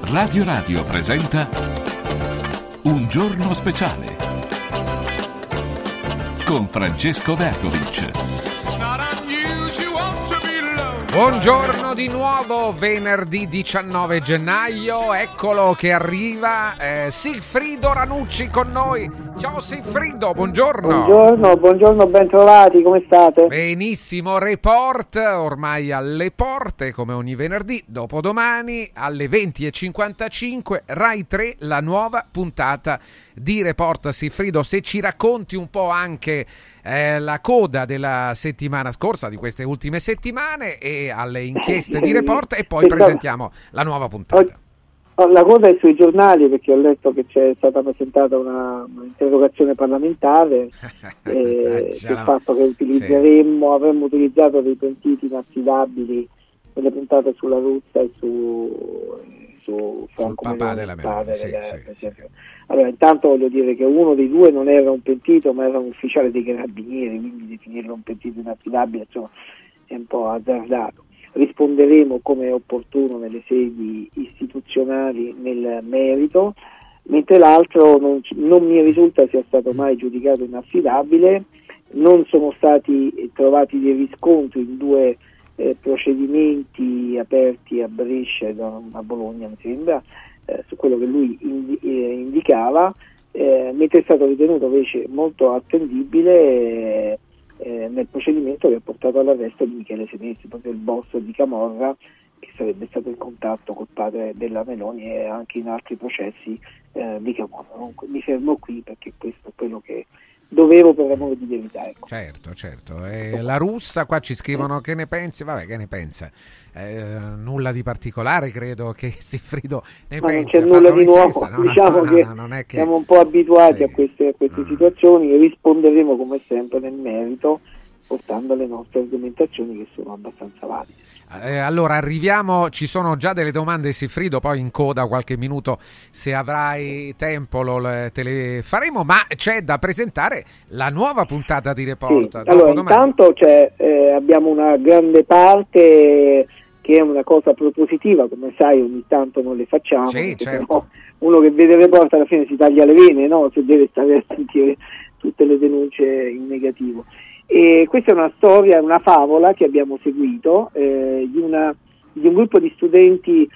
Radio presenta Un giorno speciale con Francesco Vergovic. Buongiorno di nuovo, venerdì 19 gennaio, eccolo che arriva Sigfrido Ranucci con noi. Ciao Sigfrido, buongiorno. Buongiorno, ben trovati, come state? Benissimo, report ormai alle porte come ogni venerdì, dopodomani alle 20:55, Rai 3, la nuova puntata di Report. Sigfrido, se ci racconti un po' anche la coda della settimana scorsa, di queste ultime settimane, e alle inchieste di Report, e poi presentiamo la nuova puntata. La coda è sui giornali, perché ho letto che c'è stata presentata un'interrogazione parlamentare sul fatto che avremmo utilizzato dei pentiti inaffidabili nelle puntate sulla Russia e su Franco papà della Meloni. Allora, intanto voglio dire che uno dei due non era un pentito, ma era un ufficiale dei carabinieri, quindi definirlo un pentito inaffidabile, insomma, è un po' azzardato. Risponderemo come è opportuno nelle sedi istituzionali nel merito, mentre l'altro non mi risulta sia stato mai giudicato inaffidabile. Non sono stati trovati dei riscontri in due procedimenti aperti a Brescia e a Bologna, mi sembra, su quello che lui indicava, mentre è stato ritenuto invece molto attendibile nel procedimento che ha portato all'arresto di Michele Senesi, proprio il boss di Camorra, che sarebbe stato in contatto col padre della Meloni e anche in altri processi di Camorra. Comunque, mi fermo qui perché questo è quello che dovevo, per amore di verità. Ecco. Certo. La russa, qua ci scrivono che ne pensi? Vabbè, che ne pensa? Nulla di particolare, credo che Sigfrido ne pensi. Non c'è nulla di nuovo, diciamo che non è che siamo un po' abituati a queste situazioni, e risponderemo come sempre nel merito, portando le nostre argomentazioni che sono abbastanza valide. Allora arriviamo, ci sono già delle domande, Sigfrido, poi in coda qualche minuto, se avrai tempo te le faremo, ma c'è da presentare la nuova puntata di Report. Sì. Allora, intanto abbiamo una grande parte che è una cosa propositiva, come sai ogni tanto non le facciamo, certo. Uno che vede Report alla fine si taglia le vene, no? Se deve stare a sentire tutte le denunce in negativo. E questa è una storia, una favola che abbiamo seguito di un gruppo di studenti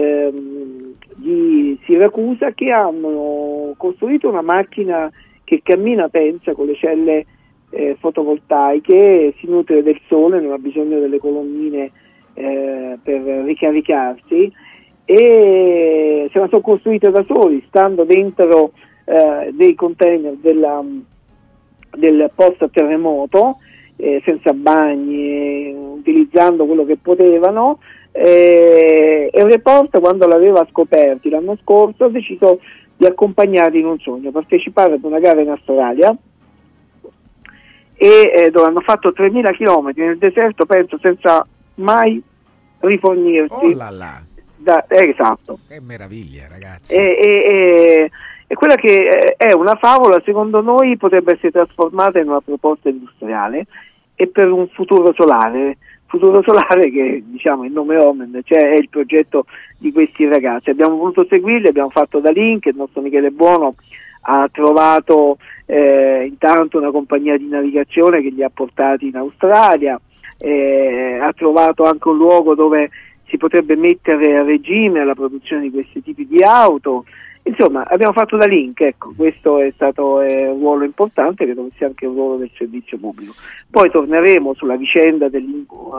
di Siracusa che hanno costruito una macchina che cammina, pensa, con le celle fotovoltaiche, si nutre del sole, non ha bisogno delle colonnine per ricaricarsi, e se la sono costruite da soli, stando dentro dei container del post terremoto, senza bagni, utilizzando quello che potevano, e un Report, quando l'aveva scoperti l'anno scorso, ha deciso di accompagnarli in un sogno, partecipare ad una gara in Australia, e dove hanno fatto 3.000 chilometri nel deserto, penso, senza mai rifornirsi. Oh là là. Esatto. Che meraviglia, ragazzi. E quella che è una favola, secondo noi, potrebbe essere trasformata in una proposta industriale, e per un futuro solare che, diciamo, il nome Omen, cioè è il progetto di questi ragazzi. Abbiamo voluto seguirli, abbiamo fatto da link, il nostro Michele Buono ha trovato intanto una compagnia di navigazione che li ha portati in Australia, ha trovato anche un luogo dove si potrebbe mettere a regime la produzione di questi tipi di auto. Insomma, abbiamo fatto da link, ecco, questo è stato un ruolo importante, credo sia anche un ruolo del servizio pubblico. Poi torneremo sulla vicenda del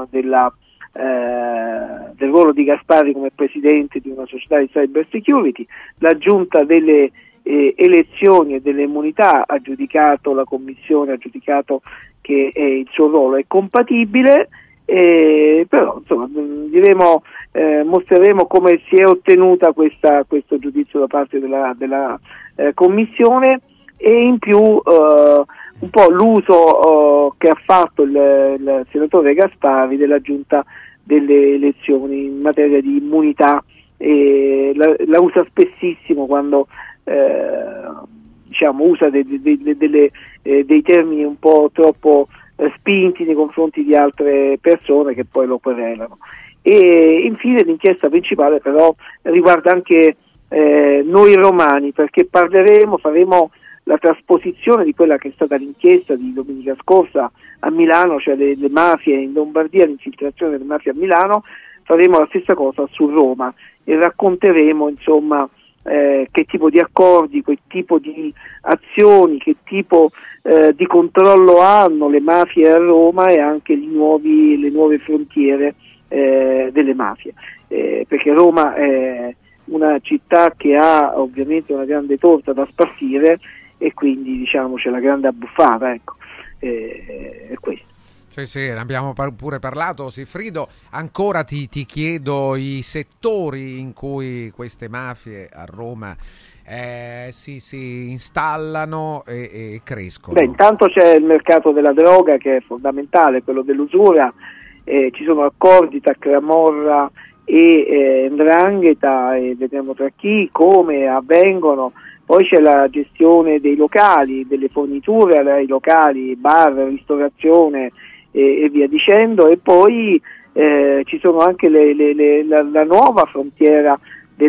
ruolo di Gasparri come presidente di una società di cyber security. La giunta delle elezioni e delle immunità ha giudicato, la commissione ha giudicato che il suo ruolo è compatibile, però insomma mostreremo come si è ottenuta questo giudizio da parte della commissione, e in più un po' l'uso che ha fatto il senatore Gasparri della giunta delle elezioni in materia di immunità, la usa spessissimo quando usa dei termini un po' troppo spinti nei confronti di altre persone che poi lo querelano. E infine l'inchiesta principale però riguarda anche noi romani, perché faremo la trasposizione di quella che è stata l'inchiesta di domenica scorsa a Milano, cioè le mafie in Lombardia, l'infiltrazione delle mafie a Milano. Faremo la stessa cosa su Roma e racconteremo insomma che tipo di accordi, che tipo di azioni, che tipo di controllo hanno le mafie a Roma e anche le nuove frontiere delle mafie, perché Roma è una città che ha ovviamente una grande torta da spartire e quindi diciamo c'è la grande abbuffata, ecco, è questo. Sì, ne abbiamo pure parlato, Siffrido. Ancora ti chiedo i settori in cui queste mafie a Roma si installano e crescono. Intanto c'è il mercato della droga che è fondamentale, quello dell'usura, ci sono accordi tra Camorra e 'ndrangheta e vedremo tra chi, come avvengono. Poi c'è la gestione dei locali, delle forniture ai locali, bar, ristorazione e via dicendo, e poi ci sono anche la nuova frontiera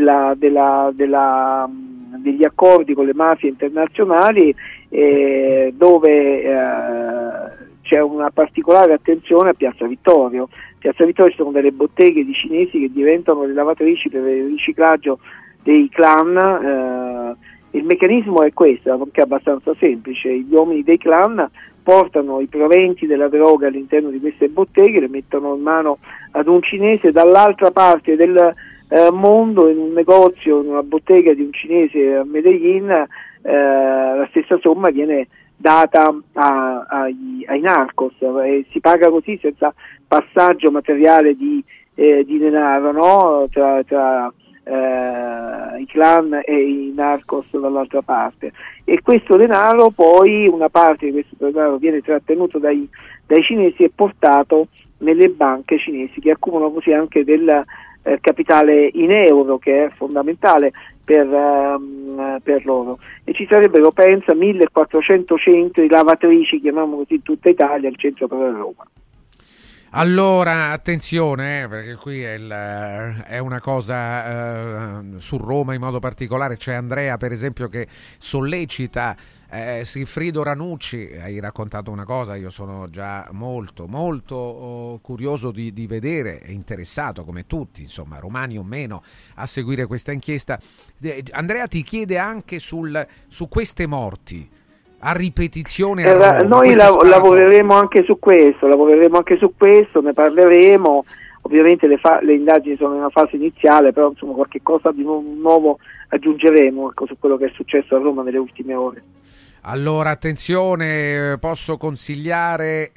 degli accordi con le mafie internazionali, dove c'è una particolare attenzione a Piazza Vittorio. Piazza Vittorio ci sono delle botteghe di cinesi che diventano le lavatrici per il riciclaggio dei clan. Il meccanismo è questo, anche abbastanza semplice: gli uomini dei clan portano i proventi della droga all'interno di queste botteghe, le mettono in mano ad un cinese dall'altra parte del mondo, in un negozio, in una bottega di un cinese a Medellin, la stessa somma viene data ai narcos e si paga così senza passaggio materiale di denaro, no? tra i clan e i narcos dall'altra parte, e questo denaro poi, una parte di questo denaro viene trattenuto dai cinesi e portato nelle banche cinesi, che accumulano così anche del capitale in euro, che è fondamentale per loro, e ci sarebbero, pensa, 1400 centri lavatrici, chiamiamo così, in tutta Italia, il centro per Roma. Allora, attenzione, perché qui è una cosa su Roma in modo particolare. C'è Andrea, per esempio, che sollecita Siffrido Ranucci. Hai raccontato una cosa, io sono già molto curioso di vedere e interessato, come tutti, insomma, romani o meno, a seguire questa inchiesta. Andrea ti chiede anche su queste morti a ripetizione a Roma. Noi lavoreremo anche su questo, ne parleremo. Ovviamente le indagini sono in una fase iniziale, però insomma qualche cosa di nuovo aggiungeremo, ecco, su quello che è successo a Roma nelle ultime ore. Allora, attenzione, posso consigliare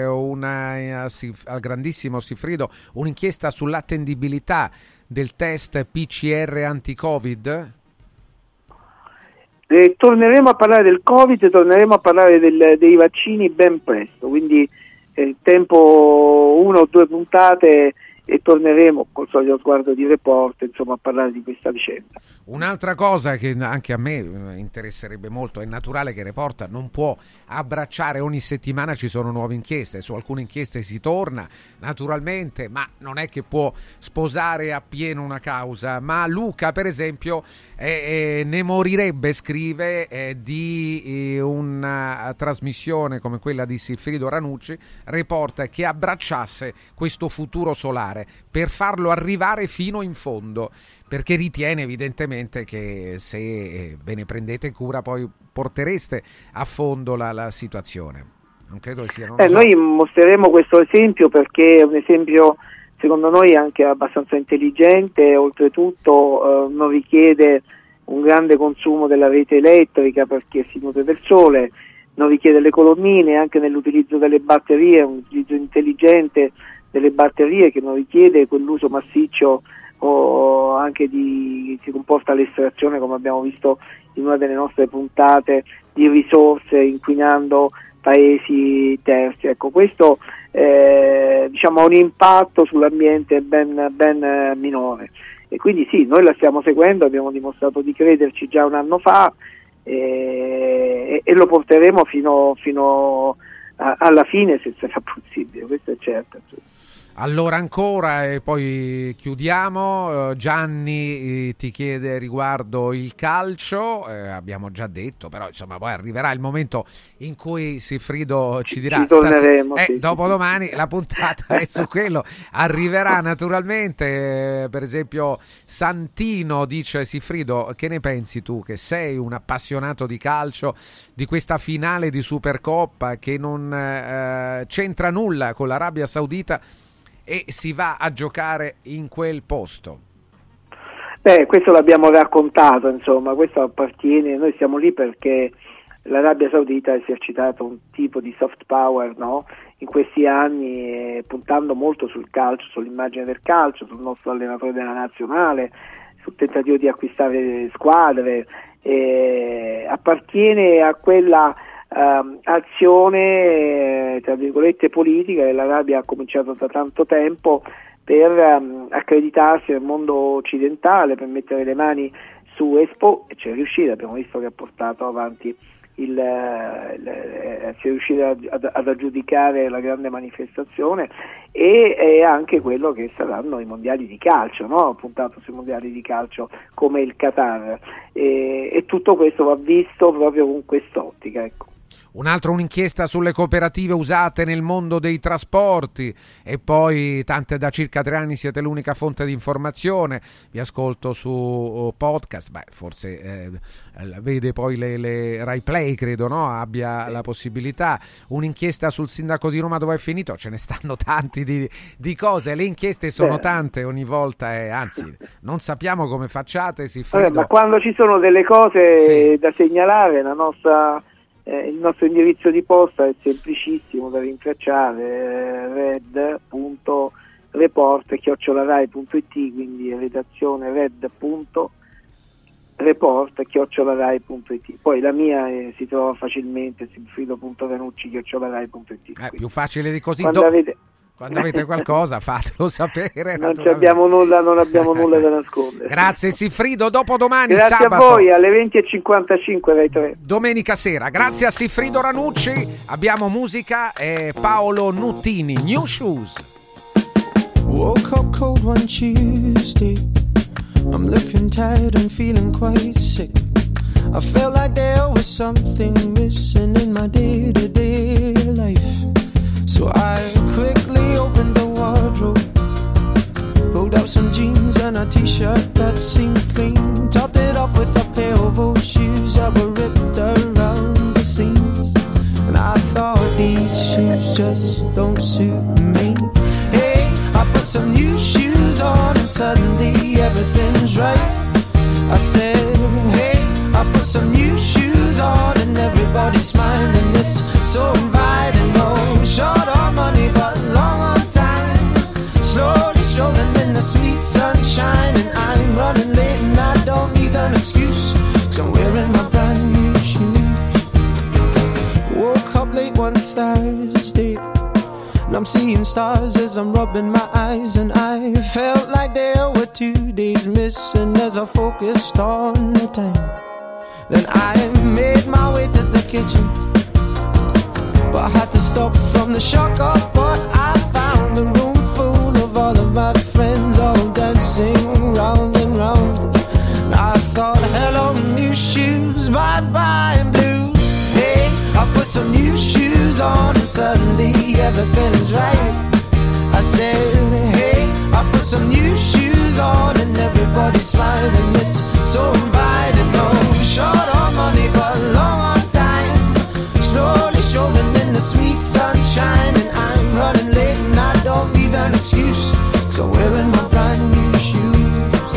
al grandissimo Siffrido un'inchiesta sull'attendibilità del test PCR anti-Covid? Torneremo a parlare del Covid, torneremo a parlare dei vaccini ben presto, quindi tempo 1 o 2 puntate e torneremo col solito sguardo di report, insomma, a parlare di questa vicenda. Un'altra cosa che anche a me interesserebbe molto: è naturale che Report non può abbracciare, ogni settimana ci sono nuove inchieste, su alcune inchieste si torna naturalmente, ma non è che può sposare appieno una causa. Ma Luca, per esempio, ne morirebbe, scrive, di una trasmissione come quella di Siffrido Ranucci, Report, che abbracciasse questo futuro solare per farlo arrivare fino in fondo, perché ritiene evidentemente che se ve ne prendete cura poi portereste a fondo la situazione. Non credo che sia, non lo so. Noi mostreremo questo esempio perché è un esempio secondo noi anche abbastanza intelligente, oltretutto non richiede un grande consumo della rete elettrica perché si nutre del sole, non richiede le colonnine, anche nell'utilizzo delle batterie, un utilizzo intelligente delle batterie che non richiede quell'uso massiccio o anche si comporta l'estrazione, come abbiamo visto in una delle nostre puntate, di risorse inquinando paesi terzi. Ecco, questo ha un impatto sull'ambiente ben minore, e quindi sì, noi la stiamo seguendo, abbiamo dimostrato di crederci già un anno fa e lo porteremo fino alla fine se sarà possibile, questo è certo. Allora ancora e poi chiudiamo. Gianni ti chiede riguardo il calcio, abbiamo già detto, però insomma poi arriverà il momento in cui Siffrido ci dirà, dopodomani la puntata è su quello, arriverà naturalmente. Per esempio Santino dice: Siffrido, che ne pensi tu, che sei un appassionato di calcio, di questa finale di Supercoppa che non c'entra nulla con l'Arabia Saudita e si va a giocare in quel posto? Questo l'abbiamo raccontato, insomma, questo appartiene, noi siamo lì perché l'Arabia Saudita ha esercitato un tipo di soft power, no? In questi anni, puntando molto sul calcio, sull'immagine del calcio, sul nostro allenatore della nazionale, sul tentativo di acquistare squadre, appartiene a quella azione tra virgolette politica che l'Arabia ha cominciato da tanto tempo per accreditarsi nel mondo occidentale, per mettere le mani su Expo, e ci è riuscita. Abbiamo visto che ha portato avanti si è riuscita ad aggiudicare la grande manifestazione, e è anche quello che saranno i mondiali di calcio, no? Puntato sui mondiali di calcio come il Qatar, e tutto questo va visto proprio con quest'ottica, ecco. Un'inchiesta sulle cooperative usate nel mondo dei trasporti, e poi da circa 3 anni siete l'unica fonte di informazione, vi ascolto su podcast, forse vede poi le Rai Play, credo, no? Abbia la possibilità. Un'inchiesta sul sindaco di Roma, dove è finito? Ce ne stanno tanti di cose, le inchieste sono tante ogni volta, anzi non sappiamo come facciate, ma quando ci sono delle cose da segnalare, il nostro indirizzo di posta è semplicissimo da rintracciare, red.report@rai.it, quindi redazione red.report@rai.it. Poi la mia si trova facilmente, siffrido.venucci@rai.it. Più facile di così. Quando avete qualcosa fatelo sapere. Non abbiamo nulla da nascondere. Grazie Siffrido, dopodomani grazie sabato. Grazie a voi, alle 20:55 Rai 3. Domenica sera. Grazie a Siffrido Ranucci. Abbiamo musica e Paolo Nuttini, New Shoes. Woke up cold one Tuesday. I'm looking tired and feeling quite sick. I felt like there was something missing in my day-to-day life. So I quickly opened the wardrobe, pulled out some jeans and a t-shirt that seemed clean, topped it off with a pair of old shoes that were ripped around the seams. And I thought, these shoes just don't suit me. Hey, I put some new shoes on and suddenly everything's right. I said, hey, I put some new shoes on and everybody's smiling. It's so inviting, no short on money but long on time. Slowly strolling in the sweet sunshine, and I'm running late and I don't need an excuse, 'cause I'm wearing my brand new shoes. Woke up late one Thursday and I'm seeing stars as I'm rubbing my eyes, and I felt like there were 2 days missing as I focused on the time. Then I made my way to the kitchen, but I had to stop from the shock of what I found. A room full of all of my friends, all dancing round and round. And I thought, hello new shoes, bye bye blues. Hey, I put some new shoes on and suddenly everything is right. I said, hey, I put some new shoes on and everybody's smiling. It's so inviting, no short on money but long on time. Slowly strolling in the sweet sunshine, and I'm running late and I don't need an excuse, 'cause I'm wearing my brand new shoes.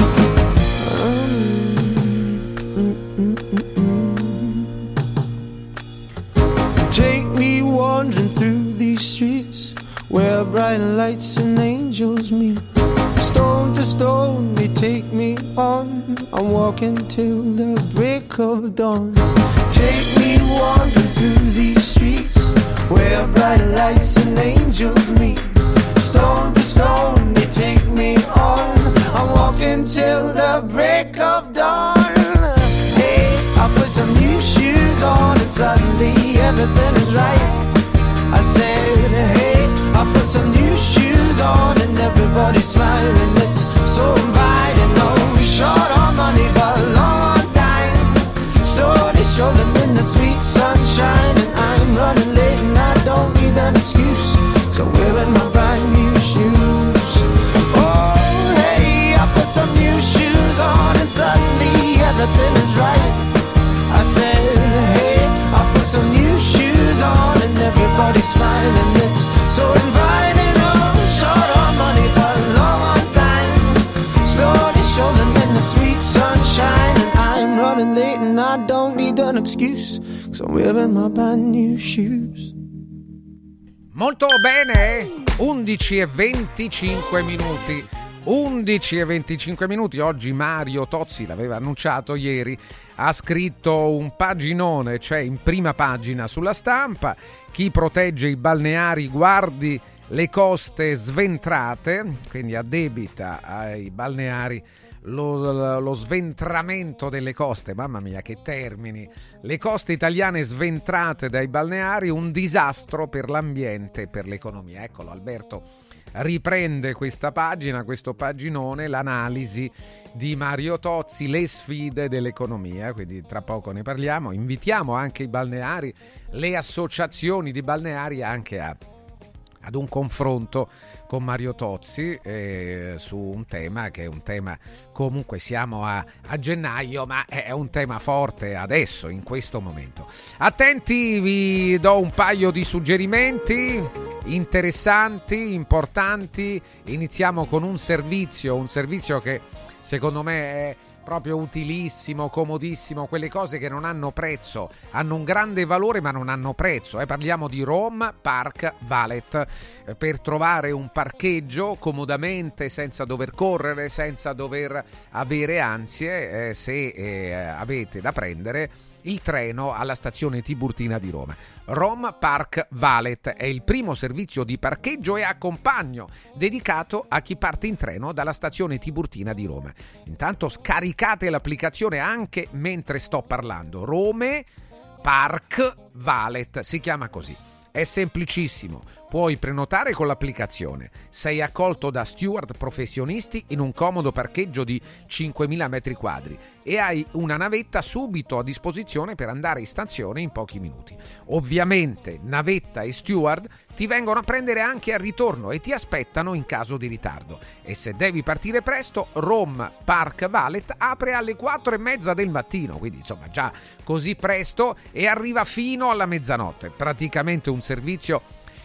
Take me wandering through these streets where bright lights and angels meet. Stone to stone they take me on, I'm walking till the break of dawn. Take me wandering through these streets where bright lights and angels meet. Stone to stone they take me on, I'm walking till the break of dawn. Hey, I put some new shoes on and suddenly everything is right. I said, hey, I put some new shoes shoes on and everybody's smiling. It's so inviting. No, short on money but long on time. Slowly strolling in the sweet sunshine, and I'm running late and I don't need an excuse, so I'm wearing my brand new shoes. Oh hey, I put some new shoes on and suddenly everything is right. I said hey, I put some new shoes on and everybody's smiling. It's so inviting. Oh, short on money but long on time. Slowly strolling in the sweet sunshine, and I'm running late and I don't need an excuse, so I'm wearing my brand new shoes. Molto bene, 11:25 minuti. 11:25 minuti. Oggi Mario Tozzi, l'aveva annunciato ieri, ha scritto un paginone, cioè in prima pagina sulla Stampa: chi protegge i balneari guardi le coste sventrate, quindi addebita ai balneari lo sventramento delle coste. Mamma mia, che termini! Le coste italiane sventrate dai balneari, un disastro per l'ambiente e per l'economia. Eccolo, Alberto riprende questa pagina, questo paginone, l'analisi di Mario Tozzi, le sfide dell'economia, quindi tra poco ne parliamo. Invitiamo anche i balneari, le associazioni di balneari anche ad un confronto con Mario Tozzi su un tema che è un tema, comunque siamo a gennaio, ma è un tema forte adesso, in questo momento. Attenti, vi do un paio di suggerimenti interessanti, importanti. Iniziamo con un servizio che secondo me è proprio utilissimo, comodissimo, quelle cose che non hanno prezzo, hanno un grande valore ma non hanno prezzo. Parliamo di Rome Park Valet, per trovare un parcheggio comodamente, senza dover correre, senza dover avere ansie, se avete da prendere il treno alla stazione Tiburtina di Roma. Rome Park Valet è il primo servizio di parcheggio e accompagno dedicato a chi parte in treno dalla stazione Tiburtina di Roma. Intanto scaricate l'applicazione anche mentre sto parlando. Rome Park Valet si chiama così. È semplicissimo, puoi prenotare con l'applicazione, sei accolto da steward professionisti in un comodo parcheggio di 5.000 metri quadri e hai una navetta subito a disposizione per andare in stazione in pochi minuti. Ovviamente navetta e steward ti vengono a prendere anche al ritorno e ti aspettano in caso di ritardo. E se devi partire presto, Rome Park Valet apre alle 4:30 del mattino, quindi insomma già così presto, e arriva fino alla mezzanotte. Praticamente un servizio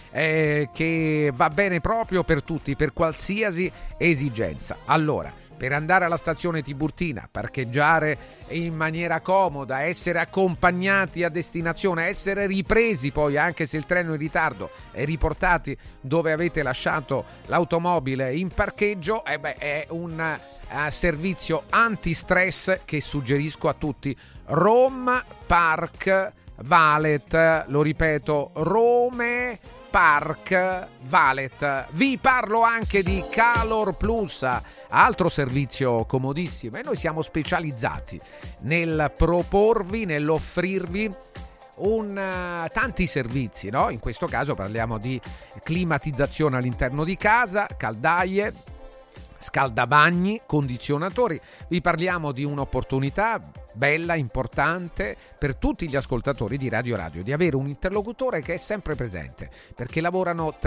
che va bene proprio per tutti, per qualsiasi esigenza. Allora, per andare alla stazione Tiburtina, parcheggiare in maniera comoda, essere accompagnati a destinazione, essere ripresi poi anche se il treno è in ritardo e riportati dove avete lasciato l'automobile in parcheggio, è un servizio anti-stress che suggerisco a tutti. Rome Park Valet, lo ripeto, Rome Park Valet. Vi parlo anche di Calor Plus, altro servizio comodissimo, e noi siamo specializzati nel proporvi, nell'offrirvi tanti servizi, no? In questo caso parliamo di climatizzazione all'interno di casa, caldaie, scaldabagni, condizionatori. Vi parliamo di un'opportunità bella, importante per tutti gli ascoltatori di Radio Radio, di avere un interlocutore che è sempre presente, perché lavorano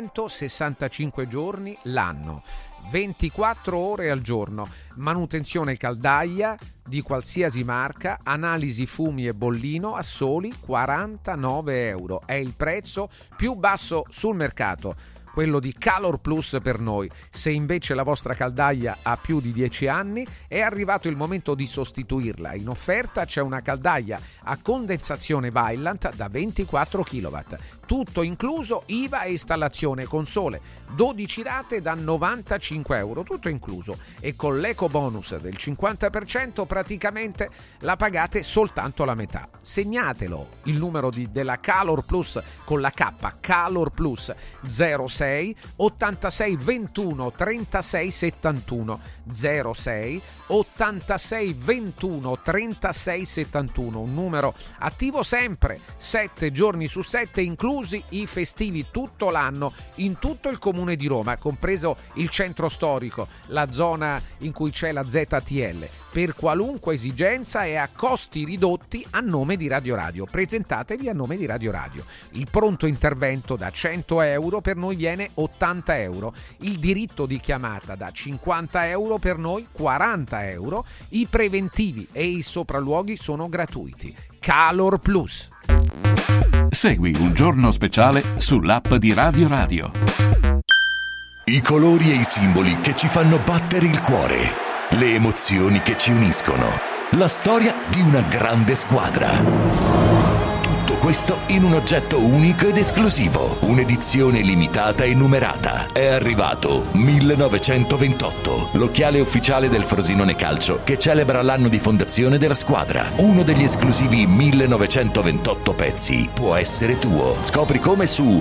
365 giorni l'anno, 24 ore al giorno, manutenzione caldaia di qualsiasi marca, analisi fumi e bollino a soli 49 euro. È il prezzo più basso sul mercato, quello di Calor Plus per noi. Se invece la vostra caldaia ha più di 10 anni, è arrivato il momento di sostituirla. In offerta c'è una caldaia a condensazione Vaillant da 24 kW, tutto incluso, IVA e installazione con sole 12 rate da 95 euro, tutto incluso, e con l'eco bonus del 50% praticamente la pagate soltanto la metà. Segnatelo il numero della Calor Plus con la K, Calor Plus 06 86 21 36 71, 06 86 21 36 71, un numero attivo sempre 7 giorni su 7, incluso chiusi i festivi tutto l'anno in tutto il comune di Roma, compreso il centro storico, la zona in cui c'è la ZTL, per qualunque esigenza e a costi ridotti a nome di Radio Radio. Presentatevi a nome di Radio Radio. Il pronto intervento da 100 euro per noi viene 80 euro, il diritto di chiamata da 50 euro per noi 40 euro, i preventivi e i sopralluoghi sono gratuiti. Calor Plus. Segui Un Giorno Speciale sull'app di Radio Radio. I colori e i simboli che ci fanno battere il cuore, le emozioni che ci uniscono, la storia di una grande squadra. Tutto questo in un oggetto unico ed esclusivo, un'edizione limitata e numerata. È arrivato 1928, l'occhiale ufficiale del Frosinone Calcio che celebra l'anno di fondazione della squadra. Uno degli esclusivi 1928 pezzi può essere tuo. Scopri come su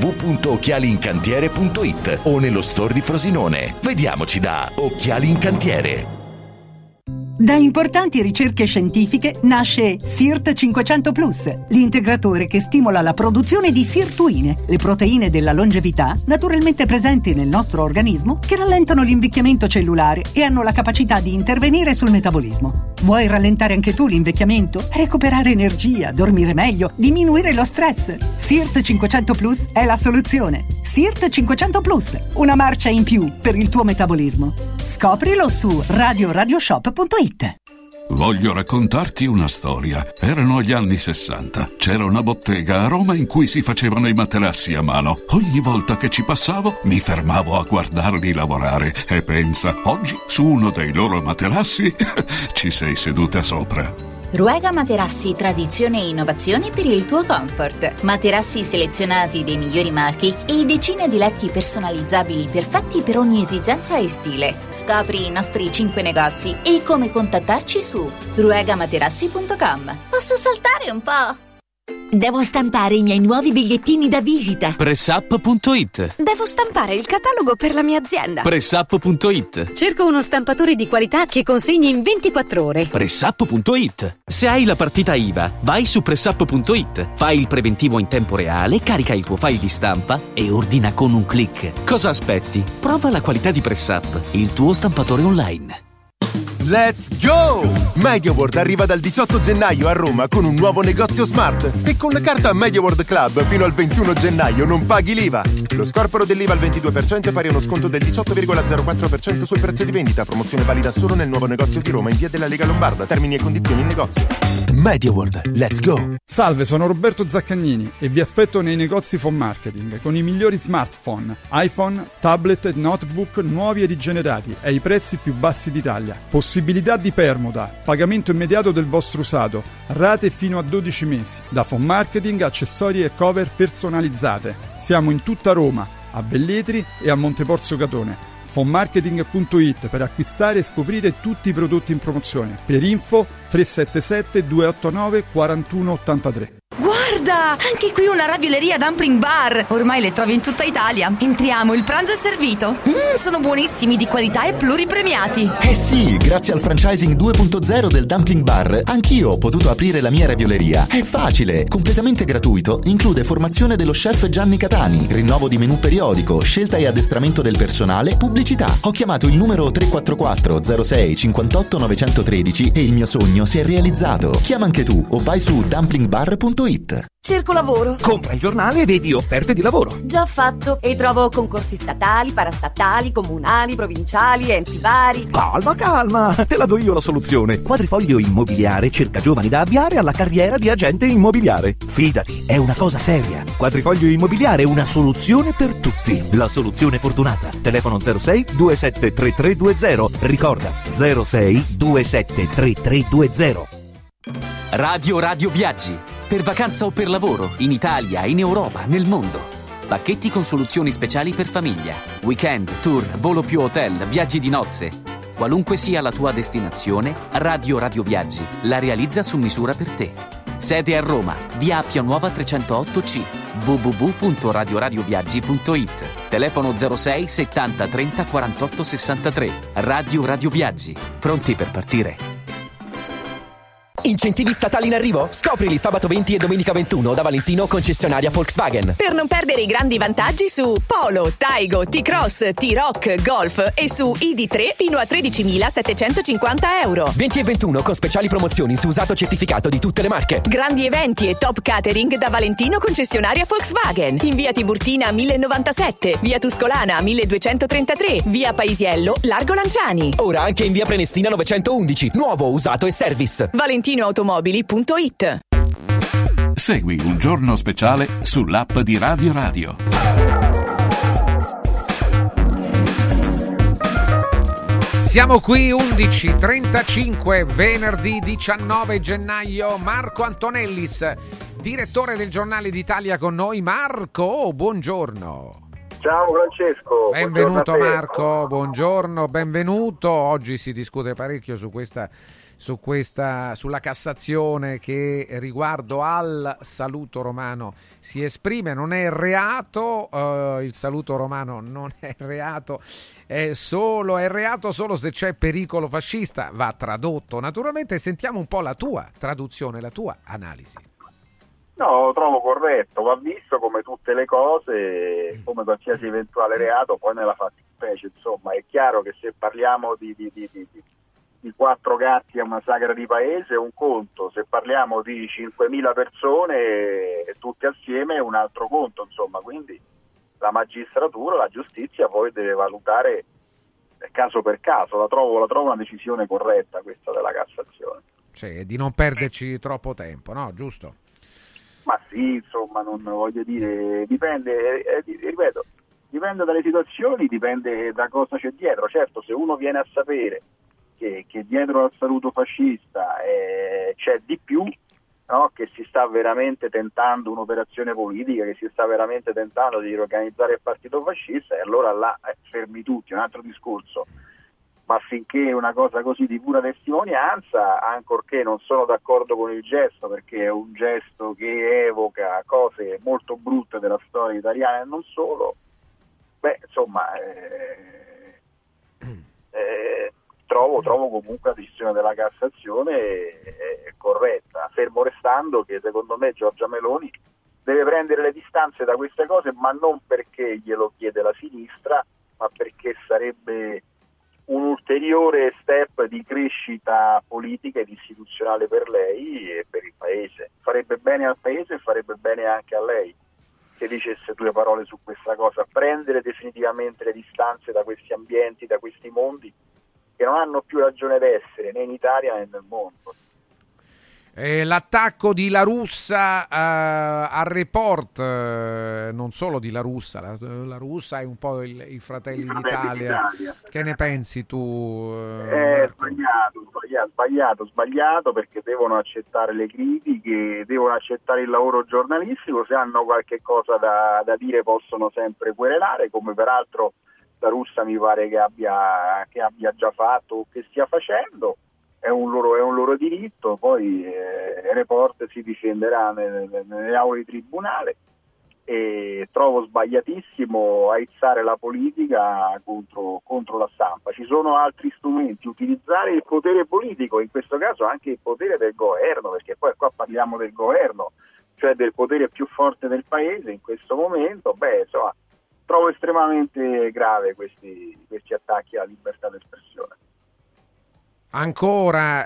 www.occhialiincantiere.it o nello store di Frosinone. Vediamoci da Occhiali in Cantiere. Da importanti ricerche scientifiche nasce SIRT 500 Plus, l'integratore che stimola la produzione di sirtuine, le proteine della longevità naturalmente presenti nel nostro organismo che rallentano l'invecchiamento cellulare e hanno la capacità di intervenire sul metabolismo. Vuoi rallentare anche tu l'invecchiamento? Recuperare energia, dormire meglio, diminuire lo stress? SIRT 500 Plus è la soluzione. SIRT 500 Plus, una marcia in più per il tuo metabolismo. Scoprilo su radioshop.it. Voglio raccontarti una storia. Erano gli anni 60. C'era una bottega a Roma in cui si facevano i materassi a mano. Ogni volta che ci passavo mi fermavo a guardarli lavorare e pensa, oggi su uno dei loro materassi ci sei seduta sopra. Ruega Materassi, tradizione e innovazione per il tuo comfort. Materassi selezionati dei migliori marchi e decine di letti personalizzabili perfetti per ogni esigenza e stile. Scopri i nostri 5 negozi e come contattarci su ruegamaterassi.com. Posso saltare un po'? Devo stampare i miei nuovi bigliettini da visita. Pressup.it. Devo stampare il catalogo per la mia azienda. Pressup.it. Cerco uno stampatore di qualità che consegni in 24 ore. Pressup.it. Se hai la partita IVA, vai su Pressup.it, fai il preventivo in tempo reale, carica il tuo file di stampa e ordina con un click. Cosa aspetti? Prova la qualità di Pressup, il tuo stampatore online. Let's go! MediaWorld arriva dal 18 gennaio a Roma con un nuovo negozio smart e con la carta MediaWorld Club fino al 21 gennaio non paghi l'IVA. Lo scorporo dell'IVA al 22% è pari a uno sconto del 18,04% sul prezzo di vendita. Promozione valida solo nel nuovo negozio di Roma in via della Lega Lombarda. Termini e condizioni in negozio. MediaWorld, let's go! Salve, sono Roberto Zaccagnini e vi aspetto nei negozi Phone Marketing con i migliori smartphone, iPhone, tablet e notebook nuovi e rigenerati ai prezzi più bassi d'Italia. Possibilità di permuta, pagamento immediato del vostro usato, rate fino a 12 mesi. Da Phone Marketing, accessori e cover personalizzate. Siamo in tutta Roma, a Velletri e a Monteporzio Catone. Fonmarketing.it per acquistare e scoprire tutti i prodotti in promozione. Per info 377 289 4183. Guarda, anche qui una ravioleria Dumpling Bar. Ormai le trovi in tutta Italia. Entriamo, il pranzo è servito. Sono buonissimi, di qualità e pluripremiati. Eh sì, grazie al franchising 2.0 del Dumpling Bar, anch'io ho potuto aprire la mia ravioleria. È facile, completamente gratuito, include formazione dello chef Gianni Catani, rinnovo di menù periodico, scelta e addestramento del personale, pubblicità. Ho chiamato il numero 344 06 58 913 e il mio sogno si è realizzato. Chiama anche tu o vai su dumplingbar.it. Cerco lavoro. Compra il giornale e vedi offerte di lavoro. Già fatto. E trovo concorsi statali, parastatali, comunali, provinciali, enti vari. Calma, te la do io la soluzione. Quadrifoglio Immobiliare cerca giovani da avviare alla carriera di agente immobiliare. Fidati, è una cosa seria. Quadrifoglio Immobiliare è una soluzione per tutti. La soluzione fortunata. Telefono 06 27 3320. Ricorda 06 27 3320. Radio Viaggi. Per vacanza o per lavoro, in Italia, in Europa, nel mondo. Pacchetti con soluzioni speciali per famiglia. Weekend, tour, volo più hotel, viaggi di nozze. Qualunque sia la tua destinazione, Radio Viaggi la realizza su misura per te. Sede a Roma, via Appia Nuova 308C. www.radioradioviaggi.it. Telefono 06 70 30 48 63. Radio Viaggi. Pronti per partire? Incentivi statali in arrivo? Scoprili sabato 20 e domenica 21 da Valentino, concessionaria Volkswagen. Per non perdere i grandi vantaggi su Polo, Taigo, T-Cross, T-Rock, Golf e su ID3 fino a 13.750 euro. 20 e 21 con speciali promozioni su usato certificato di tutte le marche. Grandi eventi e top catering da Valentino, concessionaria Volkswagen. In via Tiburtina 1097, via Tuscolana 1233, via Paisiello, Largo Lanciani. Ora anche in via Prenestina 911, nuovo, usato e service. ValentinoAutomobili.it. Segui Un Giorno Speciale sull'app di Radio Radio. Siamo qui 11:35, venerdì 19 gennaio. Marco Antonellis, direttore del Giornale d'Italia, con noi. Marco, buongiorno. Ciao Francesco. Benvenuto Marco, buongiorno, benvenuto. Oggi si discute parecchio sulla Cassazione che riguardo al saluto romano si esprime. Non è reato, il saluto romano non è reato, è reato solo se c'è pericolo fascista. Va tradotto. Naturalmente sentiamo un po' la tua traduzione, la tua analisi. No, lo trovo corretto, va visto come tutte le cose, come qualsiasi eventuale reato, poi nella fattispecie, insomma, è chiaro che se parliamo di 4 gatti a una sagra di paese è un conto, se parliamo di 5.000 persone tutte assieme è un altro conto, insomma, quindi la magistratura, la giustizia poi deve valutare caso per caso. La trovo una decisione corretta questa della Cassazione. Cioè, di non perderci troppo tempo, no? Giusto? Ma sì, insomma, non voglio dire, dipende, ripeto, dipende dalle situazioni, dipende da cosa c'è dietro. Certo, se uno viene a sapere che dietro al saluto fascista c'è di più, no? Che si sta veramente tentando un'operazione politica, che si sta veramente tentando di riorganizzare il partito fascista, e allora là fermi tutti, un altro discorso. Ma finché una cosa così di pura testimonianza, ancorché non sono d'accordo con il gesto, perché è un gesto che evoca cose molto brutte della storia italiana e non solo, trovo comunque la decisione della Cassazione corretta, fermo restando che secondo me Giorgia Meloni deve prendere le distanze da queste cose, ma non perché glielo chiede la sinistra, ma perché sarebbe un ulteriore step di crescita politica ed istituzionale per lei e per il Paese. Farebbe bene al Paese e farebbe bene anche a lei se dicesse 2 parole su questa cosa, prendere definitivamente le distanze da questi ambienti, da questi mondi che non hanno più ragione d'essere né in Italia né nel mondo. L'attacco di La Russa al Report, non solo di La Russa, la Russa è un po' i Fratelli d'Italia. Che ne pensi tu? Sbagliato, perché devono accettare le critiche, devono accettare il lavoro giornalistico, se hanno qualche cosa da dire possono sempre querelare, come peraltro La Russa mi pare che abbia già fatto o che stia facendo. È un loro diritto, poi Report si difenderà nelle aule di tribunale, e trovo sbagliatissimo aizzare la politica contro la stampa. Ci sono altri strumenti, utilizzare il potere politico, in questo caso anche il potere del governo, perché poi qua parliamo del governo, cioè del potere più forte del paese in questo momento. Insomma, trovo estremamente grave questi attacchi alla libertà d'espressione. Ancora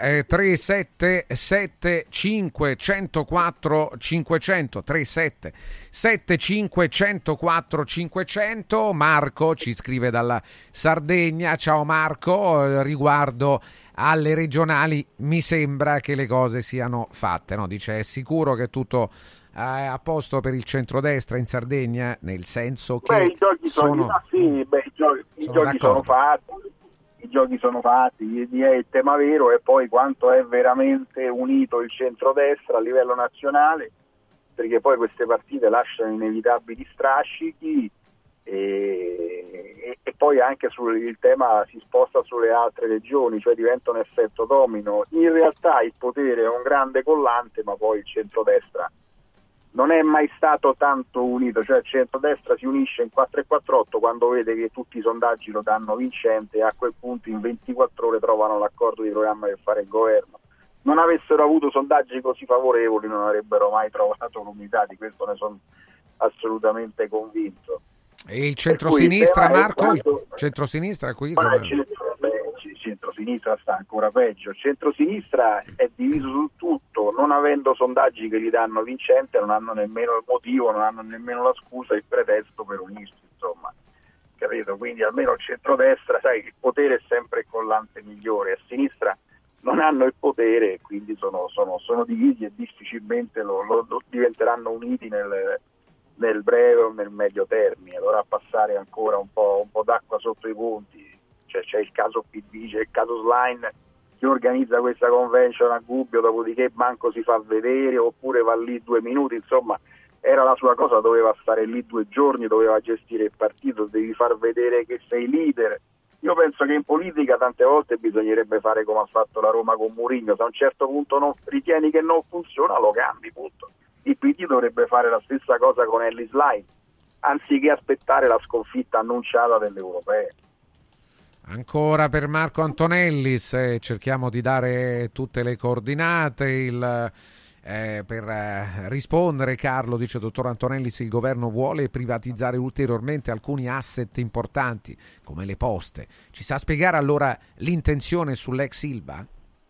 3775 104 500 3775 104 500. Marco ci scrive dalla Sardegna. Ciao Marco, riguardo alle regionali mi sembra che le cose siano fatte, no? Dice, è sicuro che tutto a posto per il centrodestra in Sardegna, nel senso che i giochi sono fatti. I giochi sono fatti, il tema vero è poi quanto è veramente unito il centrodestra a livello nazionale, perché poi queste partite lasciano inevitabili strascichi e poi anche il tema si sposta sulle altre regioni, cioè diventa un effetto domino. In realtà il potere è un grande collante, ma poi il centrodestra non è mai stato tanto unito, cioè il centrodestra si unisce in 4-4-8 quando vede che tutti i sondaggi lo danno vincente, e a quel punto in 24 ore trovano l'accordo di programma per fare il governo. non avessero avuto sondaggi così favorevoli non avrebbero mai trovato l'unità, di questo ne sono assolutamente convinto. E il centrosinistra, Marco? Il quanto... centrosinistra qui? Il centrosinistra sta ancora peggio. Il centrosinistra è diviso su tutto, non avendo sondaggi che gli danno vincente, non hanno nemmeno il motivo, non hanno nemmeno la scusa, il pretesto per unirsi, insomma. Capito? Quindi almeno il centrodestra, sai, il potere è sempre il collante migliore, a sinistra non hanno il potere e quindi sono divisi e difficilmente lo diventeranno uniti nel breve o nel medio termine. Dovrà passare ancora un po' d'acqua sotto i ponti. C'è il caso PD, c'è il caso Schlein che organizza questa convention a Gubbio, dopodiché manco si fa vedere oppure va lì 2 minuti, insomma era la sua cosa, doveva stare lì 2 giorni, doveva gestire il partito, devi far vedere che sei leader. Io penso che in politica tante volte bisognerebbe fare come ha fatto la Roma con Mourinho, se a un certo punto non ritieni che non funziona lo cambi, punto. Il PD dovrebbe fare la stessa cosa con Elly Schlein, anziché aspettare la sconfitta annunciata delle europee. Ancora per Marco Antonellis, cerchiamo di dare tutte le coordinate per rispondere. Carlo dice: dottor Antonellis, il governo vuole privatizzare ulteriormente alcuni asset importanti come le poste. Ci sa spiegare allora l'intenzione sull'ex Ilva?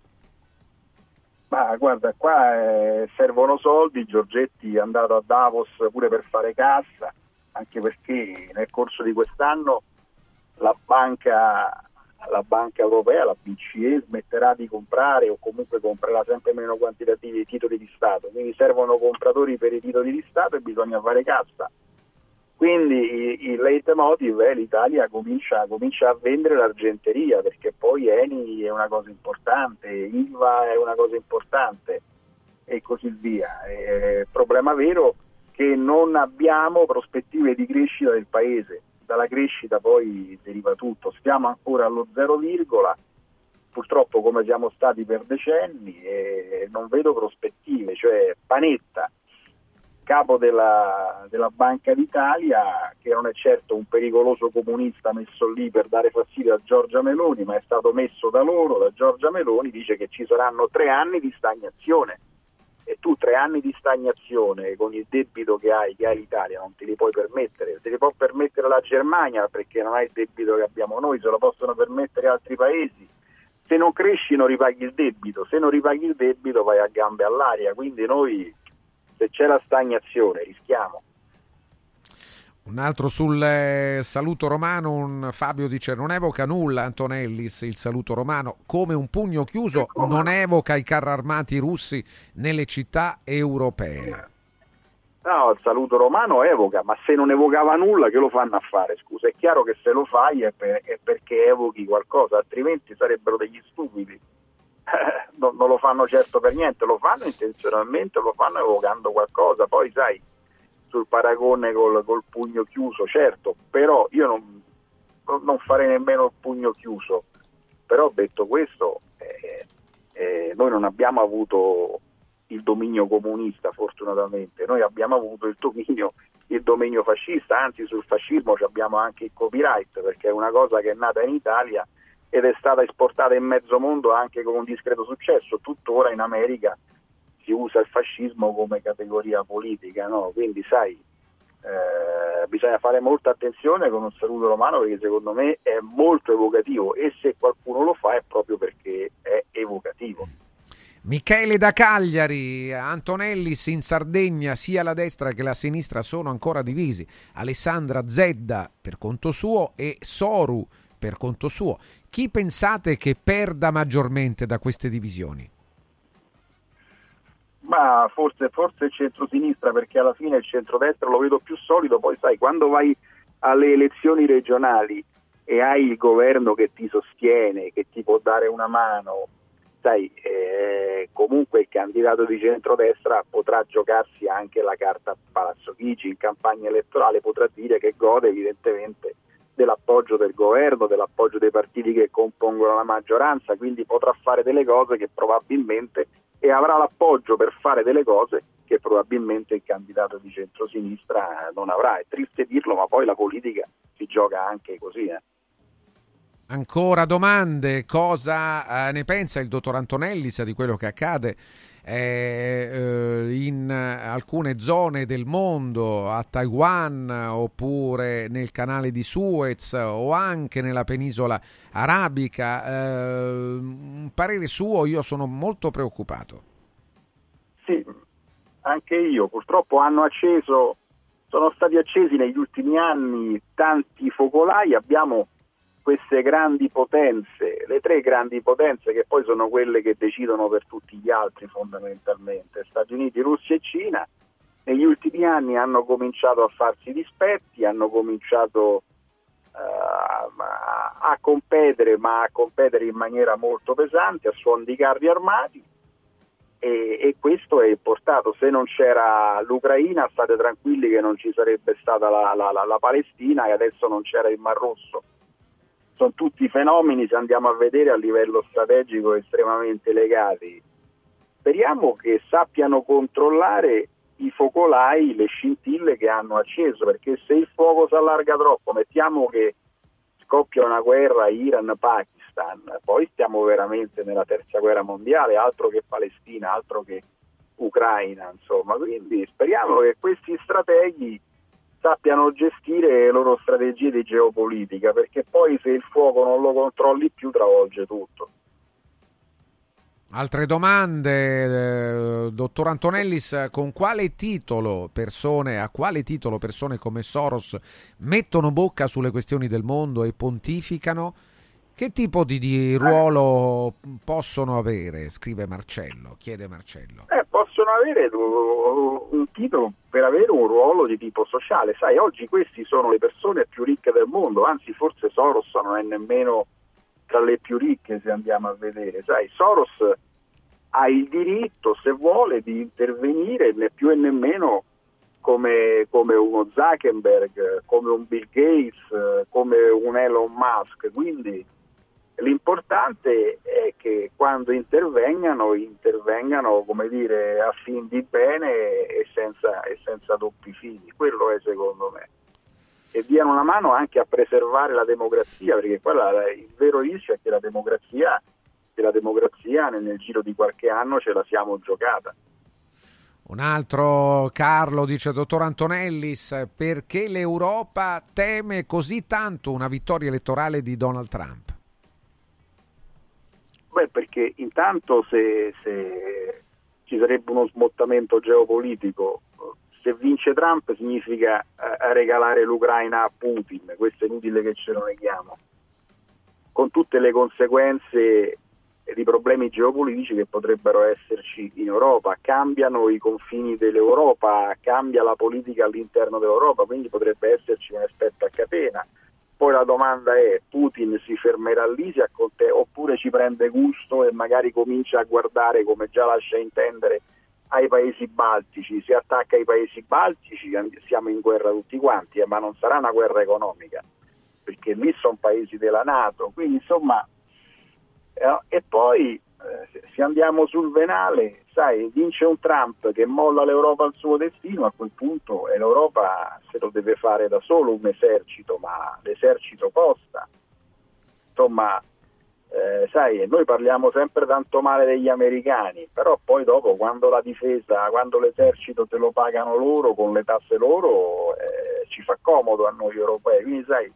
Ma guarda, qua servono soldi. Giorgetti è andato a Davos pure per fare cassa, anche perché nel corso di quest'anno la banca europea, la BCE, smetterà di comprare o comunque comprerà sempre meno quantitativi di titoli di Stato, quindi servono compratori per i titoli di Stato e bisogna fare cassa. Quindi il leitmotiv è l'Italia comincia a vendere l'argenteria, perché poi Eni è una cosa importante, Ilva è una cosa importante e così via. Problema vero che non abbiamo prospettive di crescita del paese. Dalla crescita poi deriva tutto, stiamo ancora allo 0, purtroppo come siamo stati per decenni, e non vedo prospettive. Cioè Panetta, capo della Banca d'Italia, che non è certo un pericoloso comunista messo lì per dare fastidio a Giorgia Meloni, ma è stato messo da loro, da Giorgia Meloni, dice che ci saranno 3 anni di stagnazione. E tu 3 anni di stagnazione con il debito che hai l'Italia non te li puoi permettere. Se li può permettere la Germania perché non ha il debito che abbiamo noi, se lo possono permettere altri paesi. Se non cresci non ripaghi il debito, se non ripaghi il debito vai a gambe all'aria, quindi noi, se c'è la stagnazione, rischiamo. Un altro sul saluto romano, Fabio dice: non evoca nulla Antonellis il saluto romano, come un pugno chiuso non evoca i carri armati russi nelle città europee. No, il saluto romano evoca, ma se non evocava nulla che lo fanno a fare? Scusa, è chiaro che se lo fai è perché evochi qualcosa, altrimenti sarebbero degli stupidi. Non lo fanno certo per niente, lo fanno intenzionalmente, lo fanno evocando qualcosa. Poi sai, sul paragone col pugno chiuso, certo, però io non farei nemmeno il pugno chiuso. Però detto questo, noi non abbiamo avuto il dominio comunista, fortunatamente, noi abbiamo avuto il dominio fascista, anzi sul fascismo abbiamo anche il copyright, perché è una cosa che è nata in Italia ed è stata esportata in mezzo mondo anche con un discreto successo. Tuttora in America si usa il fascismo come categoria politica, no? Quindi sai, bisogna fare molta attenzione con un saluto romano, perché secondo me è molto evocativo, e se qualcuno lo fa è proprio perché è evocativo. Michele da Cagliari: Antonellis in Sardegna sia la destra che la sinistra sono ancora divisi, Alessandra Zedda per conto suo e Soru per conto suo. Chi pensate che perda maggiormente da queste divisioni? Ma forse il centro-sinistra, perché alla fine il centrodestra lo vedo più solido. Poi sai, quando vai alle elezioni regionali e hai il governo che ti sostiene, che ti può dare una mano, sai, comunque il candidato di centrodestra potrà giocarsi anche la carta Palazzo Chigi in campagna elettorale, potrà dire che gode evidentemente dell'appoggio del governo, dell'appoggio dei partiti che compongono la maggioranza, quindi potrà fare delle cose che probabilmente, e avrà l'appoggio per fare delle cose che probabilmente il candidato di centrosinistra non avrà. È triste dirlo, ma poi la politica si gioca anche così. Ancora domande? Cosa ne pensa il dottor Antonellis di quello che accade in alcune zone del mondo, a Taiwan oppure nel canale di Suez o anche nella penisola arabica? Un parere suo? Io sono molto preoccupato. Sì, anche io. Purtroppo sono stati accesi negli ultimi anni tanti focolai. Abbiamo queste grandi potenze, le 3 grandi potenze che poi sono quelle che decidono per tutti gli altri fondamentalmente, Stati Uniti, Russia e Cina. Negli ultimi anni hanno cominciato a farsi dispetti, hanno cominciato a competere, ma a competere in maniera molto pesante, a suon di carri armati, e questo è portato. Se non c'era l'Ucraina, state tranquilli che non ci sarebbe stata la Palestina, e adesso non c'era il Mar Rosso. Sono tutti fenomeni, se andiamo a vedere, a livello strategico estremamente legati. Speriamo che sappiano controllare i focolai, le scintille che hanno acceso, perché se il fuoco si allarga troppo, mettiamo che scoppia una guerra Iran-Pakistan, poi stiamo veramente nella terza guerra mondiale, altro che Palestina, altro che Ucraina, insomma. Quindi speriamo che questi strateghi sappiano gestire le loro strategie di geopolitica, perché poi se il fuoco non lo controlli più travolge tutto. Altre domande, dottor Antonellis? A quale titolo persone come Soros mettono bocca sulle questioni del mondo e pontificano? Che tipo di ruolo possono avere? Chiede Marcello. Possono avere un titolo per avere un ruolo di tipo sociale. Sai, oggi questi sono le persone più ricche del mondo, anzi forse Soros non è nemmeno tra le più ricche, se andiamo a vedere. Sai, Soros ha il diritto, se vuole, di intervenire né più e nemmeno come uno Zuckerberg, come un Bill Gates, come un Elon Musk. Quindi l'importante è che quando intervengano, come dire, a fin di bene e senza doppi fini. Quello è, secondo me. E diano una mano anche a preservare la democrazia, perché il vero rischio è che la democrazia nel giro di qualche anno ce la siamo giocata. Un altro, Carlo, dice: dottor Antonellis, perché l'Europa teme così tanto una vittoria elettorale di Donald Trump? Perché intanto se ci sarebbe uno smottamento geopolitico, se vince Trump significa regalare l'Ucraina a Putin, questo è inutile che ce lo neghiamo, con tutte le conseguenze di problemi geopolitici che potrebbero esserci in Europa. Cambiano i confini dell'Europa, cambia la politica all'interno dell'Europa, quindi potrebbe esserci un effetto a catena. Poi la domanda è: Putin si fermerà lì, oppure ci prende gusto e magari comincia a guardare, come già lascia intendere, ai paesi baltici? Se attacca i paesi baltici siamo in guerra tutti quanti, ma non sarà una guerra economica, perché lì sono paesi della NATO. Quindi insomma, e poi se andiamo sul venale, sai, vince un Trump che molla l'Europa al suo destino, a quel punto l'Europa se lo deve fare da solo un esercito, ma l'esercito costa. Insomma, sai, noi parliamo sempre tanto male degli americani, però poi dopo quando l'esercito te lo pagano loro con le tasse loro, ci fa comodo a noi europei. Quindi sai,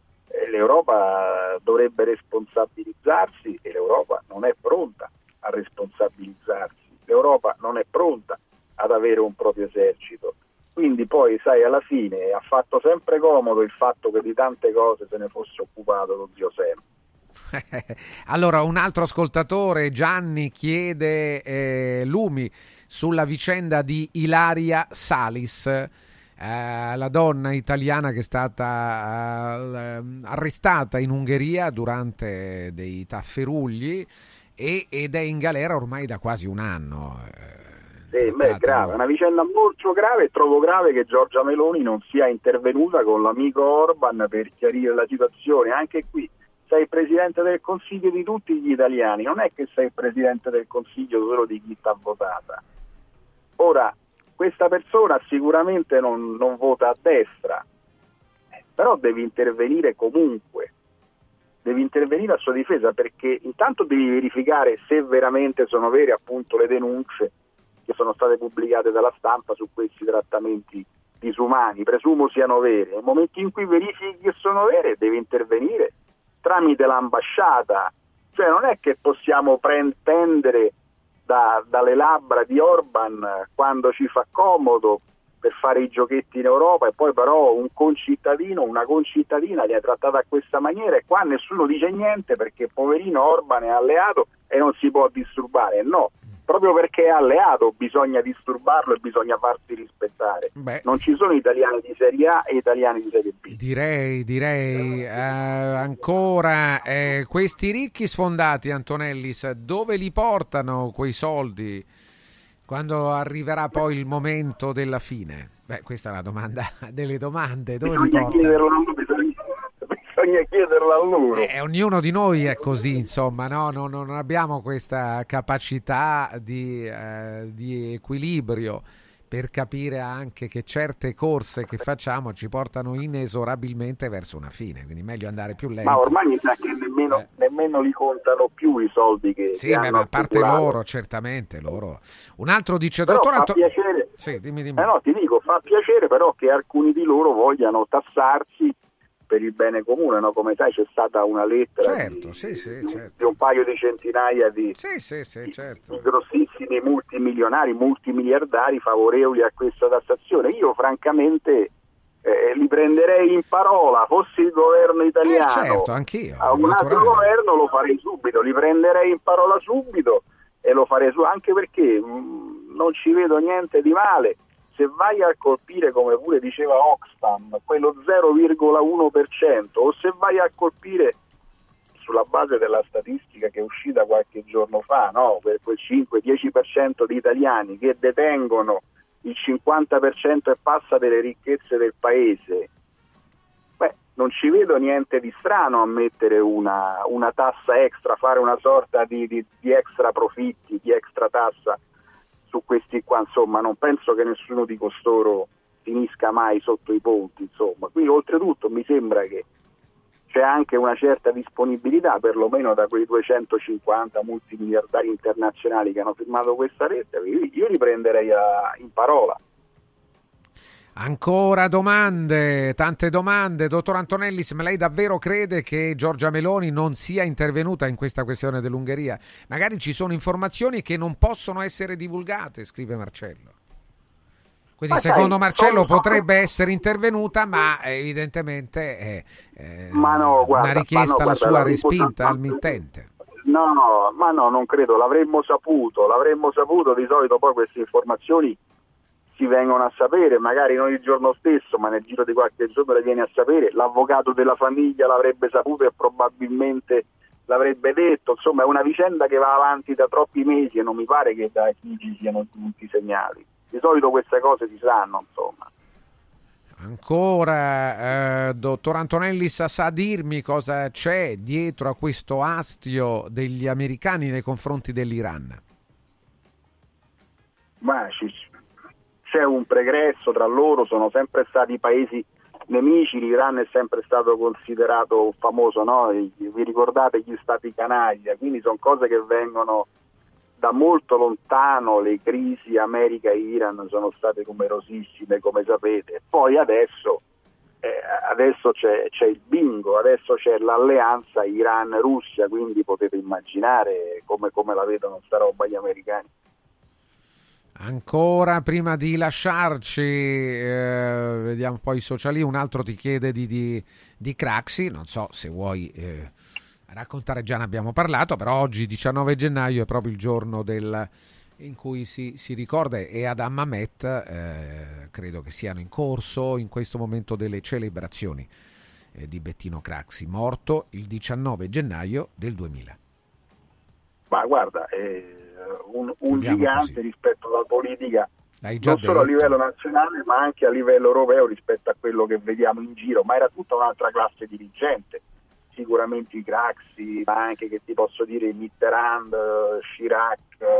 l'Europa dovrebbe responsabilizzarsi e l'Europa non è pronta a responsabilizzarsi. L'Europa non è pronta ad avere un proprio esercito. Quindi poi, sai, alla fine ha fatto sempre comodo il fatto che di tante cose se ne fosse occupato lo zio Sam. Allora, un altro ascoltatore, Gianni, chiede lumi sulla vicenda di Ilaria Salis, la donna italiana che è stata arrestata in Ungheria durante dei tafferugli ed è in galera ormai da quasi un anno. Sì, è grave, una vicenda molto grave, e trovo grave che Giorgia Meloni non sia intervenuta con l'amico Orban per chiarire la situazione. Anche qui sei il presidente del Consiglio di tutti gli italiani, non è che sei il presidente del Consiglio solo di chi t'ha votata. Ora, questa persona sicuramente non vota a destra, però deve intervenire comunque. devi intervenire a sua difesa, perché intanto devi verificare se veramente sono vere appunto le denunce che sono state pubblicate dalla stampa su questi trattamenti disumani, presumo siano vere. Nel momento in cui verifichi che sono vere, devi intervenire tramite l'ambasciata, cioè non è che possiamo pendere dalle labbra di Orban quando ci fa comodo per fare i giochetti in Europa, e poi però un concittadino, una concittadina viene trattata a questa maniera e qua nessuno dice niente perché poverino Orban è alleato e non si può disturbare. No, proprio perché è alleato bisogna disturbarlo e bisogna farsi rispettare. Non ci sono italiani di Serie A e italiani di Serie B. Direi ancora questi ricchi sfondati, Antonellis, dove li portano quei soldi quando arriverà poi il momento della fine? Questa è la domanda delle domande. Dove li portano? Bisogna chiederlo a loro. Ognuno di noi è così, insomma, no? Non abbiamo questa capacità di equilibrio per capire anche che certe corse che facciamo ci portano inesorabilmente verso una fine, quindi meglio andare più lento. Ma ormai mi sa che nemmeno li contano più i soldi che hanno ma a parte loro, certamente loro. Un altro dice, dottor Antonelli, fa piacere. Sì, dimmi. No, ti dico, fa piacere però che alcuni di loro vogliano tassarsi per il bene comune, no? Come sai c'è stata una lettera certo. di un paio di centinaia di grossissimi multimilionari, multimiliardari favorevoli a questa tassazione. Io francamente li prenderei in parola, fossi il governo italiano, certo, anch'io, a un altro governo lo farei subito, li prenderei in parola subito e lo farei anche perché non ci vedo niente di male. Se vai a colpire, come pure diceva Oxfam, quello 0,1%, o se vai a colpire sulla base della statistica che è uscita qualche giorno fa, no? Per quel 5-10% di italiani che detengono il 50% e passa delle ricchezze del paese, non ci vedo niente di strano a mettere una tassa extra, fare una sorta di extra profitti, di extra tassa su questi qua, insomma. Non penso che nessuno di costoro finisca mai sotto i ponti, insomma. Qui oltretutto mi sembra che c'è anche una certa disponibilità, perlomeno da quei 250 multimiliardari internazionali che hanno firmato questa lettera. Io li prenderei in parola. Ancora domande, tante domande. Dottor Antonellis, ma lei davvero crede che Giorgia Meloni non sia intervenuta in questa questione dell'Ungheria? Magari ci sono informazioni che non possono essere divulgate, scrive Marcello. Quindi secondo Marcello potrebbe essere intervenuta, ma evidentemente una richiesta la sua respinta al mittente. No, ma no, non credo, l'avremmo saputo. Di solito poi queste informazioni si vengono a sapere, magari non il giorno stesso, ma nel giro di qualche giorno le viene a sapere. L'avvocato della famiglia l'avrebbe saputo e probabilmente l'avrebbe detto. Insomma, è una vicenda che va avanti da troppi mesi e non mi pare che da chi ci siano giunti segnali. Di solito queste cose si sanno, insomma. Ancora, dottor Antonellis, sa dirmi cosa c'è dietro a questo astio degli americani nei confronti dell'Iran? Ma c'è un pregresso tra loro, sono sempre stati paesi nemici, l'Iran è sempre stato considerato famoso, no? Vi ricordate gli Stati Canaglia, quindi sono cose che vengono da molto lontano. Le crisi America e Iran sono state numerosissime, come sapete. Poi adesso c'è il bingo, adesso c'è l'alleanza Iran-Russia, quindi potete immaginare come la vedono sta roba gli americani. Ancora prima di lasciarci, vediamo poi i sociali, un altro ti chiede di Craxi, non so se vuoi raccontare, già ne abbiamo parlato, però oggi 19 gennaio è proprio il giorno in cui si ricorda, e ad Hammamet credo che siano in corso in questo momento delle celebrazioni di Bettino Craxi, morto il 19 gennaio del 2000. Ma guarda, un gigante così rispetto alla politica, non solo a livello nazionale ma anche a livello europeo rispetto a quello che vediamo in giro, ma era tutta un'altra classe dirigente, sicuramente i Craxi, ma anche, che ti posso dire, Mitterrand, Chirac,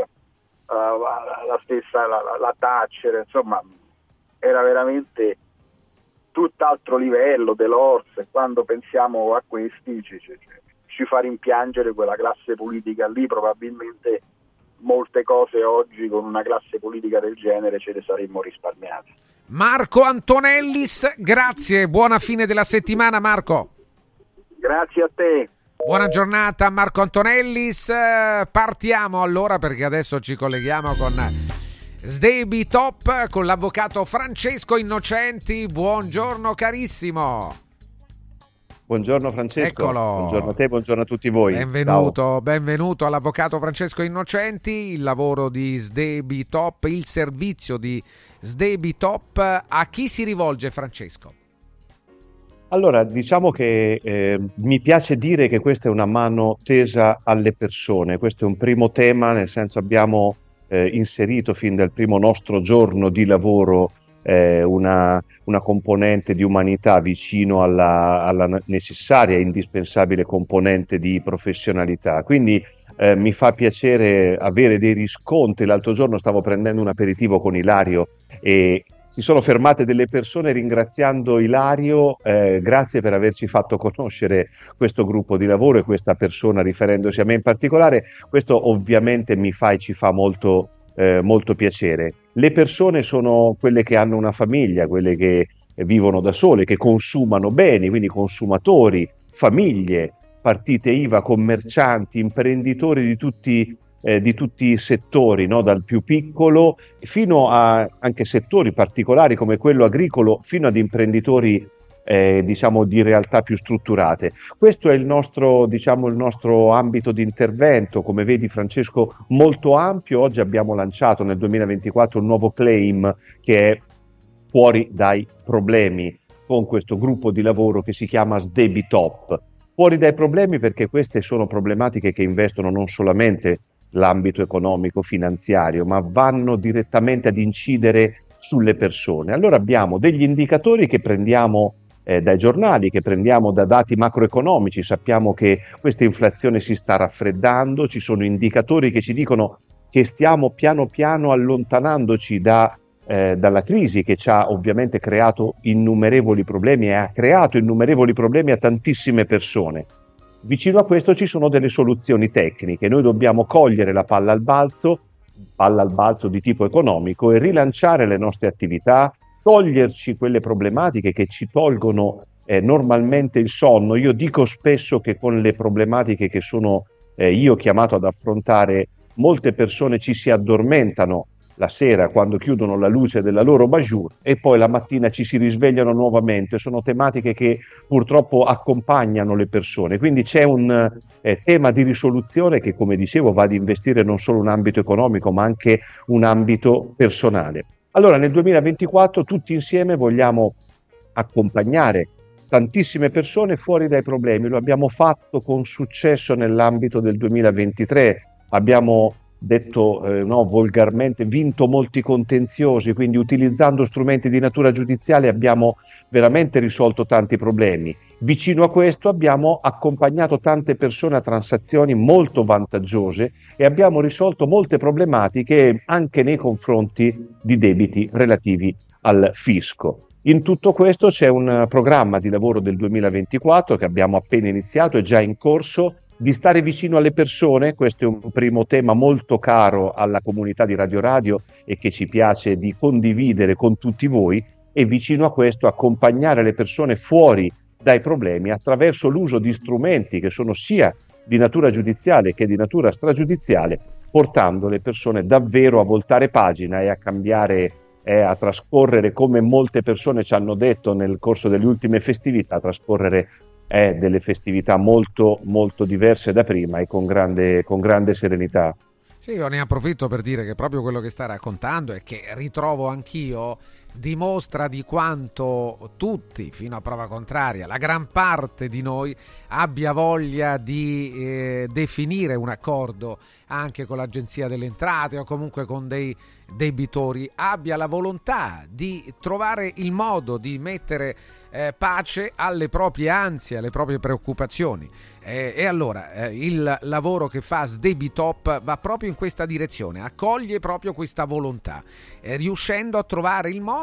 la stessa la Thatcher, insomma era veramente tutt'altro livello. Delors, quando pensiamo a questi ci fa rimpiangere quella classe politica lì. Probabilmente molte cose oggi con una classe politica del genere ce le saremmo risparmiate. Marco Antonellis, grazie, buona fine della settimana Marco. Grazie a te. Buona giornata Marco Antonellis. Partiamo allora, perché adesso ci colleghiamo con Sdebi Top, con l'avvocato Francesco Innocenti. Buongiorno carissimo. Buongiorno Francesco. Eccolo. Buongiorno a te, buongiorno a tutti voi. Benvenuto all'avvocato Francesco Innocenti. Il lavoro di Sdebi Top, il servizio di Sdebi Top, a chi si rivolge Francesco? Allora, diciamo che mi piace dire che questa è una mano tesa alle persone. Questo è un primo tema, nel senso abbiamo inserito fin dal primo nostro giorno di lavoro una componente di umanità vicino alla necessaria e indispensabile componente di professionalità. Quindi mi fa piacere avere dei riscontri. L'altro giorno stavo prendendo un aperitivo con Ilario e si sono fermate delle persone ringraziando Ilario, grazie per averci fatto conoscere questo gruppo di lavoro e questa persona riferendosi a me in particolare. Questo ovviamente mi fa e ci fa molto piacere. Le persone sono quelle che hanno una famiglia, quelle che vivono da sole, che consumano beni, quindi consumatori, famiglie, partite IVA, commercianti, imprenditori di tutti i settori, no? Dal più piccolo fino a anche settori particolari come quello agricolo, fino ad imprenditori diciamo di realtà più strutturate. Questo è il nostro ambito di intervento, come vedi Francesco, molto ampio. Oggi abbiamo lanciato nel 2024 un nuovo claim che è fuori dai problemi, con questo gruppo di lavoro che si chiama Sdebi Top. Fuori dai problemi perché queste sono problematiche che investono non solamente l'ambito economico finanziario, ma vanno direttamente ad incidere sulle persone. Allora abbiamo degli indicatori che prendiamo dai giornali, che prendiamo da dati macroeconomici. Sappiamo che questa inflazione si sta raffreddando, ci sono indicatori che ci dicono che stiamo piano piano allontanandoci dalla crisi che ci ha ovviamente creato innumerevoli problemi e ha creato innumerevoli problemi a tantissime persone. Vicino a questo ci sono delle soluzioni tecniche. Noi dobbiamo cogliere la palla al balzo di tipo economico e rilanciare le nostre attività, toglierci quelle problematiche che ci tolgono normalmente il sonno. Io dico spesso che con le problematiche che sono io chiamato ad affrontare, molte persone ci si addormentano la sera quando chiudono la luce della loro bajour e poi la mattina ci si risvegliano nuovamente. Sono tematiche che purtroppo accompagnano le persone, quindi c'è un tema di risoluzione che, come dicevo, va ad investire non solo un ambito economico ma anche un ambito personale. Allora nel 2024 tutti insieme vogliamo accompagnare tantissime persone fuori dai problemi. Lo abbiamo fatto con successo nell'ambito del 2023, abbiamo detto volgarmente, vinto molti contenziosi, quindi utilizzando strumenti di natura giudiziale abbiamo veramente risolto tanti problemi. Vicino a questo abbiamo accompagnato tante persone a transazioni molto vantaggiose e abbiamo risolto molte problematiche anche nei confronti di debiti relativi al fisco. In tutto questo c'è un programma di lavoro del 2024 che abbiamo appena iniziato, è già in corso, di stare vicino alle persone. Questo è un primo tema molto caro alla comunità di Radio Radio e che ci piace di condividere con tutti voi, e vicino a questo accompagnare le persone fuori dai problemi attraverso l'uso di strumenti che sono sia di natura giudiziale che di natura stragiudiziale, portando le persone davvero a voltare pagina e a cambiare, a trascorrere, come molte persone ci hanno detto nel corso delle ultime festività, a trascorrere delle festività molto molto diverse da prima e con grande serenità. Sì, io ne approfitto per dire che proprio quello che sta raccontando e che ritrovo anch'io dimostra di quanto tutti, fino a prova contraria, la gran parte di noi abbia voglia di definire un accordo anche con l'Agenzia delle Entrate o comunque con dei debitori, abbia la volontà di trovare il modo di mettere pace alle proprie ansie, alle proprie preoccupazioni. E allora il lavoro che fa Sdebi Top va proprio in questa direzione, accoglie proprio questa volontà, riuscendo a trovare il modo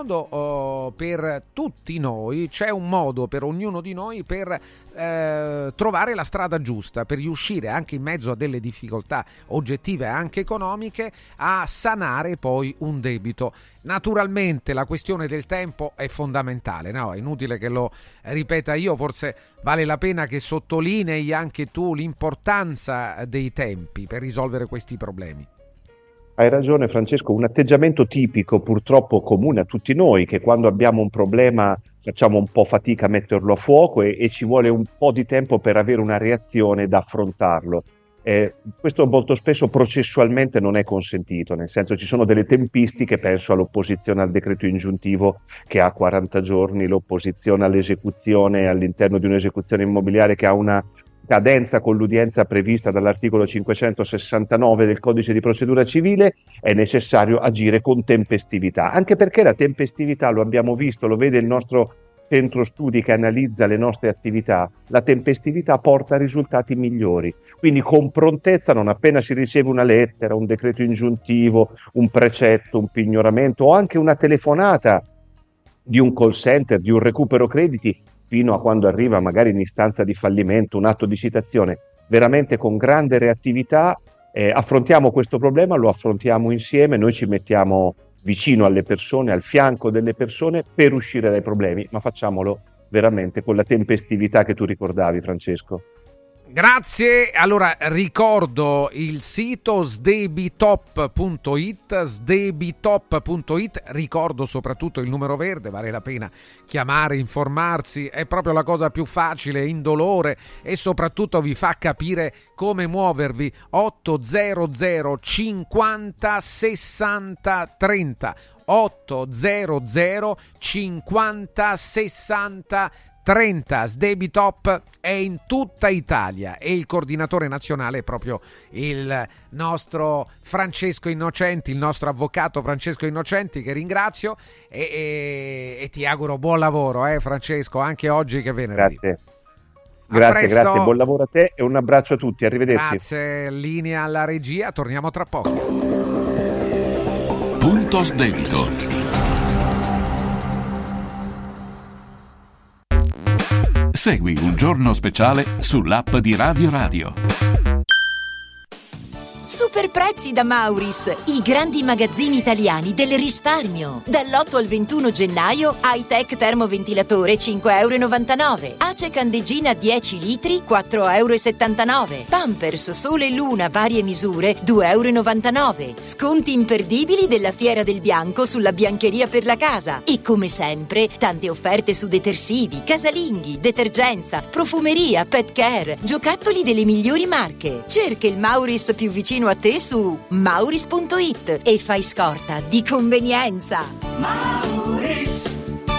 modo per tutti noi, c'è un modo per ognuno di noi per trovare la strada giusta, per riuscire anche in mezzo a delle difficoltà oggettive anche economiche a sanare poi un debito. Naturalmente la questione del tempo è fondamentale, no? È inutile che lo ripeta io, forse vale la pena che sottolinei anche tu l'importanza dei tempi per risolvere questi problemi. Hai ragione Francesco, un atteggiamento tipico purtroppo comune a tutti noi, che quando abbiamo un problema facciamo un po' fatica a metterlo a fuoco e ci vuole un po' di tempo per avere una reazione da affrontarlo. Questo molto spesso processualmente non è consentito, nel senso ci sono delle tempistiche, penso all'opposizione al decreto ingiuntivo che ha 40 giorni, l'opposizione all'esecuzione all'interno di un'esecuzione immobiliare che ha una cadenza con l'udienza prevista dall'articolo 569 del Codice di procedura civile. È necessario agire con tempestività, anche perché la tempestività, lo abbiamo visto, lo vede il nostro centro studi che analizza le nostre attività, la tempestività porta a risultati migliori. Quindi con prontezza, non appena si riceve una lettera, un decreto ingiuntivo, un precetto, un pignoramento o anche una telefonata di un call center, di un recupero crediti, fino a quando arriva magari in istanza di fallimento, un atto di citazione, veramente con grande reattività affrontiamo questo problema, lo affrontiamo insieme, noi ci mettiamo vicino alle persone, al fianco delle persone per uscire dai problemi, ma facciamolo veramente con la tempestività che tu ricordavi, Francesco. Grazie, allora ricordo il sito sdebitop.it, ricordo soprattutto il numero verde, vale la pena chiamare, informarsi, è proprio la cosa più facile, indolore e soprattutto vi fa capire come muovervi. 800 50 60 30 800 50 60 30. Sdebitop è in tutta Italia e il coordinatore nazionale è proprio il nostro Francesco Innocenti, il nostro avvocato Francesco Innocenti, che ringrazio e ti auguro buon lavoro, Francesco, anche oggi che è venerdì. Grazie, buon lavoro a te e un abbraccio a tutti, arrivederci. Grazie, linea alla regia, torniamo tra poco. Punto Sdebito. Segui Un Giorno Speciale sull'app di Radio Radio. Super prezzi da Mauris, i grandi magazzini italiani del risparmio. Dall'8 al 21 gennaio, High-Tech termoventilatore 5,99 €. Ace candeggina 10 litri 4,79 €. Pampers Sole e Luna varie misure 2,99 €. Sconti imperdibili della Fiera del Bianco sulla biancheria per la casa. E come sempre, tante offerte su detersivi, casalinghi, detergenza, profumeria, pet care, giocattoli delle migliori marche. Cerca il Mauris più vicino a te su mauris.it e fai scorta di convenienza. Mauris.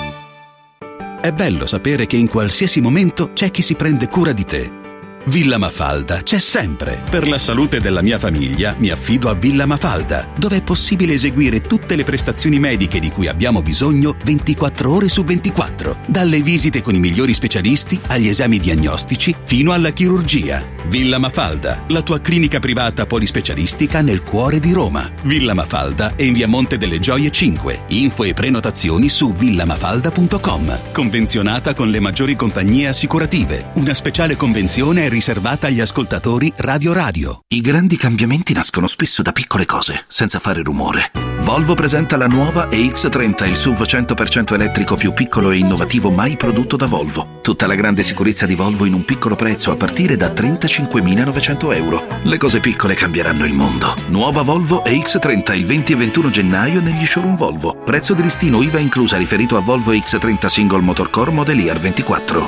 È bello sapere che in qualsiasi momento c'è chi si prende cura di te. Villa Mafalda c'è sempre. Per la salute della mia famiglia mi affido a Villa Mafalda, dove è possibile eseguire tutte le prestazioni mediche di cui abbiamo bisogno 24 ore su 24, dalle visite con i migliori specialisti agli esami diagnostici fino alla chirurgia. Villa Mafalda, la tua clinica privata polispecialistica nel cuore di Roma. Villa Mafalda è in via Monte delle Gioie 5. Info e prenotazioni su villamafalda.com. Convenzionata con le maggiori compagnie assicurative. Una speciale convenzione è riservata agli ascoltatori Radio Radio. I grandi cambiamenti nascono spesso da piccole cose, senza fare rumore. Volvo presenta la nuova EX30, il SUV 100% elettrico più piccolo e innovativo mai prodotto da Volvo. Tutta la grande sicurezza di Volvo in un piccolo prezzo a partire da 35.900 €. Le cose piccole cambieranno il mondo. Nuova Volvo EX30 il 20 e 21 gennaio negli showroom Volvo. Prezzo di listino IVA inclusa riferito a Volvo EX30 Single Motor Core Model Year 24.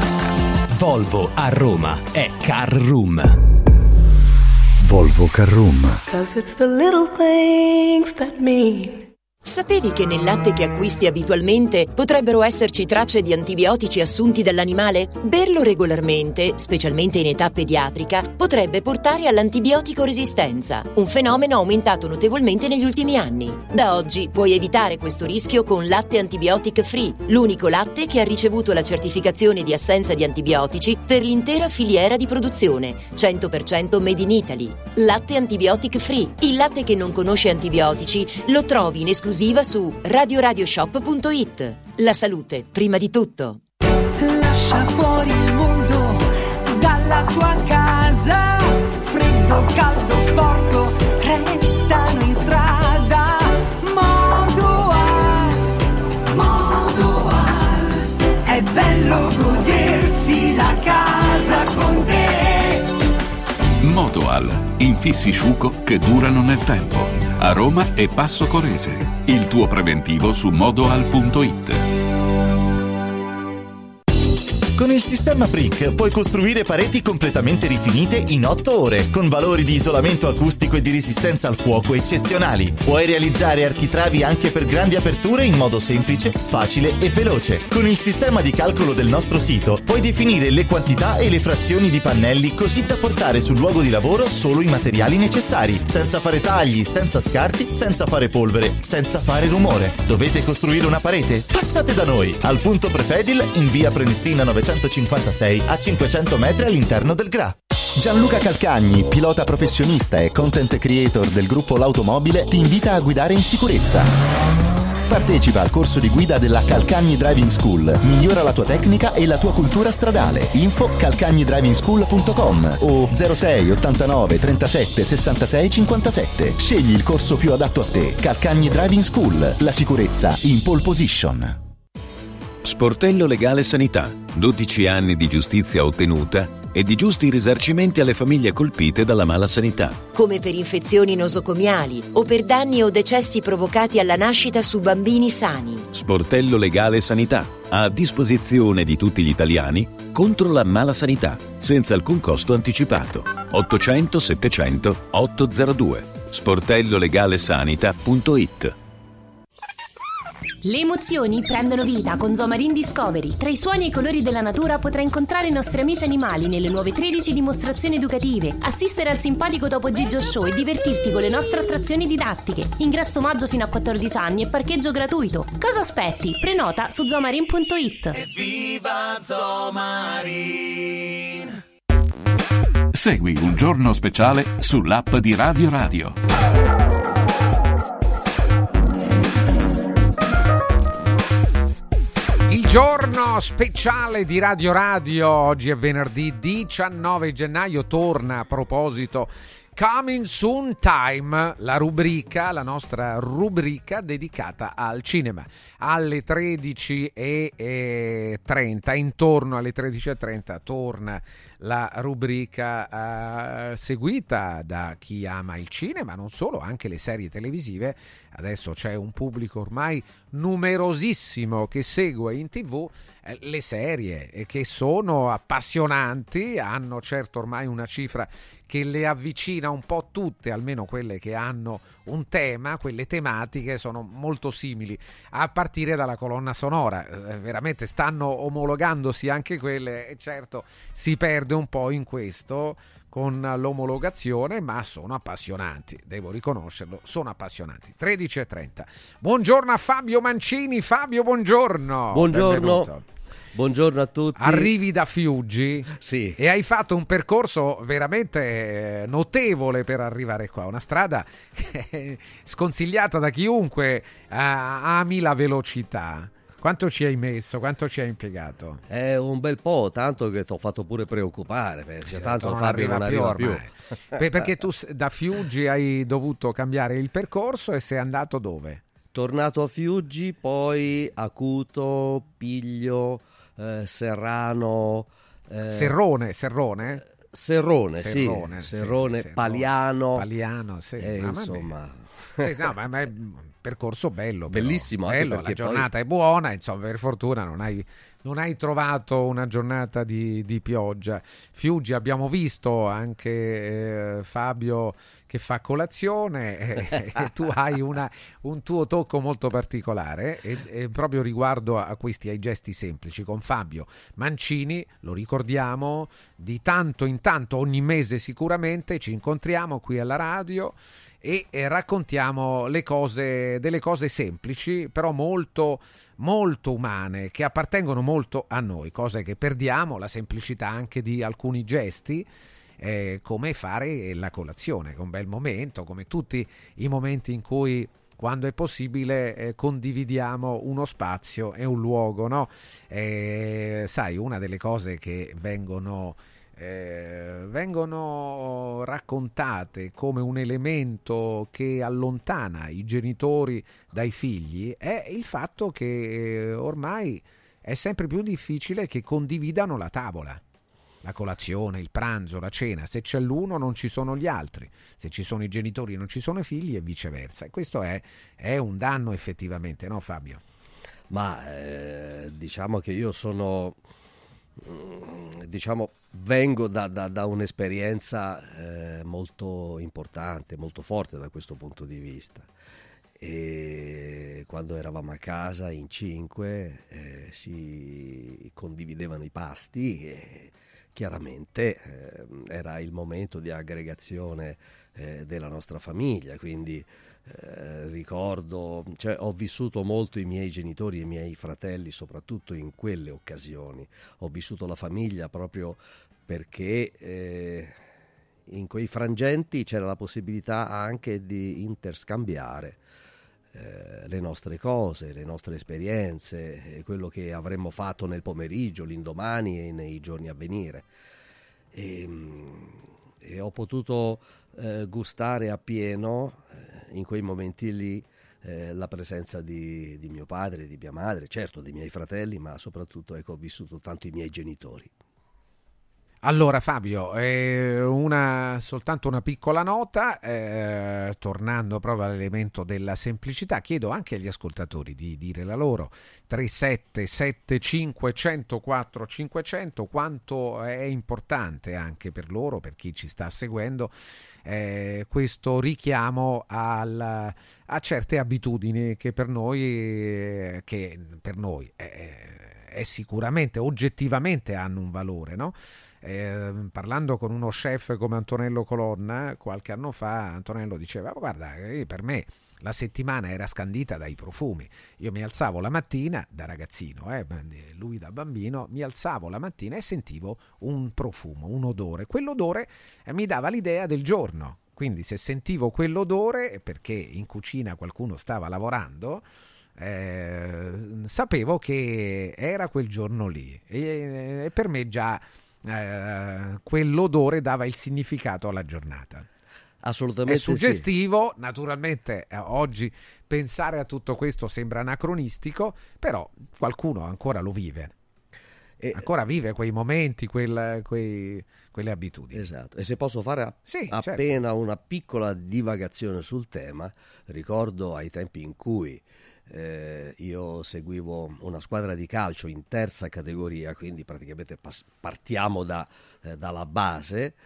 Volvo a Roma è Car Room. Volvo Car Room. 'Cause it's the little things that mean. Sapevi che nel latte che acquisti abitualmente potrebbero esserci tracce di antibiotici assunti dall'animale? Berlo regolarmente, specialmente in età pediatrica, potrebbe portare all'antibiotico resistenza, un fenomeno aumentato notevolmente negli ultimi anni. Da oggi puoi evitare questo rischio con Latte Antibiotic Free, l'unico latte che ha ricevuto la certificazione di assenza di antibiotici per l'intera filiera di produzione, 100% made in Italy. Latte Antibiotic Free, il latte che non conosce antibiotici, lo trovi in esclusiva esclusiva su radioradioshop.it. La salute, prima di tutto. Lascia fuori il mondo dalla tua casa. Freddo, caldo, sporco, restano in strada. Modoal, è bello godersi la casa con te. Modoal, infissi Sciuco che durano nel tempo. A Roma e Passo Corese. Il tuo preventivo su modoal.it. Con il sistema Brick puoi costruire pareti completamente rifinite in 8 ore, con valori di isolamento acustico e di resistenza al fuoco eccezionali. Puoi realizzare architravi anche per grandi aperture in modo semplice, facile e veloce. Con il sistema di calcolo del nostro sito puoi definire le quantità e le frazioni di pannelli così da portare sul luogo di lavoro solo i materiali necessari, senza fare tagli, senza scarti, senza fare polvere, senza fare rumore. Dovete costruire una parete? Passate da noi, al punto Prefedil in via Prenestina 956 a 500 metri all'interno del GRA. Gianluca Calcagni, pilota professionista e content creator del gruppo L'Automobile, ti invita a guidare in sicurezza. Partecipa al corso di guida della Calcagni Driving School. Migliora la tua tecnica e la tua cultura stradale. Info calcagnidrivingschool.com o 06 89 37 66 57. Scegli il corso più adatto a te. Calcagni Driving School. La sicurezza in pole position. Sportello Legale Sanità. 12 anni di giustizia ottenuta e di giusti risarcimenti alle famiglie colpite dalla mala sanità. Come per infezioni nosocomiali o per danni o decessi provocati alla nascita su bambini sani. Sportello Legale Sanità. A disposizione di tutti gli italiani contro la mala sanità, senza alcun costo anticipato. 800 700 802. sportellolegalesanita.it. Le emozioni prendono vita con Zomarin Discovery. Tra i suoni e i colori della natura potrai incontrare i nostri amici animali nelle nuove 13 dimostrazioni educative, assistere al simpatico Topo Gigio Show e divertirti con le nostre attrazioni didattiche. Ingresso omaggio fino a 14 anni e parcheggio gratuito. Cosa aspetti? Prenota su zomarin.it. Viva Zomarin! Segui Un Giorno Speciale sull'app di Radio Radio. Il giorno speciale di Radio Radio, oggi è venerdì 19 gennaio, torna a proposito Coming Soon Time, la nostra rubrica dedicata al cinema. Alle 13:30, intorno alle 13:30 torna la rubrica seguita da chi ama il cinema, non solo, anche le serie televisive. Adesso c'è un pubblico ormai numerosissimo che segue in TV le serie e che sono appassionanti, hanno certo ormai una cifra che le avvicina un po' tutte, almeno quelle che hanno un tema, quelle tematiche sono molto simili, a partire dalla colonna sonora. Veramente stanno omologandosi anche quelle e certo si perde un po' in questo con l'omologazione, ma sono appassionanti, devo riconoscerlo, sono appassionanti. 13:30. Buongiorno a Fabio Mancini. Fabio, buongiorno. Buongiorno. Buongiorno a tutti. Arrivi da Fiuggi? Sì. E hai fatto un percorso veramente notevole per arrivare qua, una strada sconsigliata da chiunque ami la velocità. Quanto ci hai messo? Quanto ci hai impiegato? È un bel po', tanto che ti ho fatto pure preoccupare, perché tanto Fabio non arriva più. Perché tu da Fiuggi hai dovuto cambiare il percorso e sei andato dove? Tornato a Fiuggi, poi Acuto, Piglio, Serrano... Serrone, Paliano. Paliano, sì. Insomma... Sì, no, ma è un percorso bello. Bellissimo. Bello, la giornata è buona, insomma, per fortuna non hai trovato una giornata di pioggia. Fiuggi abbiamo visto anche Fabio che fa colazione e tu hai un tuo tocco molto particolare e proprio riguardo ai gesti semplici. Con Fabio Mancini, lo ricordiamo, di tanto in tanto, ogni mese sicuramente, ci incontriamo qui alla radio e raccontiamo delle cose semplici, però molto, molto umane, che appartengono molto a noi, cose che perdiamo, la semplicità anche di alcuni gesti, come fare la colazione, che è un bel momento, come tutti i momenti in cui quando è possibile condividiamo uno spazio e un luogo, no? Sai, una delle cose che vengono raccontate come un elemento che allontana i genitori dai figli è il fatto che ormai è sempre più difficile che condividano la tavola, la colazione, il pranzo, la cena. Se c'è l'uno non ci sono gli altri, se ci sono i genitori non ci sono i figli e viceversa. E questo è un danno effettivamente, no Fabio? Ma diciamo che io vengo da un'esperienza molto importante, molto forte da questo punto di vista. E quando eravamo a casa in 5 si condividevano i pasti e chiaramente era il momento di aggregazione della nostra famiglia, quindi ricordo, cioè, ho vissuto molto i miei genitori e i miei fratelli soprattutto in quelle occasioni. Ho vissuto la famiglia proprio perché in quei frangenti c'era la possibilità anche di interscambiare le nostre cose, le nostre esperienze, quello che avremmo fatto nel pomeriggio, l'indomani e nei giorni a venire. E ho potuto gustare appieno in quei momenti lì la presenza di mio padre, di mia madre, certo dei miei fratelli, ma soprattutto ho vissuto tanto i miei genitori. Allora Fabio, soltanto una piccola nota, tornando proprio all'elemento della semplicità, chiedo anche agli ascoltatori di dire la loro. 3775 104 500, quanto è importante anche per loro, per chi ci sta seguendo, questo richiamo a certe abitudini che per noi è sicuramente, oggettivamente hanno un valore, no? Parlando con uno chef come Antonello Colonna qualche anno fa, Antonello diceva: guarda, per me la settimana era scandita dai profumi. Io mi alzavo la mattina, da ragazzino, lui da bambino, mi alzavo la mattina e sentivo un profumo, un odore. Quell'odore mi dava l'idea del giorno. Quindi se sentivo quell'odore, perché in cucina qualcuno stava lavorando, sapevo che era quel giorno lì. E per me già quell'odore dava il significato alla giornata. Assolutamente è suggestivo, sì. Naturalmente oggi pensare a tutto questo sembra anacronistico, però qualcuno ancora lo vive, ancora vive quei momenti, quelle abitudini. Esatto. E se posso fare appena una piccola divagazione sul tema, ricordo ai tempi in cui io seguivo una squadra di calcio in terza categoria, quindi praticamente partiamo dalla base.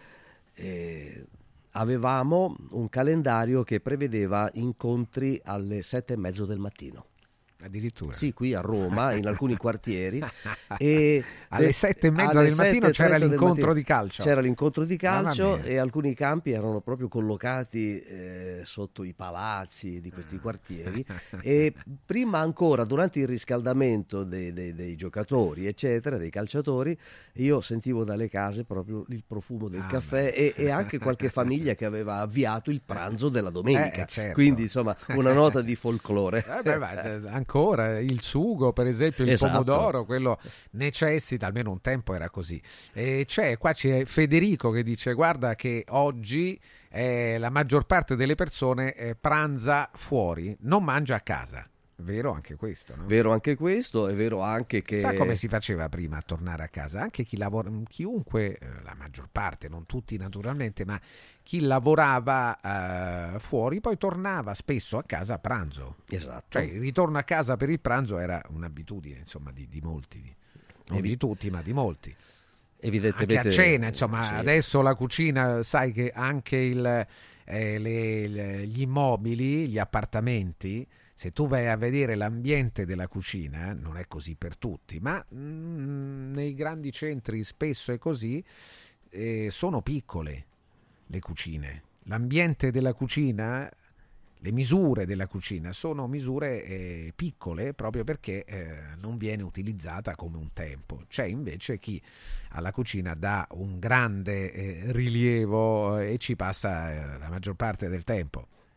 Avevamo un calendario che prevedeva incontri alle 7:30 del mattino. Addirittura? Sì, qui a Roma, in alcuni quartieri. E alle 7:30 del mattino c'era l'incontro di calcio. C'era l'incontro di calcio e alcuni campi erano proprio collocati sotto i palazzi di questi quartieri. E prima ancora, durante il riscaldamento dei giocatori, eccetera, dei calciatori, io sentivo dalle case proprio il profumo del caffè e anche qualche famiglia che aveva avviato il pranzo della domenica. Certo. Quindi, insomma, una nota di folklore. Ancora il sugo, per esempio, il pomodoro, quello necessita, almeno un tempo era così. E c'è Federico che dice: guarda che oggi la maggior parte delle persone pranza fuori, non mangia a casa. Vero anche questo, no? Vero anche questo, è vero anche che... Sa come si faceva prima a tornare a casa? Anche chi lavora, chiunque, la maggior parte, non tutti naturalmente, ma chi lavorava fuori poi tornava spesso a casa a pranzo. Esatto. Cioè il ritorno a casa per il pranzo era un'abitudine, insomma, di molti, non di tutti, ma di molti. Evidentemente. Anche a cena, insomma, sì. Adesso la cucina, sai che anche gli immobili, gli appartamenti, se tu vai a vedere l'ambiente della cucina, non è così per tutti, ma nei grandi centri spesso è così, sono piccole le cucine. L'ambiente della cucina, le misure della cucina sono misure piccole proprio perché non viene utilizzata come un tempo. C'è invece chi alla cucina dà un grande rilievo e ci passa la maggior parte del tempo.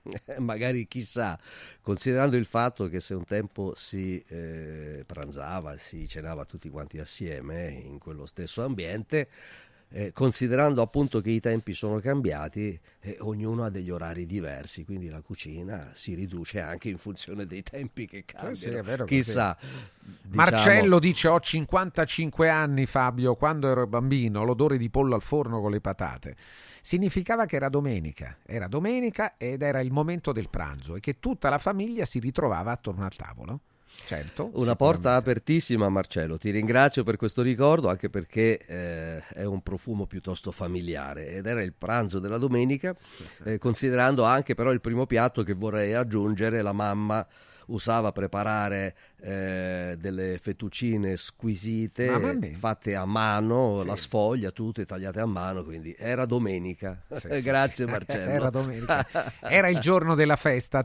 Magari chissà, considerando il fatto che se un tempo si pranzava, si cenava tutti quanti assieme in quello stesso ambiente, considerando appunto che i tempi sono cambiati, ognuno ha degli orari diversi, quindi la cucina si riduce anche in funzione dei tempi che cambiano. Sì, è vero, chissà. Marcello dice: ho 55 anni, Fabio, quando ero bambino l'odore di pollo al forno con le patate significava che era domenica ed era il momento del pranzo e che tutta la famiglia si ritrovava attorno al tavolo. Certo, una porta apertissima, Marcello, ti ringrazio per questo ricordo, anche perché è un profumo piuttosto familiare ed era il pranzo della domenica, considerando anche però il primo piatto che vorrei aggiungere. La mamma usava preparare delle fettuccine squisite fatte a mano, la sfoglia, tutte tagliate a mano, quindi era domenica. Grazie Marcello. Era domenica. Era il giorno della festa.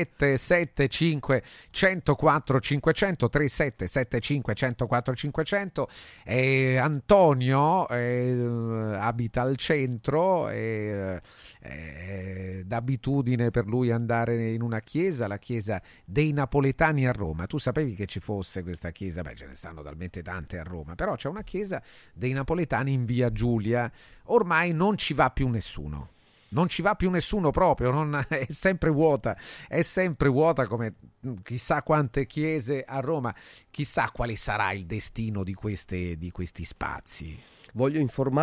3775 104 500 3775 104 500. Antonio abita al centro e d'abitudine per lui andare in una chiesa, la chiesa dei Napoletani a Roma. Tu sapevi che ci fosse questa chiesa? Beh, ce ne stanno talmente tante a Roma, però c'è una chiesa dei Napoletani in via Giulia. Ormai non ci va più nessuno. Non ci va più nessuno proprio, è sempre vuota come chissà quante chiese a Roma. Chissà quale sarà il destino di questi spazi. Voglio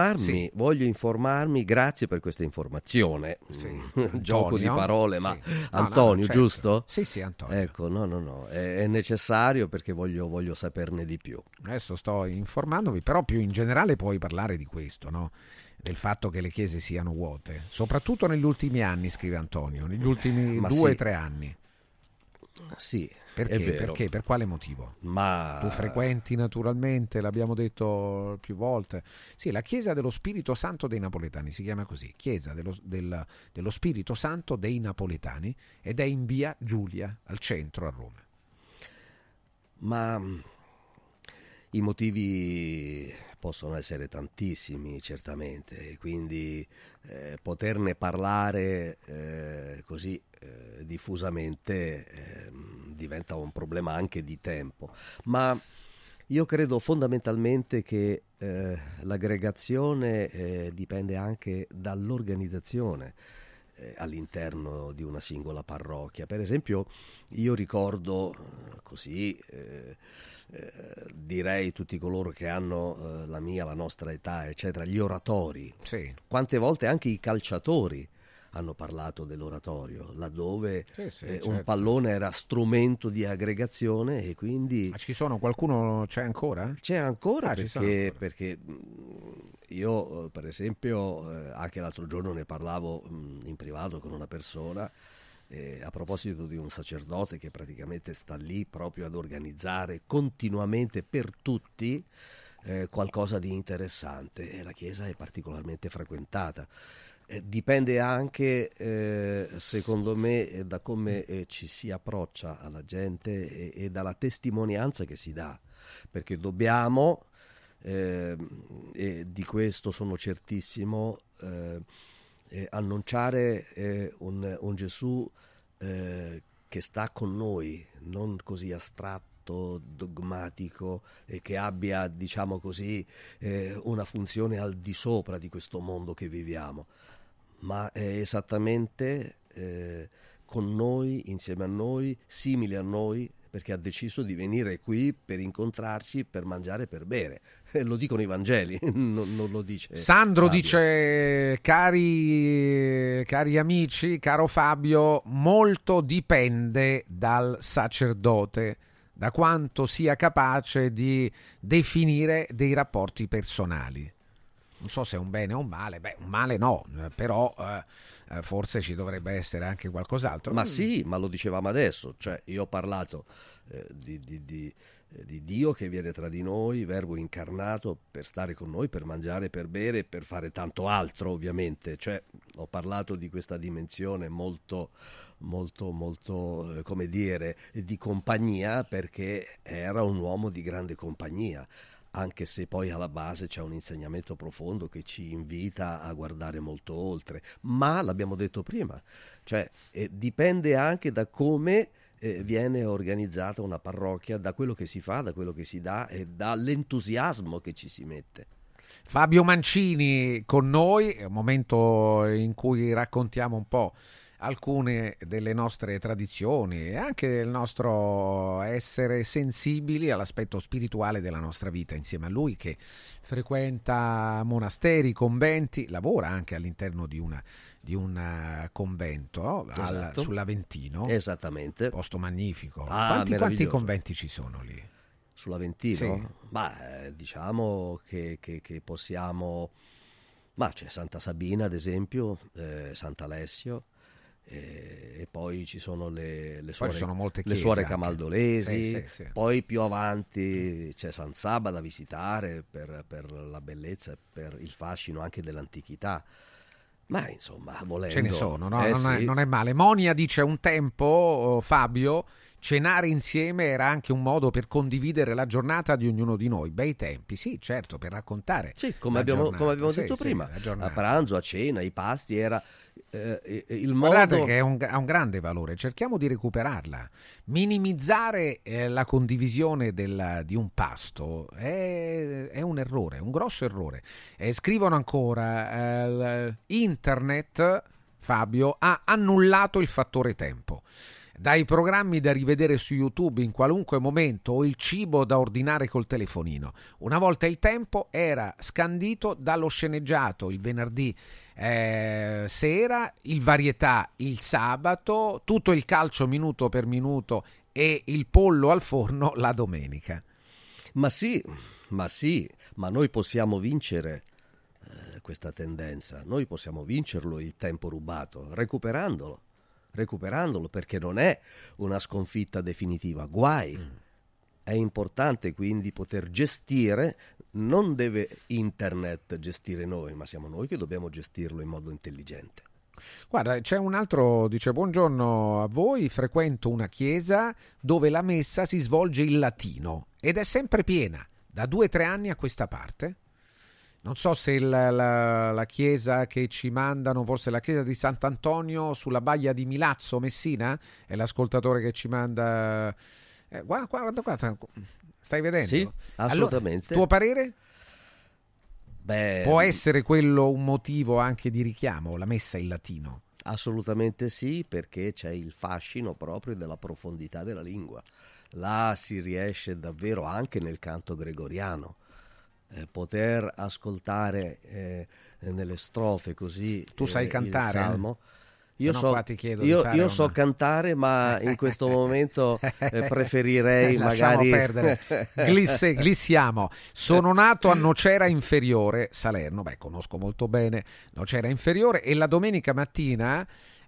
informarmi, grazie per questa informazione. Gioco di parole, ma Antonio, certo. Giusto? Sì, Antonio. Ecco, no, è necessario perché voglio saperne di più. Adesso sto informandovi, però più in generale puoi parlare di questo, no? Del fatto che le chiese siano vuote, soprattutto negli ultimi anni, scrive Antonio, negli ultimi 2-3 anni. Sì, perché? è vero. Perché? Per quale motivo? Ma tu frequenti naturalmente, l'abbiamo detto più volte. Sì, la Chiesa dello Spirito Santo dei Napoletani si chiama così, Chiesa dello Spirito Santo dei Napoletani, ed è in via Giulia, al centro a Roma. Ma i motivi possono essere tantissimi, certamente, quindi poterne parlare così diffusamente diventa un problema anche di tempo. Ma io credo fondamentalmente che l'aggregazione dipende anche dall'organizzazione all'interno di una singola parrocchia. Per esempio, io ricordo così... direi tutti coloro che hanno la nostra età, eccetera, gli oratori. Sì. Quante volte anche i calciatori hanno parlato dell'oratorio, laddove un pallone era strumento di aggregazione e quindi... Ma ci sono? Qualcuno c'è ancora? C'è ancora, perché io per esempio anche l'altro giorno ne parlavo in privato con una persona a proposito di un sacerdote che praticamente sta lì proprio ad organizzare continuamente per tutti qualcosa di interessante, e la chiesa è particolarmente frequentata. Dipende anche, secondo me, da come ci si approccia alla gente e dalla testimonianza che si dà, perché dobbiamo, e di questo sono certissimo, annunciare un Gesù che sta con noi, non così astratto, dogmatico, e che abbia, diciamo così, una funzione al di sopra di questo mondo che viviamo, ma è esattamente con noi, insieme a noi, simile a noi, perché ha deciso di venire qui per incontrarci, per mangiare, per bere. Lo dicono i Vangeli, non lo dice Sandro. Fabio. Dice: cari amici, caro Fabio, molto dipende dal sacerdote, da quanto sia capace di definire dei rapporti personali. Non so se è un bene o un male. Beh, un male no, però forse ci dovrebbe essere anche qualcos'altro. Ma sì, ma lo dicevamo adesso, cioè io ho parlato di Dio che viene tra di noi, verbo incarnato, per stare con noi, per mangiare, per bere, per fare tanto altro, ovviamente. Cioè ho parlato di questa dimensione molto come dire, di compagnia, perché era un uomo di grande compagnia. anche se poi alla base c'è un insegnamento profondo che ci invita a guardare molto oltre. Ma l'abbiamo detto prima, cioè dipende anche da come viene organizzata una parrocchia, da quello che si fa, da quello che si dà e dall'entusiasmo che ci si mette. Fabio Mancini con noi, è un momento in cui raccontiamo un po' alcune delle nostre tradizioni e anche del nostro essere sensibili all'aspetto spirituale della nostra vita, insieme a lui che frequenta monasteri, conventi, lavora anche all'interno di un convento, no? Esatto. Sull'Aventino. Esattamente. Posto magnifico. Ah, Quanti conventi ci sono lì? Sull'Aventino? Sì. Diciamo che possiamo... c'è Santa Sabina, ad esempio, Sant'Alessio, e poi ci sono le suore, sono molte le chiese suore anche. camaldolesi, Sì. poi più avanti c'è San Saba da visitare per la bellezza e per il fascino anche dell'antichità. Ma insomma, volendo... Ce ne sono, no? Sì. Non è male. Monia dice un tempo, Fabio, cenare insieme era anche un modo per condividere la giornata di ognuno di noi. Bei tempi, sì, certo, per raccontare. Sì, come abbiamo detto prima, la a pranzo, a cena, i pasti era il Guardate modo... che ha un grande valore, cerchiamo di recuperarla. Minimizzare la condivisione di un pasto è un errore, un grosso errore. Scrivono ancora, internet, Fabio, ha annullato il fattore tempo. Dai programmi da rivedere su YouTube in qualunque momento o il cibo da ordinare col telefonino. Una volta il tempo era scandito dallo sceneggiato il venerdì sera, il varietà il sabato, tutto il calcio minuto per minuto e il pollo al forno la domenica. Ma sì, ma noi possiamo vincere questa tendenza, noi possiamo vincerlo il tempo rubato, recuperandolo, perché non è una sconfitta definitiva, guai. È importante quindi poter gestire, non deve internet gestire noi, ma siamo noi che dobbiamo gestirlo in modo intelligente. Guarda, c'è un altro, dice: buongiorno a voi, frequento una chiesa dove la messa si svolge in latino ed è sempre piena, da 2 o 3 anni a questa parte. Non so se la chiesa che ci mandano, forse la chiesa di Sant'Antonio sulla baia di Milazzo, Messina, è l'ascoltatore che ci manda... guarda, stai vedendo? Sì, assolutamente. Allora, tuo parere? Può essere quello un motivo anche di richiamo, la messa in latino? Assolutamente sì, perché c'è il fascino proprio della profondità della lingua. Là si riesce davvero anche nel canto gregoriano. Poter ascoltare nelle strofe così tu sai cantare? Il salmo. Io so cantare, ma in questo momento preferirei magari perdere. Glissiamo. Sono nato a Nocera Inferiore, Salerno, conosco molto bene Nocera Inferiore, e la domenica mattina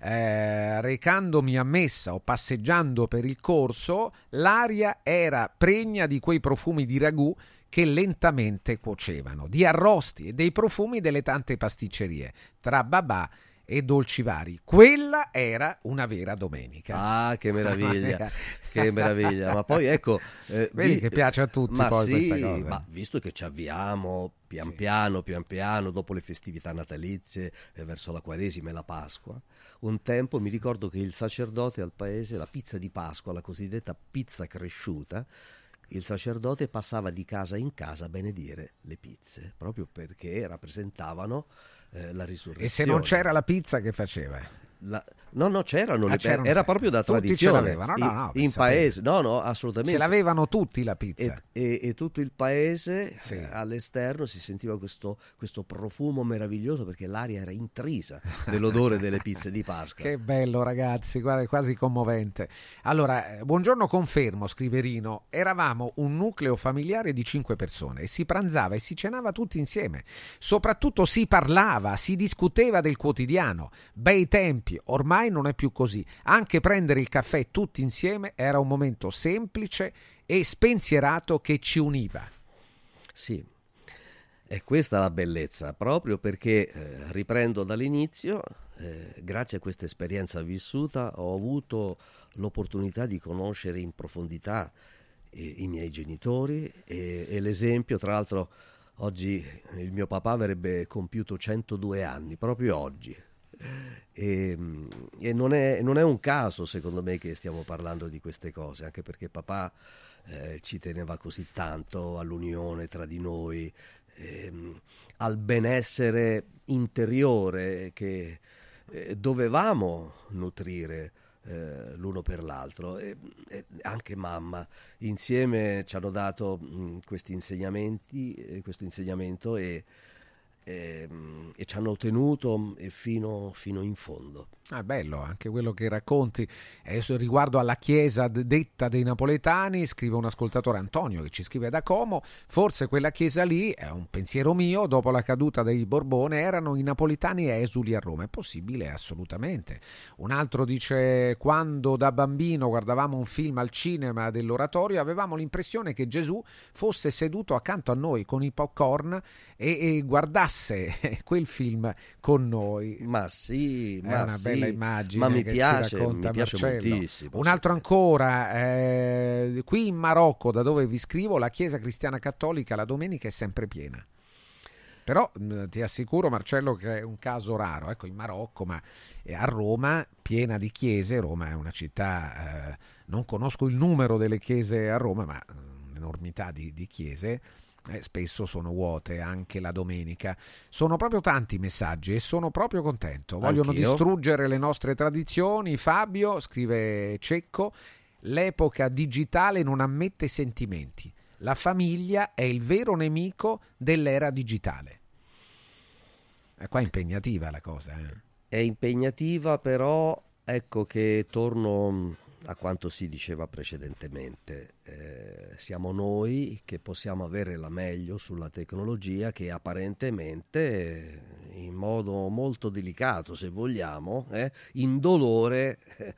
recandomi a messa o passeggiando per il corso, l'aria era pregna di quei profumi di ragù che lentamente cuocevano, di arrosti e dei profumi delle tante pasticcerie, tra babà e dolci vari. Quella era una vera domenica. Ah, che meraviglia, che meraviglia. Ma poi ecco... vedi che piace a tutti poi sì, questa cosa. Ma visto che ci avviamo pian piano, dopo le festività natalizie, verso la Quaresima e la Pasqua, un tempo mi ricordo che il sacerdote al paese, la pizza di Pasqua, la cosiddetta pizza cresciuta, il sacerdote passava di casa in casa a benedire le pizze, proprio perché rappresentavano la risurrezione. E se non c'era la pizza, che faceva? No, c'erano le pizze, era proprio da tutti tradizione. Ce l'avevano, in paese, no, assolutamente. Ce l'avevano tutti la pizza. E tutto il paese, all'esterno, si sentiva questo profumo meraviglioso, perché l'aria era intrisa dell'odore delle pizze di Pasqua. Che bello, ragazzi, guarda, è quasi commovente. Allora, buongiorno, confermo, scrive Rino, eravamo un nucleo familiare di 5 persone e si pranzava e si cenava tutti insieme. Soprattutto si parlava, si discuteva del quotidiano. Bei tempi. Ormai non è più così. Anche prendere il caffè tutti insieme era un momento semplice e spensierato che ci univa. Sì, è questa la bellezza, proprio perché, riprendo dall'inizio, grazie a questa esperienza vissuta ho avuto l'opportunità di conoscere in profondità i miei genitori e l'esempio, tra l'altro oggi il mio papà avrebbe compiuto 102 anni, proprio oggi. E non è un caso, secondo me, che stiamo parlando di queste cose, anche perché papà ci teneva così tanto all'unione tra di noi, al benessere interiore che dovevamo nutrire l'uno per l'altro, e anche mamma insieme ci hanno dato questo insegnamento e ci hanno tenuto fino in fondo. È bello anche quello che racconti. Adesso riguardo alla chiesa detta dei napoletani, scrive un ascoltatore, Antonio, che ci scrive da Como: forse quella chiesa lì, è un pensiero mio, dopo la caduta dei Borbone erano i napoletani esuli a Roma. È possibile? Assolutamente. Un altro dice: quando da bambino guardavamo un film al cinema dell'oratorio avevamo l'impressione che Gesù fosse seduto accanto a noi con i popcorn e guardasse quel film con noi. Ma sì, è una bella immagine, ma mi che piace, ci racconta mi piace Marcello. moltissimo. Un altro ancora, qui in Marocco, da dove vi scrivo, la chiesa cristiana cattolica la domenica è sempre piena. Però ti assicuro, Marcello, che è un caso raro. Ecco, in Marocco, ma a Roma, piena di chiese. Roma è una città, non conosco il numero delle chiese a Roma, ma un'enormità di chiese. Spesso sono vuote anche la domenica. Sono proprio tanti messaggi e sono proprio contento. Vogliono distruggere le nostre tradizioni. Fabio, scrive Cecco, l'epoca digitale non ammette sentimenti. La famiglia è il vero nemico dell'era digitale. Qua è impegnativa la cosa. È impegnativa, però ecco che torno a quanto si diceva precedentemente. Siamo noi che possiamo avere la meglio sulla tecnologia, che apparentemente in modo molto delicato, se vogliamo, indolore,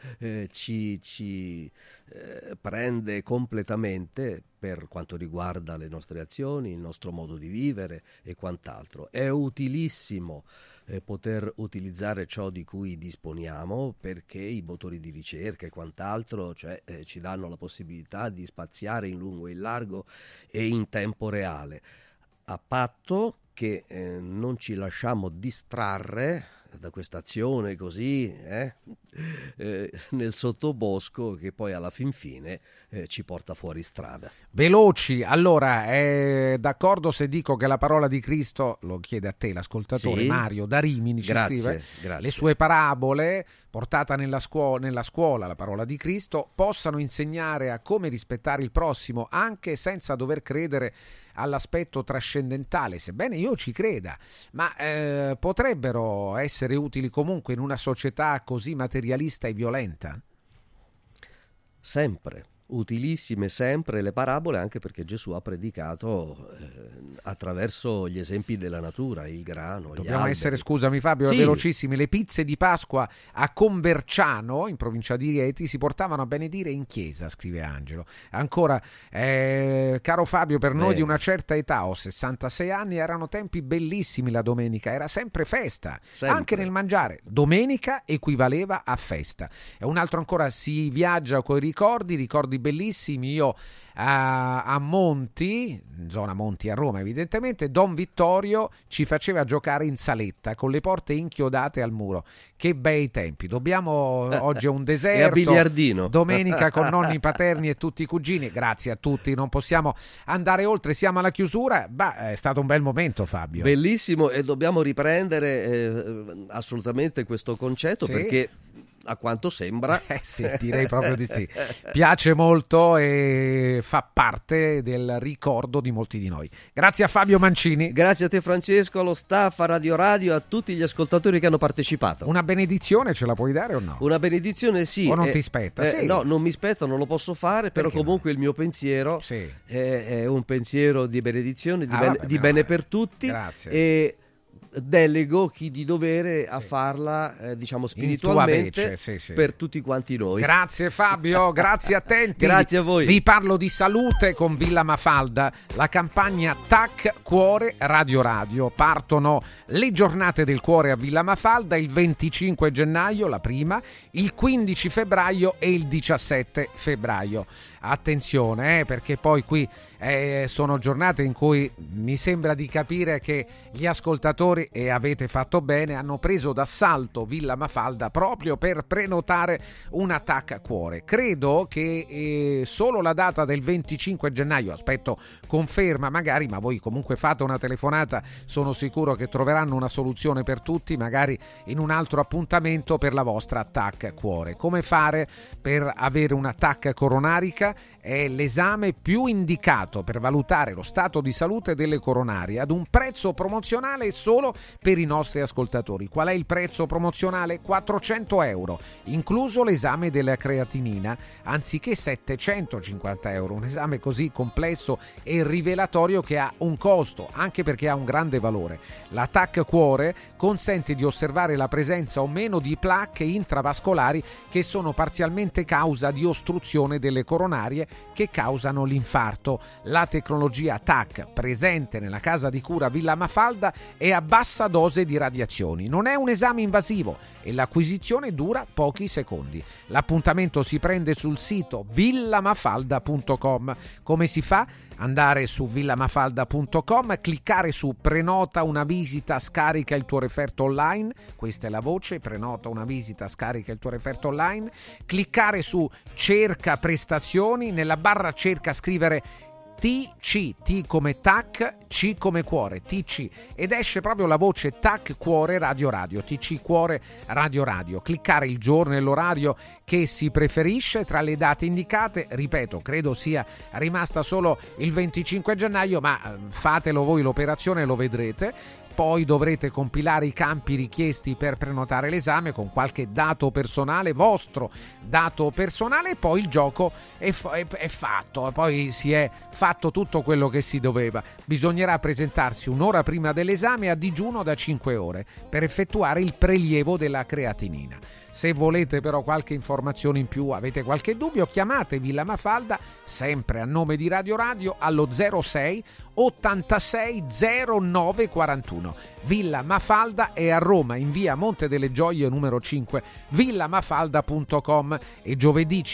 ci prende completamente per quanto riguarda le nostre azioni, il nostro modo di vivere e quant'altro. È utilissimo poter utilizzare ciò di cui disponiamo, perché i motori di ricerca e quant'altro, ci danno la possibilità di spaziare in lungo e in largo e in tempo reale, a patto che non ci lasciamo distrarre da questa azione così nel sottobosco, che poi alla fin fine ci porta fuori strada. Veloci, allora, d'accordo se dico che la parola di Cristo, lo chiede a te l'ascoltatore, sì? Mario da Rimini ci scrive, le sue parabole, portata nella scuola la parola di Cristo, possano insegnare a come rispettare il prossimo anche senza dover credere all'aspetto trascendentale, sebbene io ci creda, ma potrebbero essere utili comunque in una società così materialista e violenta? Sempre. Utilissime sempre le parabole, anche perché Gesù ha predicato attraverso gli esempi della natura, il grano, Dobbiamo gli alberi. essere, scusami Fabio, sì. velocissimi, le pizze di Pasqua a Converciano, in provincia di Rieti, si portavano a benedire in chiesa, scrive Angelo. Ancora, caro Fabio, per noi di una certa età, ho 66 anni, erano tempi bellissimi la domenica, era sempre festa, sempre. Anche nel mangiare, domenica equivaleva a festa. E un altro ancora, si viaggia coi ricordi bellissimi. Io a Monti, zona Monti a Roma evidentemente, Don Vittorio ci faceva giocare in saletta con le porte inchiodate al muro. Che bei tempi. Dobbiamo oggi è un deserto, e a biliardino domenica con nonni paterni e tutti i cugini. Grazie a tutti, non possiamo andare oltre, siamo alla chiusura. È stato un bel momento, Fabio, bellissimo, e dobbiamo riprendere assolutamente questo concetto, sì? Perché a quanto sembra sì, direi proprio di sì, piace molto e fa parte del ricordo di molti di noi. Grazie a Fabio Mancini, grazie a te Francesco, allo staff, a Radio, a tutti gli ascoltatori che hanno partecipato. Una benedizione ce la puoi dare o no? Una benedizione sì, o non ti spetta? Sì. No, non mi spetta, non lo posso fare. Perché? Però comunque il mio pensiero è un pensiero di benedizione, di bene per tutti. Grazie. E delego chi di dovere a farla, diciamo, spiritualmente per tutti quanti noi. Grazie Fabio, grazie attenti. Grazie a voi. Vi parlo di salute con Villa Mafalda, la campagna TAC Cuore Radio Radio. Partono le giornate del cuore a Villa Mafalda il 25 gennaio, la prima, il 15 febbraio e il 17 febbraio. Attenzione, perché poi qui sono giornate in cui mi sembra di capire che gli ascoltatori, e avete fatto bene, hanno preso d'assalto Villa Mafalda proprio per prenotare una TAC Cuore. Credo che solo la data del 25 gennaio, aspetto conferma magari, ma voi comunque fate una telefonata, sono sicuro che troveranno una soluzione per tutti, magari in un altro appuntamento per la vostra TAC Cuore. Come fare per avere una TAC coronarica? È l'esame più indicato per valutare lo stato di salute delle coronarie ad un prezzo promozionale solo per i nostri ascoltatori. Qual è il prezzo promozionale? 400 euro, incluso l'esame della creatinina, anziché 750 euro. Un esame così complesso e rivelatorio che ha un costo, anche perché ha un grande valore. La TAC Cuore consente di osservare la presenza o meno di placche intravascolari che sono parzialmente causa di ostruzione delle coronarie che causano l'infarto. La tecnologia TAC presente nella casa di cura Villa Mafalda è a bassa dose di radiazioni. Non è un esame invasivo e l'acquisizione dura pochi secondi. L'appuntamento si prende sul sito villamafalda.com. Come si fa? Andare su villamafalda.com, cliccare su prenota una visita, scarica il tuo referto online, questa è la voce, prenota una visita, scarica il tuo referto online, cliccare su cerca prestazioni, nella barra cerca scrivere TC, T come TAC, C come cuore, TC, ed esce proprio la voce TAC Cuore Radio Radio, TC Cuore Radio Radio. Cliccare il giorno e l'orario che si preferisce tra le date indicate, ripeto, credo sia rimasta solo il 25 gennaio, ma fatelo voi l'operazione, lo vedrete. Poi dovrete compilare i campi richiesti per prenotare l'esame con qualche dato personale, vostro dato personale, e poi il gioco è fatto, poi si è fatto tutto quello che si doveva. Bisognerà presentarsi un'ora prima dell'esame a digiuno da 5 ore per effettuare il prelievo della creatinina. Se volete però qualche informazione in più, avete qualche dubbio, chiamate Villa Mafalda, sempre a nome di Radio Radio, allo 06 86 09 41. Villa Mafalda è a Roma, in via Monte delle Gioie numero 5, villamafalda.com. E giovedì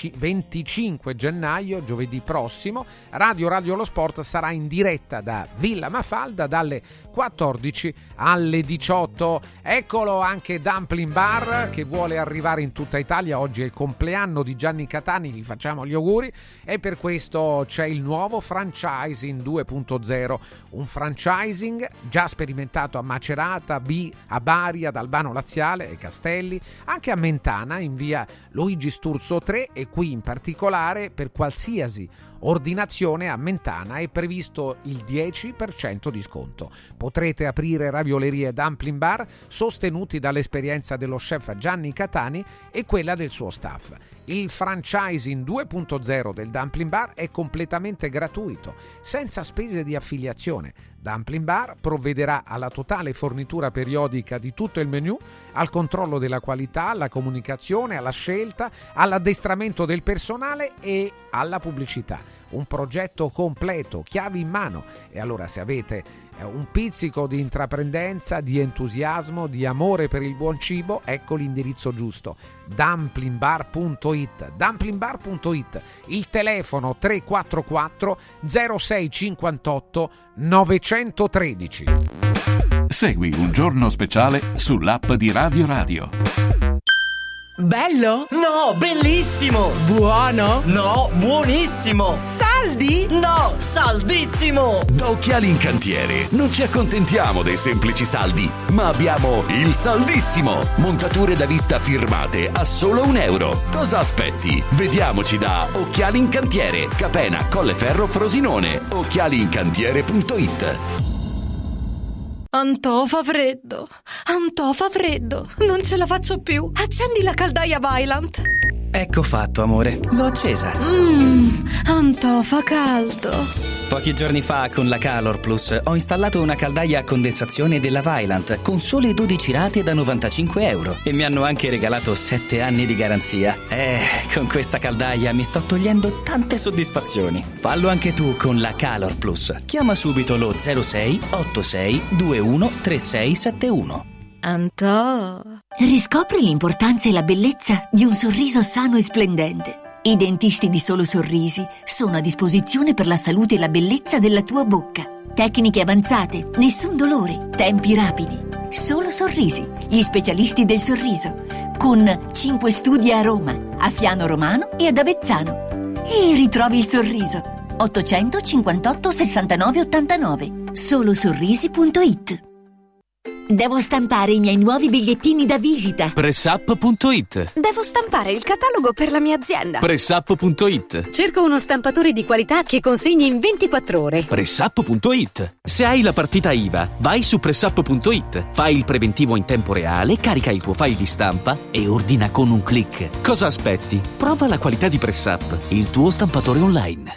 25 gennaio, giovedì prossimo, Radio Radio Lo Sport sarà in diretta da Villa Mafalda dalle 14 alle 18. Eccolo anche Dumpling Bar che vuole arrivare in tutta Italia. Oggi è il compleanno di Gianni Catani, gli facciamo gli auguri, e per questo c'è il nuovo franchising 2.0, un franchising già sperimentato a Macerata, a Bari, ad Albano Laziale e Castelli, anche a Mentana in via Luigi Sturzo 3, e qui in particolare per qualsiasi ordinazione a Mentana è previsto il 10% di sconto. Potrete aprire raviolerie e dumpling bar sostenuti dall'esperienza dello chef Gianni Catani e quella del suo staff. Il franchising 2.0 del Dumpling Bar è completamente gratuito, senza spese di affiliazione. Dumpling Bar provvederà alla totale fornitura periodica di tutto il menù, al controllo della qualità, alla comunicazione, alla scelta, all'addestramento del personale e alla pubblicità. Un progetto completo, chiavi in mano. E allora, se avete un pizzico di intraprendenza, di entusiasmo, di amore per il buon cibo, ecco l'indirizzo giusto: dumplingbar.it. dumplingbar.it. Il telefono 344 0658 913. Segui Un Giorno Speciale sull'app di Radio Radio. Bello? No, bellissimo! Buono? No, buonissimo! Saldi? No, saldissimo! Da Occhiali in Cantiere non ci accontentiamo dei semplici saldi, ma abbiamo il saldissimo! Montature da vista firmate a solo €1. Cosa aspetti? Vediamoci da Occhiali in Cantiere, Capena, Colleferro, Frosinone. Occhialiincantiere.it. Antò fa freddo, non ce la faccio più. Accendi la caldaia Vaillant. Ecco fatto, amore, l'ho accesa. Antò fa caldo. Pochi giorni fa con la Calor Plus ho installato una caldaia a condensazione della Vaillant con sole 12 rate da €95 e mi hanno anche regalato 7 anni di garanzia. Con questa caldaia mi sto togliendo tante soddisfazioni. Fallo anche tu con la Calor Plus. Chiama subito lo 06 86 21 3671. Antò. Riscopri l'importanza e la bellezza di un sorriso sano e splendente. I dentisti di Solo Sorrisi sono a disposizione per la salute e la bellezza della tua bocca. Tecniche avanzate, nessun dolore, tempi rapidi. Solo Sorrisi, gli specialisti del sorriso, con 5 studi a Roma, a Fiano Romano e ad Avezzano. E ritrovi il sorriso. 858 69 89. Solosorrisi.it. Devo stampare i miei nuovi bigliettini da visita. Pressup.it. Devo stampare il catalogo per la mia azienda. Pressup.it. Cerco uno stampatore di qualità che consegni in 24 ore. Pressup.it. Se hai la partita IVA, vai su Pressup.it. Fai il preventivo in tempo reale, carica il tuo file di stampa e ordina con un click. Cosa aspetti? Prova la qualità di Pressup, il tuo stampatore online.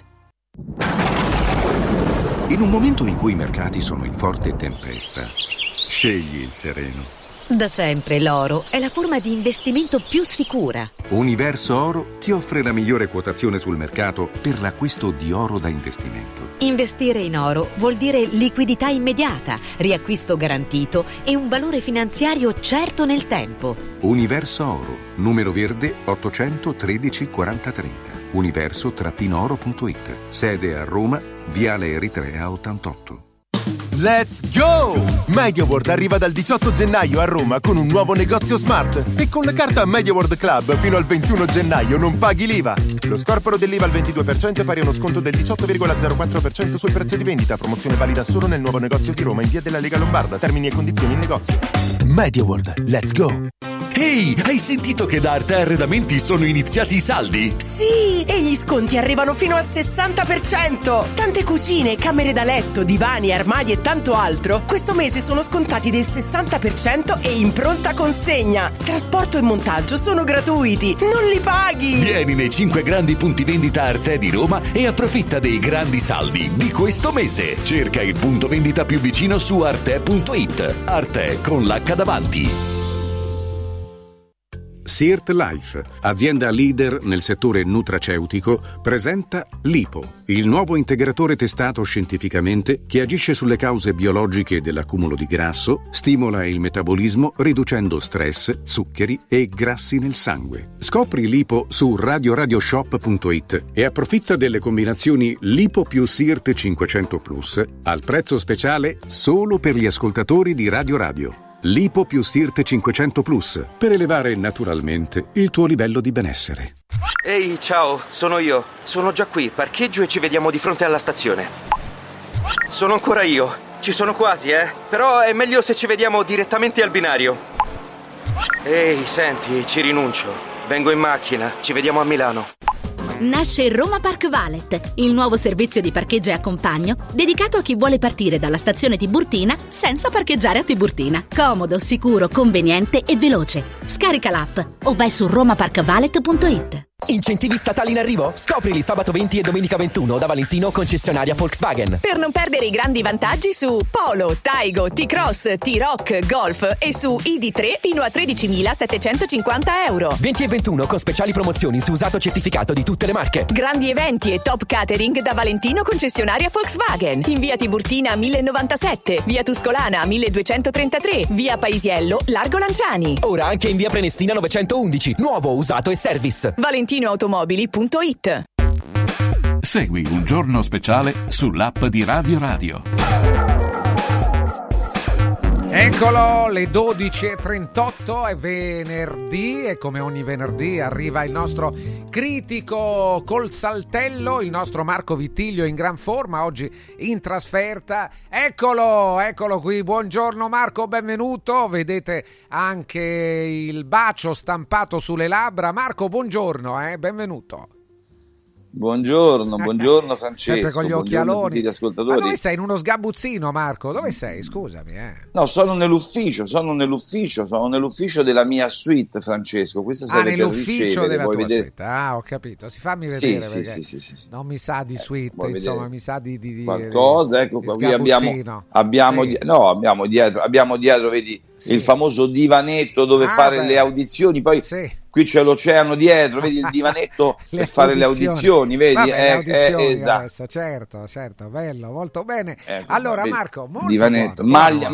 In un momento in cui i mercati sono in forte tempesta, scegli il sereno. Da sempre l'oro è la forma di investimento più sicura. Universo Oro ti offre la migliore quotazione sul mercato per l'acquisto di oro da investimento. Investire in oro vuol dire liquidità immediata, riacquisto garantito e un valore finanziario certo nel tempo. Universo Oro, numero verde 813 4030. Universo-oro.it. Sede a Roma, Viale Eritrea 88. Let's go! MediaWorld arriva dal 18 gennaio a Roma con un nuovo negozio smart e con la carta MediaWorld Club fino al 21 gennaio non paghi l'IVA. Lo scorporo dell'IVA al 22% è pari a uno sconto del 18,04% sul prezzo di vendita. Promozione valida solo nel nuovo negozio di Roma in via della Lega Lombarda. Termini e condizioni in negozio. MediaWorld, let's go! Ehi, hai sentito che da Arte Arredamenti sono iniziati i saldi? Sì, e gli sconti arrivano fino al 60%. Tante cucine, camere da letto, divani, armadi e tanto altro questo mese sono scontati del 60% e in pronta consegna. Trasporto e montaggio sono gratuiti, non li paghi. Vieni nei 5 grandi punti vendita Arte di Roma e approfitta dei grandi saldi di questo mese. Cerca il punto vendita più vicino su arte.it. Arte con l'H davanti. Sirt Life, azienda leader nel settore nutraceutico, presenta Lipo, il nuovo integratore testato scientificamente che agisce sulle cause biologiche dell'accumulo di grasso, stimola il metabolismo riducendo stress, zuccheri e grassi nel sangue. Scopri Lipo su radioradioshop.it e approfitta delle combinazioni Lipo più Sirt 500 Plus al prezzo speciale solo per gli ascoltatori di Radio Radio. Lipo più Sirt 500 Plus per elevare naturalmente il tuo livello di benessere. Ehi, ciao, sono io. Sono già qui, parcheggio e ci vediamo di fronte alla stazione. Sono ancora io. Ci sono quasi, Però è meglio se ci vediamo direttamente al binario. Ehi, senti, ci rinuncio. Vengo in macchina, ci vediamo a Milano. Nasce Roma Park Valet, il nuovo servizio di parcheggio e accompagno dedicato a chi vuole partire dalla stazione Tiburtina senza parcheggiare a Tiburtina. Comodo, sicuro, conveniente e veloce. Scarica l'app o vai su romaparkvalet.it. Incentivi statali in arrivo? Scoprili sabato 20 e domenica 21 da Valentino, concessionaria Volkswagen. Per non perdere i grandi vantaggi su Polo, Taigo, T-Cross, T-Rock, Golf e su ID3 fino a 13.750 euro. 20 e 21 con speciali promozioni su usato certificato di tutte le marche. Grandi eventi e top catering da Valentino, concessionaria Volkswagen. In via Tiburtina 1097, via Tuscolana 1233, via Paisiello, Largo Lanciani. Ora anche in via Prenestina 911, nuovo, usato e service. ValentinoAutomobili.it. Segui Un Giorno Speciale sull'app di Radio Radio. Eccolo, le 12.38, è venerdì e come ogni venerdì arriva il nostro critico col saltello, il nostro Marco Vittiglio in gran forma, oggi in trasferta. Eccolo qui, buongiorno Marco, benvenuto, vedete anche il bacio stampato sulle labbra. Marco, buongiorno, benvenuto. Buongiorno Francesco. Sempre con gli occhialoni. A tutti gli ascoltatori. Ma dove sei? In uno sgabuzzino, Marco? Dove sei? Scusami. No, sono nell'ufficio della mia suite, Francesco. Questa serve per ricevere. Della tua vedere? suite. Ah, ho capito. Si fammi vedere. Sì. Non mi sa di suite, insomma, mi sa di qualcosa. Ecco qua, qui abbiamo dietro, vedi, il famoso divanetto dove fare le audizioni. Poi qui c'è l'oceano dietro, vedi il divanetto per fare le audizioni, vedi? Esatto. Certo, bello, molto bene. Ecco, allora, vedi, Marco, molto divanetto, buono.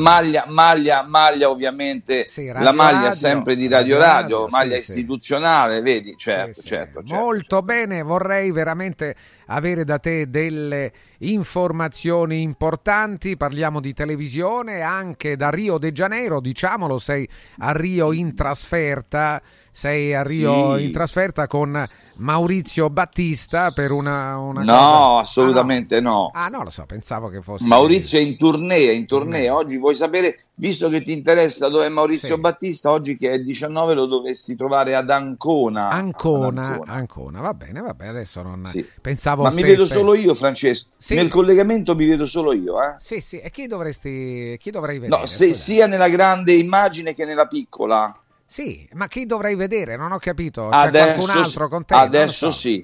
maglia ovviamente, la maglia sempre di Radio, maglia istituzionale, vedi? Certo. Molto bene, vorrei veramente avere da te delle informazioni importanti. Parliamo di televisione anche da Rio de Janeiro, diciamolo, sei a Rio in trasferta. Sei a Rio in trasferta con Maurizio Battista per una cosa... assolutamente no. Ah, no, lo so, pensavo che fosse... Maurizio è in tournée. Oggi vuoi sapere, visto che ti interessa dove è Maurizio Battista, oggi che è 19 lo dovresti trovare ad Ancona. Ancona, va bene, adesso non pensavo... Ma mi vedo solo io, Francesco? Nel collegamento mi vedo solo io, Sì, e chi dovrei vedere? No, sia nella grande immagine che nella piccola. Sì, ma chi dovrei vedere? Non ho capito. C'è qualcun altro con te? Adesso sì,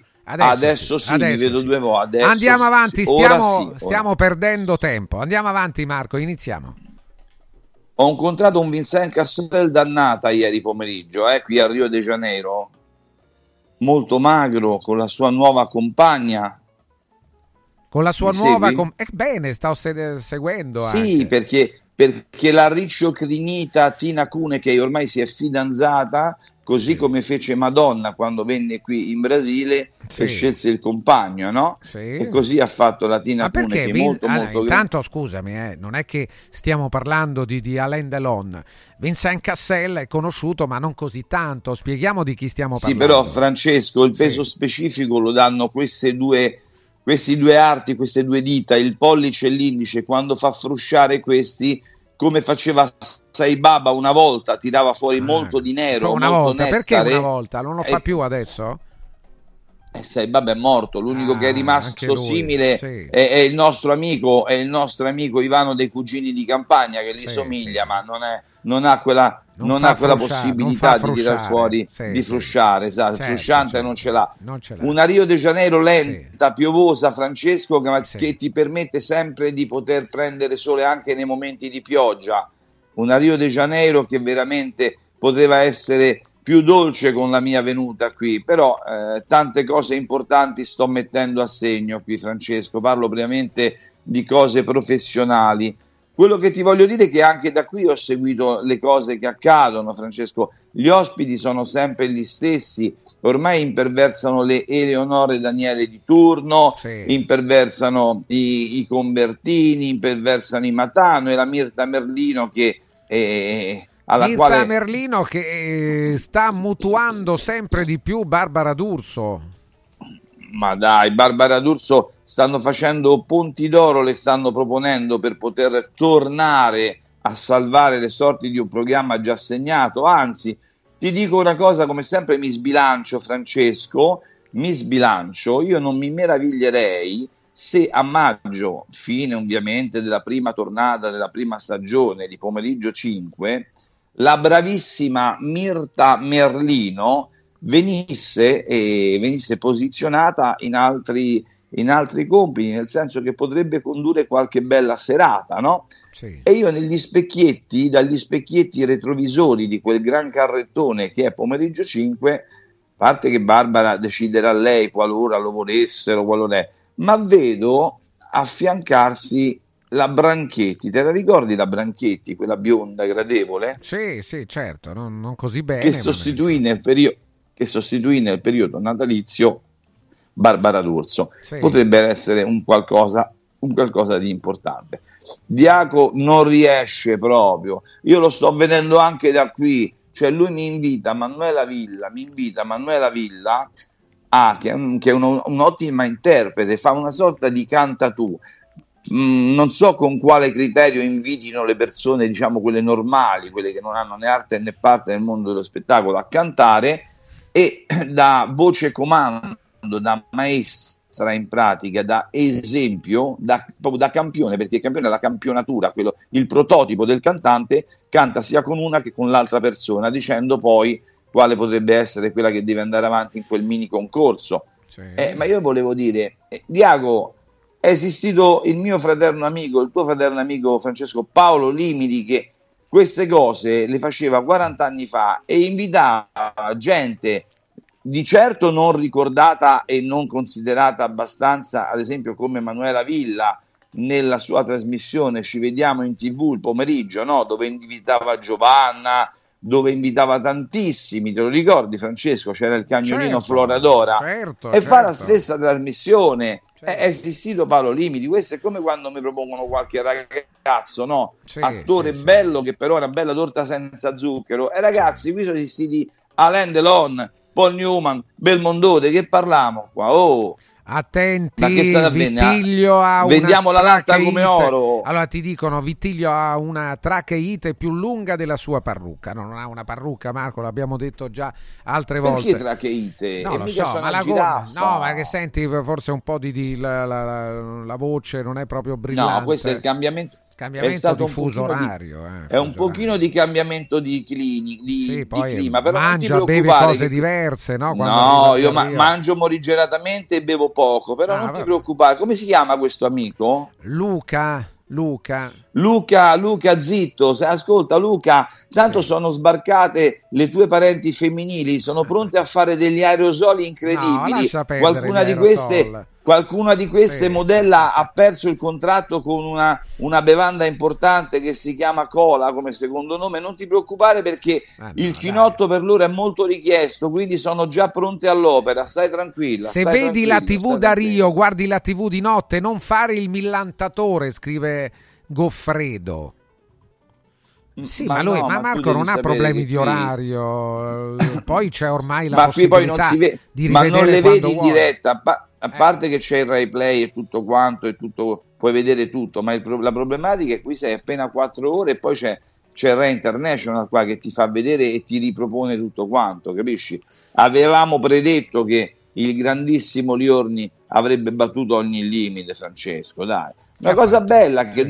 mi vedo due volte. Andiamo avanti, stiamo perdendo tempo. Andiamo avanti, Marco, iniziamo. Ho incontrato un Vincent Cassel dannata ieri pomeriggio, qui a Rio de Janeiro, molto magro, con la sua nuova compagna. Con la sua nuova bene, sto seguendo. Sì, anche. Perché la ricciocrinita Tina Cune, che ormai si è fidanzata, così come fece Madonna quando venne qui in Brasile e scelse il compagno, no? E così ha fatto la Tina Cune, che è molto intanto scusami, non è che stiamo parlando di Alain Delon. Vincent Cassel è conosciuto, ma non così tanto. Spieghiamo di chi stiamo parlando. Sì, però Francesco, il peso specifico lo danno questi due arti, queste due dita, il pollice e l'indice. Quando fa frusciare questi, come faceva Sai Baba una volta, tirava fuori molto di nero, una molto volta, nettare. perché una volta? Non lo fa più adesso? Sai Baba è morto, l'unico che è rimasto simile è il nostro amico Ivano dei Cugini di Campagna, che gli somiglia, ma non ha quella possibilità di tirar fuori, di frusciare, esatto, frusciante non ce l'ha. Una Rio de Janeiro lenta, piovosa, Francesco, che ti permette sempre di poter prendere sole anche nei momenti di pioggia. Una Rio de Janeiro che veramente poteva essere più dolce con la mia venuta qui, però tante cose importanti sto mettendo a segno qui, Francesco. Parlo brevemente di cose professionali. Quello che ti voglio dire è che anche da qui ho seguito le cose che accadono, Francesco. Gli ospiti sono sempre gli stessi, ormai imperversano le Eleonore Daniele di turno, imperversano i Convertini, imperversano i Matano e la Mirta Merlino che Merlino che sta mutuando sempre di più Barbara D'Urso. Ma dai, Barbara D'Urso stanno facendo ponti d'oro, le stanno proponendo per poter tornare a salvare le sorti di un programma già segnato. Anzi, ti dico una cosa, come sempre mi sbilancio, Francesco, io non mi meraviglierei se a maggio, fine ovviamente della prima tornata della prima stagione di Pomeriggio 5, la bravissima Mirta Merlino venisse posizionata in altri compiti, nel senso che potrebbe condurre qualche bella serata, no? E io dagli specchietti retrovisori di quel gran carrettone che è Pomeriggio 5, a parte che Barbara deciderà lei qualora lo volessero, ma vedo affiancarsi la Branchetti. Te la ricordi la Branchetti, quella bionda gradevole? Sì, certo, non così bene. Che sostituì nel periodo natalizio Barbara D'Urso. Potrebbe essere un qualcosa di importante. Diaco non riesce proprio. Io lo sto vedendo anche da qui. Cioè lui mi invita Manuela Villa, che è un'ottima interprete, fa una sorta di cantatù. Non so con quale criterio invitino le persone, diciamo quelle normali, quelle che non hanno né arte né parte nel mondo dello spettacolo, a cantare, e da voce comando da maestra in pratica, da esempio, proprio da campione, perché il campione è la campionatura, il prototipo del cantante, canta sia con una che con l'altra persona, dicendo poi quale potrebbe essere quella che deve andare avanti in quel mini concorso. Sì. Ma io volevo dire, Diago, è esistito il mio fraterno amico, il tuo fraterno amico Francesco Paolo Limiti, che queste cose le faceva 40 anni fa e invitava gente di certo non ricordata e non considerata abbastanza, ad esempio come Manuela Villa nella sua trasmissione Ci vediamo in TV il pomeriggio, no? Dove invitava Giovanna, dove invitava tantissimi, te lo ricordi Francesco? C'era il cagnolino Floradora, e fa la stessa trasmissione. È esistito Paolo Limiti. Questo è come quando mi propongono qualche ragazzo, no? Attore bello che però è una bella torta senza zucchero, e ragazzi, qui sono esistiti Alain Delon, Paul Newman, Belmondote, che parliamo qua? Oh, attenti, Vittiglio ha vendiamo la latta come oro. Allora ti dicono, Vittiglio ha una tracheite più lunga della sua parrucca. No, non ha una parrucca, Marco, l'abbiamo detto già altre volte. Perché tracheite? No, lo so, ma ma che senti forse un po' la voce non è proprio brillante. No, questo è il cambiamento. È stato di fuso orario, è un pochino di cambiamento di clima, però mangia, non ti beve preoccupare cose diverse, no? No, io mangio morigeratamente e bevo poco, però non ti preoccupare. Come si chiama questo amico? Luca, zitto, ascolta Luca, tanto sono sbarcate le tue parenti femminili, sono pronte a fare degli aerosoli incredibili. Qualcuna di queste modella ha perso il contratto con una bevanda importante che si chiama Cola come secondo nome. Non ti preoccupare, perché il chinotto per loro è molto richiesto, quindi sono già pronte all'opera, stai tranquilla. Se vedi la TV da Rio, guardi la TV di notte, non fare il millantatore, scrive Goffredo. Sì, ma Marco non ha problemi di orario, poi c'è ormai la possibilità di rivedere, ma non le vedi in vuoi. diretta, a parte che c'è il Rai Play e tutto quanto, puoi vedere tutto, ma la problematica è che qui sei appena 4 ore e poi c'è il Rai International qua che ti fa vedere e ti ripropone tutto quanto, capisci? Avevamo predetto che il grandissimo Liorni avrebbe battuto ogni limite, Francesco, dai. Una cosa bella che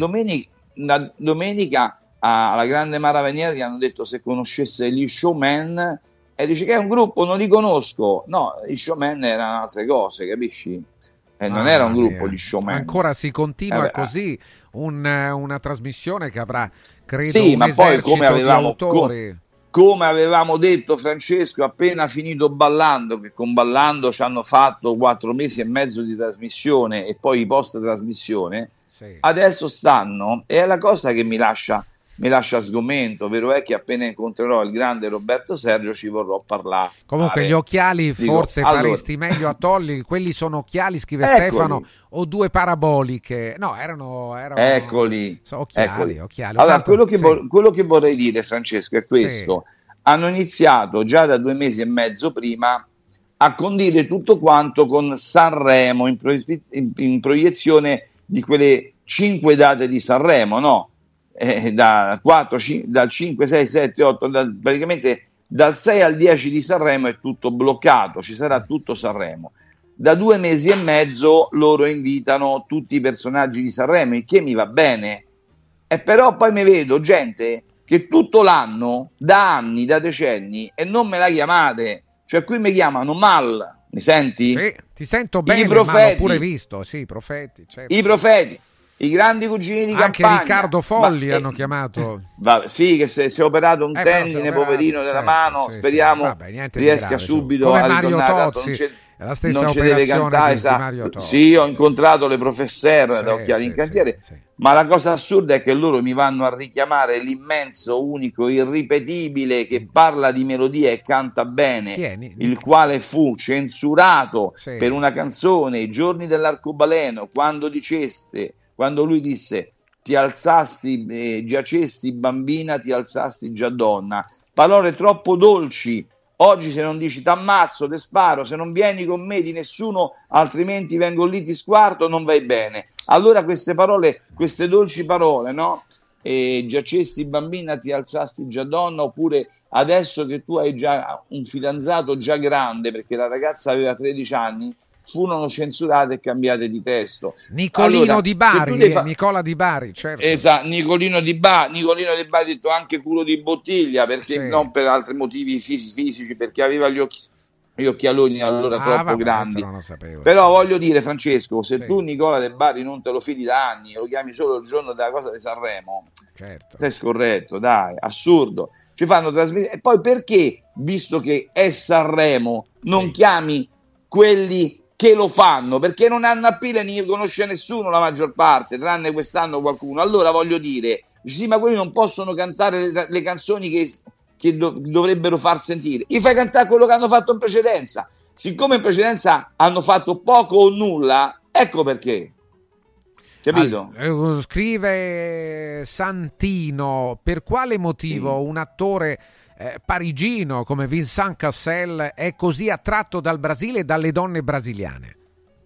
domenica alla grande Mara Venier gli hanno detto se conoscesse gli Showman, e dice che è un gruppo, non li conosco. No, i Showman erano altre cose, capisci? Non era un gruppo di Showman. Ancora si continua così, una trasmissione che avrà, credo, sì, ma poi come avevamo detto, Francesco, appena finito Ballando, che con Ballando ci hanno fatto 4 mesi e mezzo di trasmissione e poi post trasmissione, adesso stanno, e è la cosa che mi lascia sgomento. Vero è che appena incontrerò il grande Roberto Sergio ci vorrò parlare. Comunque gli occhiali forse faresti meglio a toglierli. Quelli sono occhiali, scrive Stefano, o 2 paraboliche. No, erano eccoli. Occhiali. Allora, quello che vorrei dire, Francesco, è questo. Hanno iniziato già da 2 mesi e mezzo prima a condire tutto quanto con Sanremo, in proiezione di quelle 5 date di Sanremo, no? Dal 5, 6, 7, 8, praticamente dal 6 al 10 di Sanremo è tutto bloccato, ci sarà tutto Sanremo. Da 2 mesi e mezzo loro invitano tutti i personaggi di Sanremo, il che mi va bene, e però poi mi vedo gente che tutto l'anno, da anni, da decenni, e non me la chiamate, cioè qui mi chiamano Mal, mi senti? Sì, ti sento bene, I profeti, ma l'ho pure visto, sì, profeti, certo. I profeti, i grandi cugini di campagna. Anche Riccardo Folli hanno chiamato. Sì, che si è operato un tendine, poverino, della mano, speriamo riesca subito come a ritornare. Non ci deve cantare, sì, ho incontrato le professore da Occhiali in Cantiere, ma la cosa assurda è che loro mi vanno a richiamare l'immenso, unico, irripetibile, che parla di melodia e canta bene, il quale fu censurato per una canzone, I giorni dell'arcobaleno, quando lui disse ti alzasti, giacesti bambina, ti alzasti già donna, parole troppo dolci. Oggi se non dici t'ammazzo, te sparo, se non vieni con me di nessuno, altrimenti vengo lì, ti squarto, non vai bene. Allora queste parole, queste dolci parole, no? giacesti bambina ti alzasti già donna, oppure adesso che tu hai già un fidanzato già grande, perché la ragazza aveva 13 anni, furono censurate e cambiate di testo. Nicolino Di Bari, Nicola Di Bari, certo. Esatto, Nicolino Di Bari ha detto anche culo di bottiglia, perché non per altri motivi fisici, perché aveva gli occhialoni allora troppo grandi. Però voglio dire, Francesco, se tu Nicola De Bari non te lo fidi da anni e lo chiami solo il giorno della cosa di Sanremo, sei scorretto, dai, assurdo. Ci fanno trasmettere. E poi perché, visto che è Sanremo, non chiami quelli che lo fanno? Perché non hanno appeal, ne conosce nessuno la maggior parte, tranne quest'anno qualcuno. Allora voglio dire, sì, ma quelli non possono cantare le canzoni che dovrebbero far sentire. Gli fai cantare quello che hanno fatto in precedenza. Siccome in precedenza hanno fatto poco o nulla, ecco perché. Capito? Scrive Santino, per quale motivo un attore parigino come Vincent Cassel è così attratto dal Brasile e dalle donne brasiliane?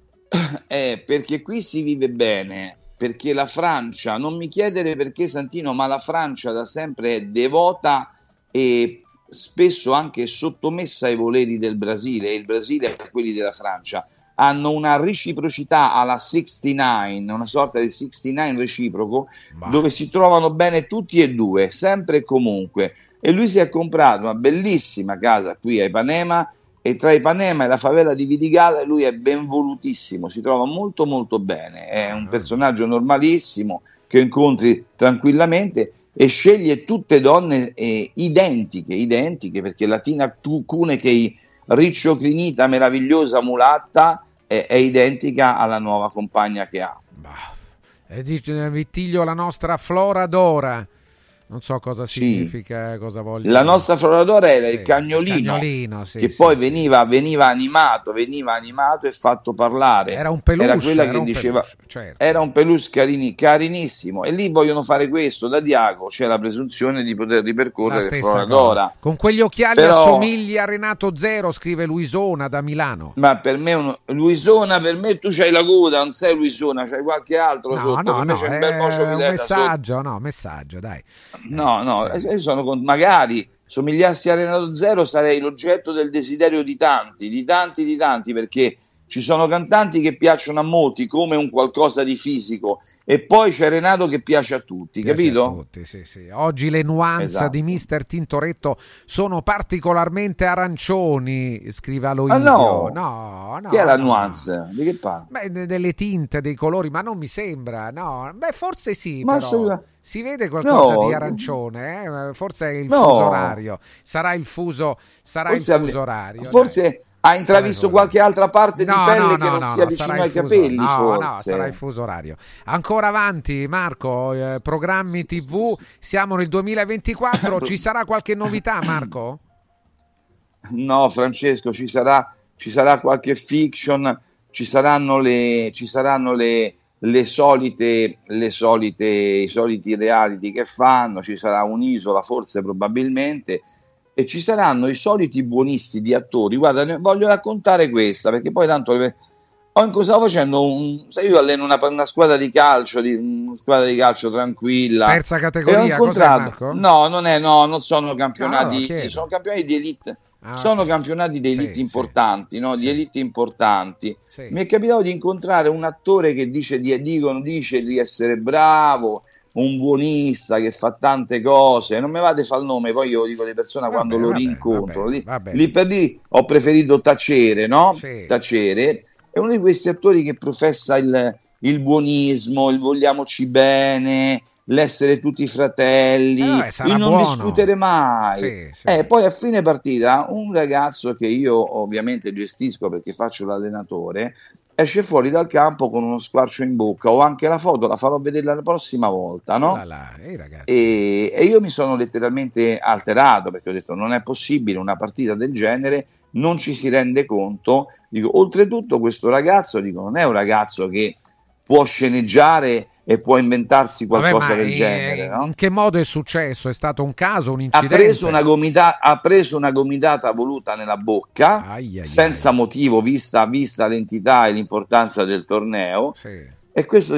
Perché qui si vive bene, perché la Francia, non mi chiedere perché Santino, ma la Francia da sempre è devota e spesso anche sottomessa ai voleri del Brasile, e il Brasile a quelli della Francia. Hanno una reciprocità alla 69, una sorta di 69 reciproco, dove si trovano bene tutti e due, sempre e comunque. E lui si è comprato una bellissima casa qui a Ipanema, e tra Ipanema e la favela di Vidigal lui è ben volutissimo, si trova molto molto bene, è un personaggio normalissimo che incontri tranquillamente, e sceglie tutte donne identiche, perché la Tina Cunekey, riccio crinita, meravigliosa mulatta, è identica alla nuova compagna che ha. E dice Vittiglio, la nostra Flora d'Ora. Non so cosa significa, cosa voglia. La nostra Floradora era il cagnolino che poi veniva animato e fatto parlare. Era un peluche. Era quella che diceva. Era un peluche carinissimo. E lì vogliono fare questo. Da Diago c'è la presunzione di poter ripercorrere Floradora. Con quegli occhiali assomigli a Renato Zero, scrive Luisona da Milano. Ma per me, Luisona, per me tu c'hai la coda, non sei Luisona, c'hai qualche altro sotto. No, c'è un bel messaggio, dai. Io sono magari somigliassi a Renato Zero sarei l'oggetto del desiderio di tanti, perché ci sono cantanti che piacciono a molti come un qualcosa di fisico, e poi c'è Renato che piace a tutti, capito? A tutti, sì. Oggi le nuance di Mister Tintoretto sono particolarmente arancioni, scrive Aloisio. No. Che è la nuance? Di che parla? Delle tinte, dei colori, ma non mi sembra, no. Forse sì, ma però. Si vede qualcosa di arancione, forse è il fuso orario. Sarà il fuso orario. Forse ha intravisto qualche altra parte di pelle che non sia vicino ai capelli, forse. No, sarà il fuso orario. Ancora avanti, Marco, programmi TV, siamo nel 2024, ci sarà qualche novità, Marco? No, Francesco, ci sarà qualche fiction, ci saranno i soliti reality che fanno, ci sarà un'isola forse probabilmente, e ci saranno i soliti buonisti di attori. Guarda, voglio raccontare questa perché poi tanto stavo facendo io alleno una squadra di calcio, tranquilla, terza categoria. Non sono campionati, sono campionati di elite. Sono campionati di elite importanti, no? Di elite importanti. Mi è capitato di incontrare un attore che dice di essere bravo, un buonista che fa tante cose, non mi va di fare il nome, poi io dico di persona quando lo rincontro. Lì per lì ho preferito tacere, no? Tacere. È uno di questi attori che professa il buonismo, il vogliamoci bene, l'essere tutti fratelli, il non discutere mai. Poi a fine partita un ragazzo che io ovviamente gestisco perché faccio l'allenatore esce fuori dal campo con uno squarcio in bocca. Ho anche la foto, la farò vedere la prossima volta, no? E io mi sono letteralmente alterato perché ho detto non è possibile una partita del genere, non ci si rende conto. Dico, oltretutto questo ragazzo non è un ragazzo che può sceneggiare e può inventarsi qualcosa del genere, no? In che modo è successo? È stato un caso, un incidente? Ha preso una gomitata voluta nella bocca, motivo, vista l'entità e l'importanza del torneo, e questo dice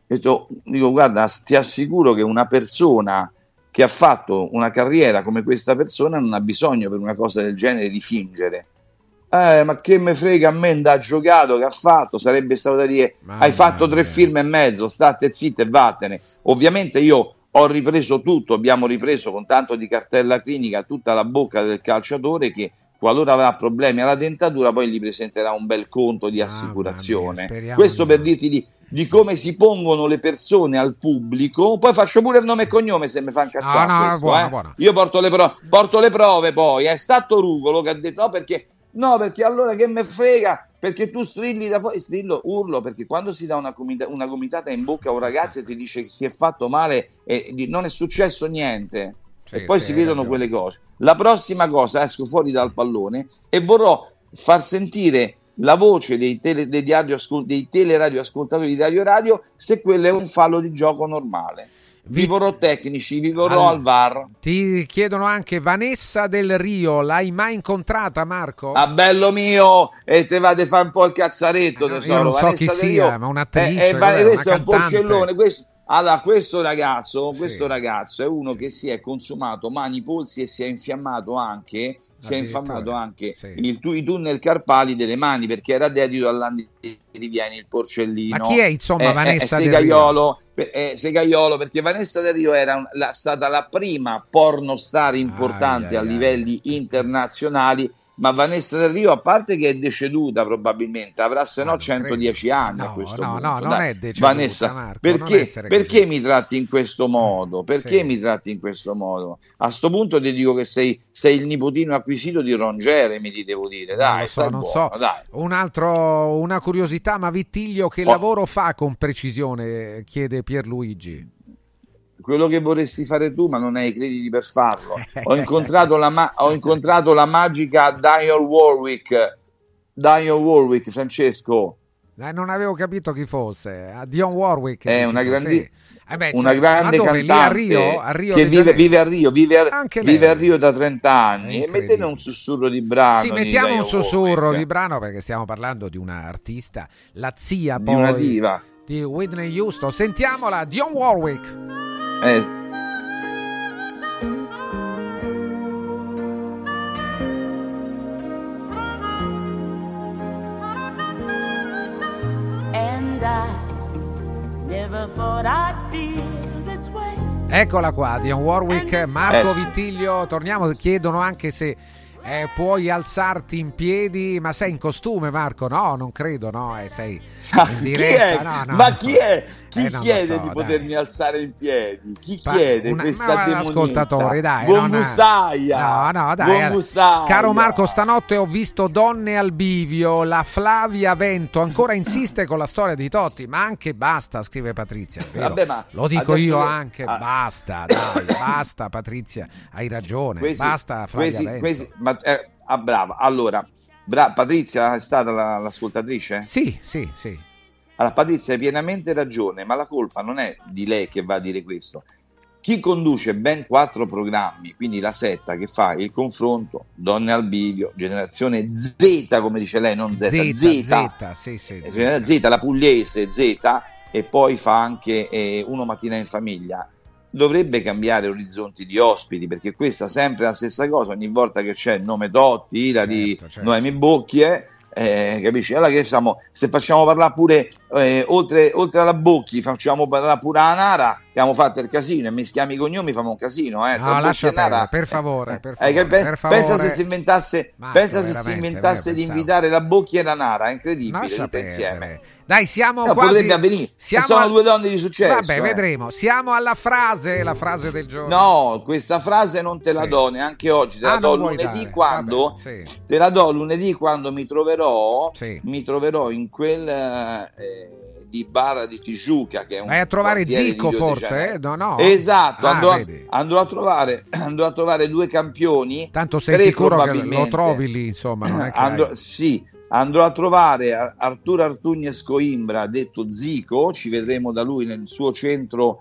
Dico, guarda, ti assicuro che una persona che ha fatto una carriera come questa persona non ha bisogno per una cosa del genere di fingere. Ma che me frega a me da giocato che ha fatto, sarebbe stato da dire hai fatto 3 film e mezzo, state zitto e vattene. Ovviamente io ho ripreso tutto, abbiamo ripreso con tanto di cartella clinica tutta la bocca del calciatore che qualora avrà problemi alla dentatura poi gli presenterà un bel conto di assicurazione. Questo per dirti di come si pongono le persone al pubblico. Poi faccio pure il nome e cognome se mi fa incazzare questo, buono. Io porto le prove poi, è stato Rugolo che ha detto no perché allora che me frega, perché tu strilli da fuori, urlo, perché quando si dà una gomitata in bocca a un ragazzo e ti dice che si è fatto male e non è successo niente, e poi si vedono quelle cose. La prossima cosa, esco fuori dal pallone e vorrò far sentire la voce dei teleradioascoltatori di Radio, se quello è un fallo di gioco normale. Vivorò tecnici, vivorò al VAR. Ti chiedono anche Vanessa Del Rio, l'hai mai incontrata, Marco? Ah, bello mio, e te vade fa un po' il cazzaretto, tesoro. Io non so Vanessa chi Del sia, Rio, ma un'attrice, questo è un cantante. porcellone, questo ragazzo è uno che si è consumato mani, polsi e si è infiammato anche i tunnel carpali delle mani, perché era dedito all'andivieni, il porcellino. Ma chi è insomma Vanessa Del Rio? Segaiolo, perché Vanessa Del Rio era stata la prima pornostar importante a livelli internazionali. Ma Vanessa Del Rio, a parte che è deceduta probabilmente, avrà se no 110 anni a questo punto. No, non è deceduta, Vanessa, Marco, perché mi tratti in questo modo? Perché mi tratti in questo modo? A sto punto ti dico che sei il nipotino acquisito di Ron Jeremy, ti devo dire. Dai, non so. Dai. Una curiosità, ma Vittiglio che lavoro fa con precisione? Chiede Pierluigi. Quello che vorresti fare tu, ma non hai i crediti per farlo. Ho incontrato la magica Dionne Warwick, Francesco. Non avevo capito chi fosse. Dionne Warwick è una grande cantante a Rio che vive a Rio da 30 anni. E mettete un sussurro di brano. Sì, mettiamo un sussurro di brano, perché stiamo parlando di una artista, la zia di una diva, di Whitney Houston. Sentiamola, Dionne Warwick. Eccola qua, Dionne Warwick. Marco Vittiglio, torniamo, chiedono anche se puoi alzarti in piedi, ma sei in costume, Marco? No, non credo, no, sei in diretta. Chi è? Chi chiede di potermi alzare in piedi? Chi chiede questa demonita? Ascoltatore, dai. Buon Mustaia. No, dai. Buon Mustaia. Caro Marco, stanotte ho visto Donne al bivio, la Flavia Vento ancora insiste con la storia di Totti, ma anche basta, scrive Patrizia. Vabbè, ma lo dico io anche, basta, dai, basta Patrizia, hai ragione, basta Flavia Vento. Brava. Allora, Patrizia è stata l'ascoltatrice? Sì. Allora, Patrizia hai pienamente ragione, ma la colpa non è di lei che va a dire questo. Chi conduce ben 4 programmi, quindi la Setta, che fa il confronto, Donne al bivio, Generazione Z, come dice lei, non Z, la pugliese Z, e poi fa anche Uno mattina in famiglia, dovrebbe cambiare orizzonti di ospiti, perché questa è sempre la stessa cosa, ogni volta che c'è il nome Totti, Ilari, Noemi Bocchi, capisci? Allora che se facciamo parlare pure oltre alla Bocchi, facciamo parlare pure la Nara, che abbiamo fatto il casino, e mischiamo i cognomi, facciamo un casino, no, lascia Nara, per favore. Pensa se si inventasse, di invitare la Bocchi e la Nara, è incredibile, tutte insieme. Dai, siamo quasi. Potrebbe avvenire. Sono 2 donne di successo. Vabbè, vedremo. Siamo alla frase del giorno. No, questa frase non te la do neanche oggi. Te la do lunedì quando. Te la do lunedì quando mi troverò in quel di Barra di Tijuca, che è un. Vai a trovare Zico, forse? No. Esatto. Andrò a trovare 2 campioni. Tanto sei sicuro che lo trovi lì, insomma. Non è che andrò a trovare Arturo Artugnez Coimbra, detto Zico, ci vedremo da lui nel suo centro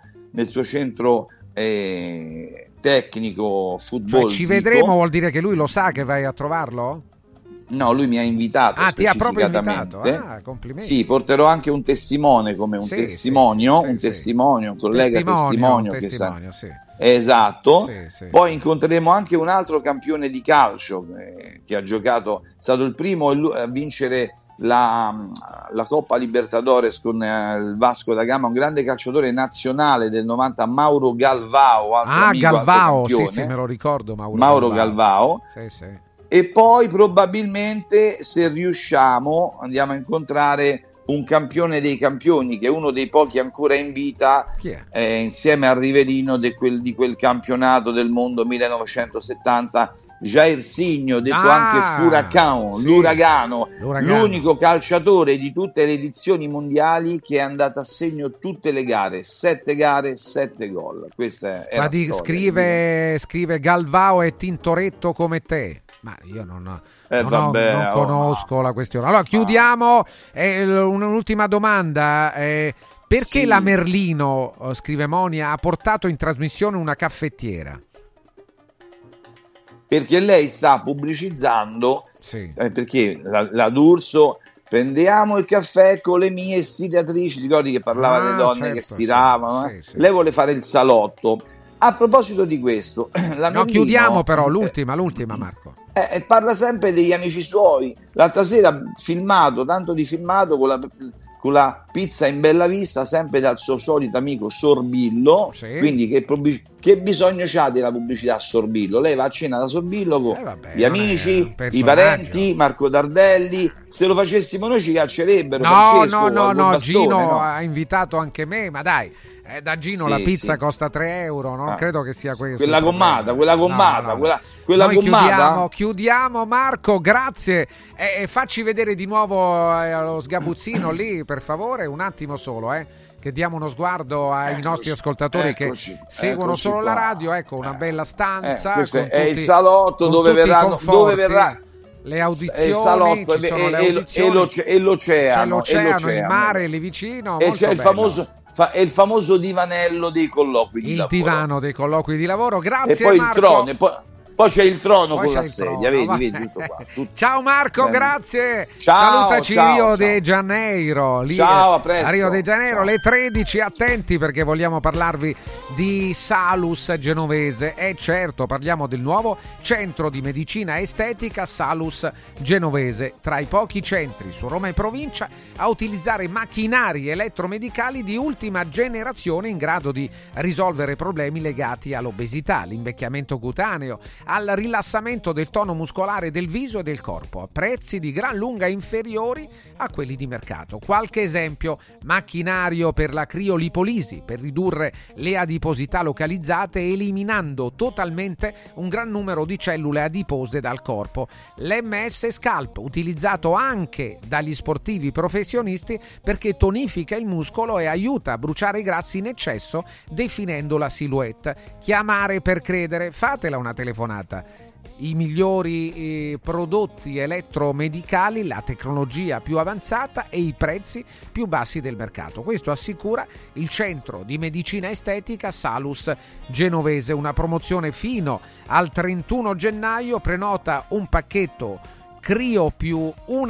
tecnico football. Ci vedremo, vuol dire che lui lo sa che vai a trovarlo? No, lui mi ha invitato ti ha proprio specificatamente. invitato? Complimenti. Sì, porterò anche un testimone, come un testimonio, un collega testimonio che sa. Sì. Esatto. Sì. Poi incontreremo anche un altro campione di calcio che ha giocato, è stato il primo a vincere la Coppa Libertadores con il Vasco da Gama, un grande calciatore nazionale del 90, Mauro Galvao, altro amico, Galvao, altro campione. sì, me lo ricordo, Mauro Galvao. Sì. E poi probabilmente, se riusciamo, andiamo a incontrare un campione dei campioni, che è uno dei pochi ancora in vita, insieme a Rivelino di quel campionato del mondo 1970, Jairzinho, detto anche Furacão, sì. l'uragano, l'unico calciatore di tutte le edizioni mondiali che è andato a segno tutte le gare, 7 gare, 7 gol. Questa è la storia. Scrive Galvao è Tintoretto come te. Ma io non conosco la questione. Allora chiudiamo. Un'ultima domanda. Perché la Merlino, scrive Monia, ha portato in trasmissione una caffettiera? Perché lei sta pubblicizzando, perché la D'Urso, prendiamo il caffè con le mie stiratrici, ricordi che parlava delle donne che stiravano, sì. Lei vuole fare il salotto. A proposito di questo, la Merlino, chiudiamo però l'ultima Marco. Parla sempre degli amici suoi. L'altra sera tanto di filmato con la pizza in Bella Vista, sempre dal suo solito amico Sorbillo. Quindi che bisogno c'ha della pubblicità a Sorbillo? Lei va a cena da Sorbillo con gli amici, i parenti, Marco Tardelli. Se lo facessimo noi ci caccerebbero. No, Gino ha invitato anche me, ma dai, da Gino la pizza costa 3 euro, non credo che sia questo. Quella gommata. Chiudiamo Marco, grazie. Facci vedere di nuovo lo sgabuzzino lì, per favore, un attimo solo, che diamo uno sguardo ai nostri ascoltatori che seguono solo la radio. Ecco, una bella stanza. Questo è il salotto dove verrà le audizioni, il salotto e l'oceano, il mare lì vicino, e c'è il famoso divanello dei colloqui di lavoro. Il divano dei colloqui di lavoro. Grazie, e poi Marco. Il trono, poi c'è il trono con la sedia, vedi tutto qua. Ciao Marco, grazie. Ciao, salutaci Rio de Janeiro. Ciao, a presto. A Rio de Janeiro, le 13, attenti perché vogliamo parlarvi di Salus Genovese. Certo, parliamo del nuovo centro di medicina estetica Salus Genovese, tra i pochi centri su Roma e provincia a utilizzare macchinari elettromedicali di ultima generazione in grado di risolvere problemi legati all'obesità, l'invecchiamento cutaneo, al rilassamento del tono muscolare del viso e del corpo, a prezzi di gran lunga inferiori a quelli di mercato. Qualche esempio: macchinario per la criolipolisi, per ridurre le adiposità localizzate eliminando totalmente un gran numero di cellule adipose dal corpo. L'MS Scalp, utilizzato anche dagli sportivi professionisti perché tonifica il muscolo e aiuta a bruciare i grassi in eccesso definendo la silhouette. Chiamare per credere, fatela una telefonata. I migliori prodotti elettromedicali, la tecnologia più avanzata e i prezzi più bassi del mercato. Questo assicura il centro di medicina estetica Salus Genovese. Una promozione fino al 31 gennaio. Prenota un pacchetto Crio più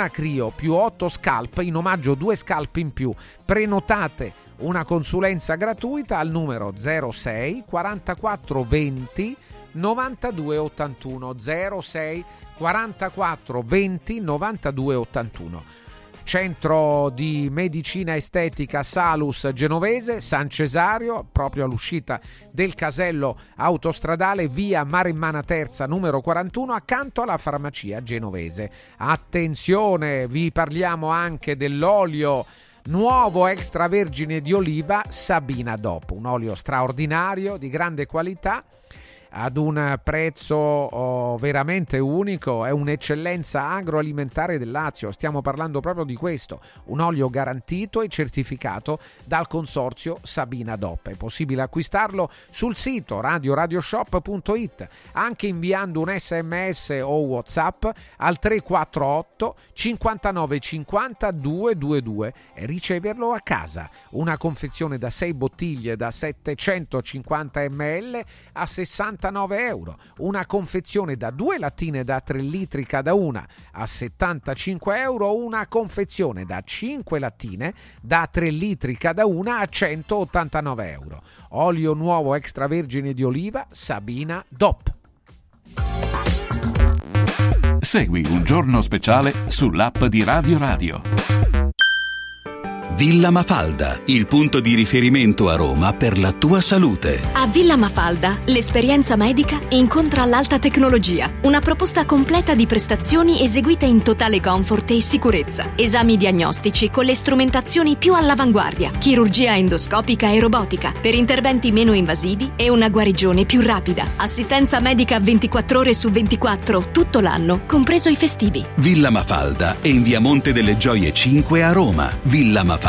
8 scalp, in omaggio 2 scalp in più. Prenotate una consulenza gratuita al numero 06 44 20 92 81 06 44 20 92 81. Centro di medicina estetica Salus Genovese, San Cesario, proprio all'uscita del casello autostradale via Maremmana Terza numero 41, accanto alla farmacia genovese. Attenzione, vi parliamo anche dell'olio nuovo extravergine di oliva Sabina DOP, un olio straordinario di grande qualità ad un prezzo veramente unico. È un'eccellenza agroalimentare del Lazio. Stiamo parlando proprio di questo, un olio garantito e certificato dal consorzio Sabina DOP. È possibile acquistarlo sul sito radioshop.it, anche inviando un SMS o WhatsApp al 348 59 50 222 e riceverlo a casa. Una confezione da 6 bottiglie da 750 ml a 60 €89, una confezione da 2 lattine da 3 litri cada una a €75, una confezione da 5 lattine da 3 litri cada una a €189. Olio nuovo extravergine di oliva Sabina DOP. Segui Un Giorno Speciale sull'app di Radio Radio. Villa Mafalda, il punto di riferimento a Roma per la tua salute. A Villa Mafalda, l'esperienza medica incontra l'alta tecnologia. Una proposta completa di prestazioni eseguite in totale comfort e sicurezza. Esami diagnostici con le strumentazioni più all'avanguardia. Chirurgia endoscopica e robotica per interventi meno invasivi e una guarigione più rapida. Assistenza medica 24 ore su 24, tutto l'anno, compreso i festivi. Villa Mafalda è in via Monte delle Gioie 5 a Roma. villamafalda.com.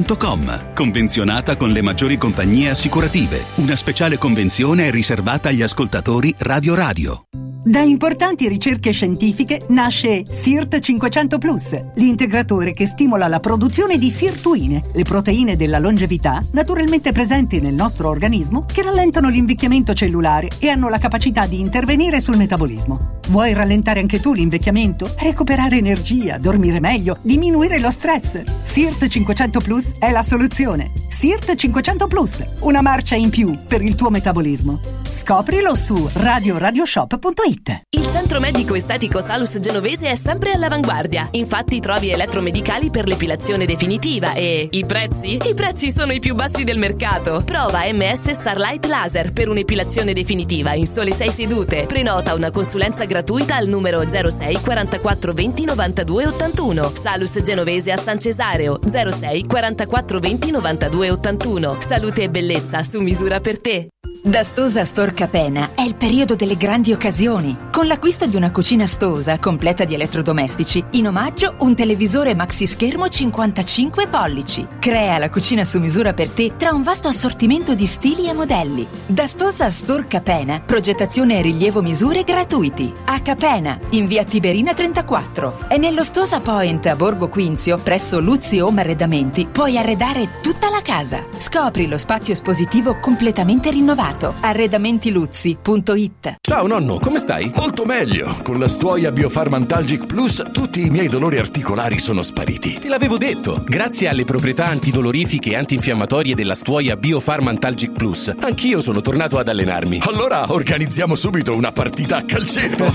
Convenzionata con le maggiori compagnie assicurative. Una speciale convenzione è riservata agli ascoltatori Radio Radio. Da importanti ricerche scientifiche nasce SIRT 500 Plus, l'integratore che stimola la produzione di sirtuine, le proteine della longevità naturalmente presenti nel nostro organismo che rallentano l'invecchiamento cellulare e hanno la capacità di intervenire sul metabolismo. Vuoi rallentare anche tu l'invecchiamento? Recuperare energia, dormire meglio, diminuire lo stress? SIRT 500 Plus è la soluzione. SIRT 500 Plus, una marcia in più per il tuo metabolismo. Scoprilo su radioshop.it. Il centro medico estetico Salus Genovese è sempre all'avanguardia. Infatti trovi elettromedicali per l'epilazione definitiva e i prezzi? I prezzi sono i più bassi del mercato. Prova MS Starlight Laser per un'epilazione definitiva in sole 6 sedute. Prenota una consulenza gratuita al numero 06 44 20 92 81. Salus Genovese a San Cesareo 06 44 20 92 81. Salute e bellezza su misura per te. Da Stosa Store Capena è il periodo delle grandi occasioni. Con l'acquisto di una cucina Stosa completa di elettrodomestici, in omaggio un televisore maxi schermo 55 pollici. Crea la cucina su misura per te tra un vasto assortimento di stili e modelli. Da Stosa Store Capena, progettazione e rilievo misure gratuiti. A Capena, in via Tiberina 34. E nello Stosa Point a Borgo Quinzio, presso Luzzi Home Arredamenti, puoi arredare tutta la casa. Scopri lo spazio espositivo completamente rinnovato. Arredamentiluzzi.it. Ciao nonno, come stai? Molto meglio. Con la Stuoia Biofarmantalgic Plus tutti i miei dolori articolari sono spariti. Te l'avevo detto. Grazie alle proprietà antidolorifiche e antinfiammatorie della Stuoia Biofarmantalgic Plus, anch'io sono tornato ad allenarmi. Allora organizziamo subito una partita a calcetto.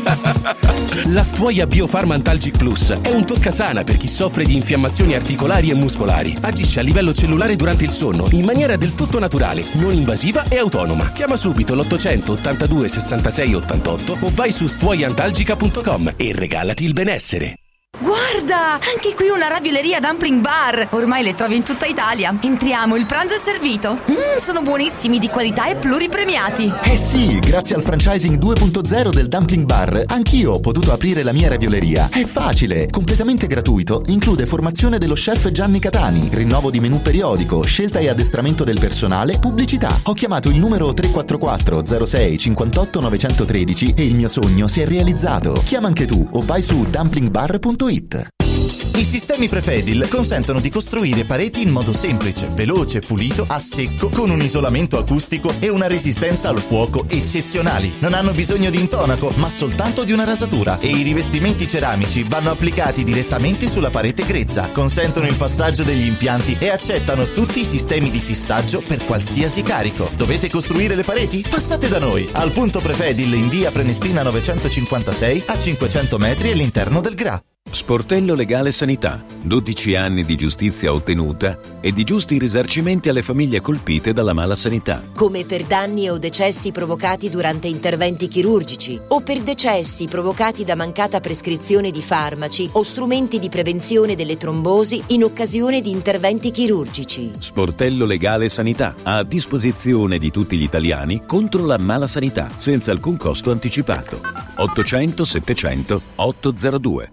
La Stuoia Biofarmantalgic Plus è un toccasana per chi soffre di infiammazioni articolari e muscolari. Agisce a livello cellulare durante il sonno in maniera del tutto naturale, non invasiva e autonoma. Chiama subito l'800 82 66 88 o vai su stuoiantalgica.com e regalati il benessere. Guarda, anche qui una ravioleria dumpling bar. Ormai le trovi in tutta Italia. Entriamo, il pranzo è servito. Sono buonissimi, di qualità e pluripremiati. Eh sì, grazie al franchising 2.0 del Dumpling Bar, anch'io ho potuto aprire la mia ravioleria. È facile, completamente gratuito, include formazione dello chef Gianni Catani, rinnovo di menù periodico, scelta e addestramento del personale, pubblicità. Ho chiamato il numero 344 06 58 913 e il mio sogno si è realizzato. Chiama anche tu o vai su dumplingbar.it. I sistemi Prefedil consentono di costruire pareti in modo semplice, veloce, pulito, a secco, con un isolamento acustico e una resistenza al fuoco eccezionali. Non hanno bisogno di intonaco, ma soltanto di una rasatura, e i rivestimenti ceramici vanno applicati direttamente sulla parete grezza, consentono il passaggio degli impianti e accettano tutti i sistemi di fissaggio per qualsiasi carico. Dovete costruire le pareti? Passate da noi, al punto Prefedil in via Prenestina 956 a 500 metri all'interno del GRA. Sportello Legale Sanità, 12 anni di giustizia ottenuta e di giusti risarcimenti alle famiglie colpite dalla mala sanità. Come per danni o decessi provocati durante interventi chirurgici o per decessi provocati da mancata prescrizione di farmaci o strumenti di prevenzione delle trombosi in occasione di interventi chirurgici. Sportello Legale Sanità, a disposizione di tutti gli italiani contro la mala sanità, senza alcun costo anticipato. 800 700 802.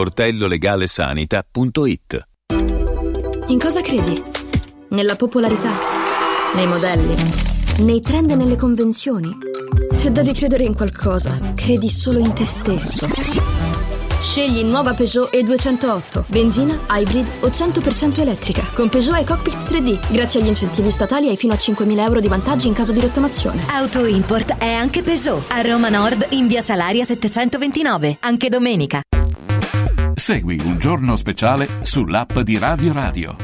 sportellolegalesanita.it. In cosa credi? Nella popolarità? Nei modelli? Nei trend e nelle convenzioni? Se devi credere in qualcosa, credi solo in te stesso. Scegli nuova Peugeot E208, benzina, hybrid o 100% elettrica. Con Peugeot e Cockpit 3D, grazie agli incentivi statali hai fino a 5.000 euro di vantaggi in caso di rottamazione. Auto Import è anche Peugeot. A Roma Nord, in via Salaria 729, anche domenica. Segui Un Giorno Speciale sull'app di Radio Radio.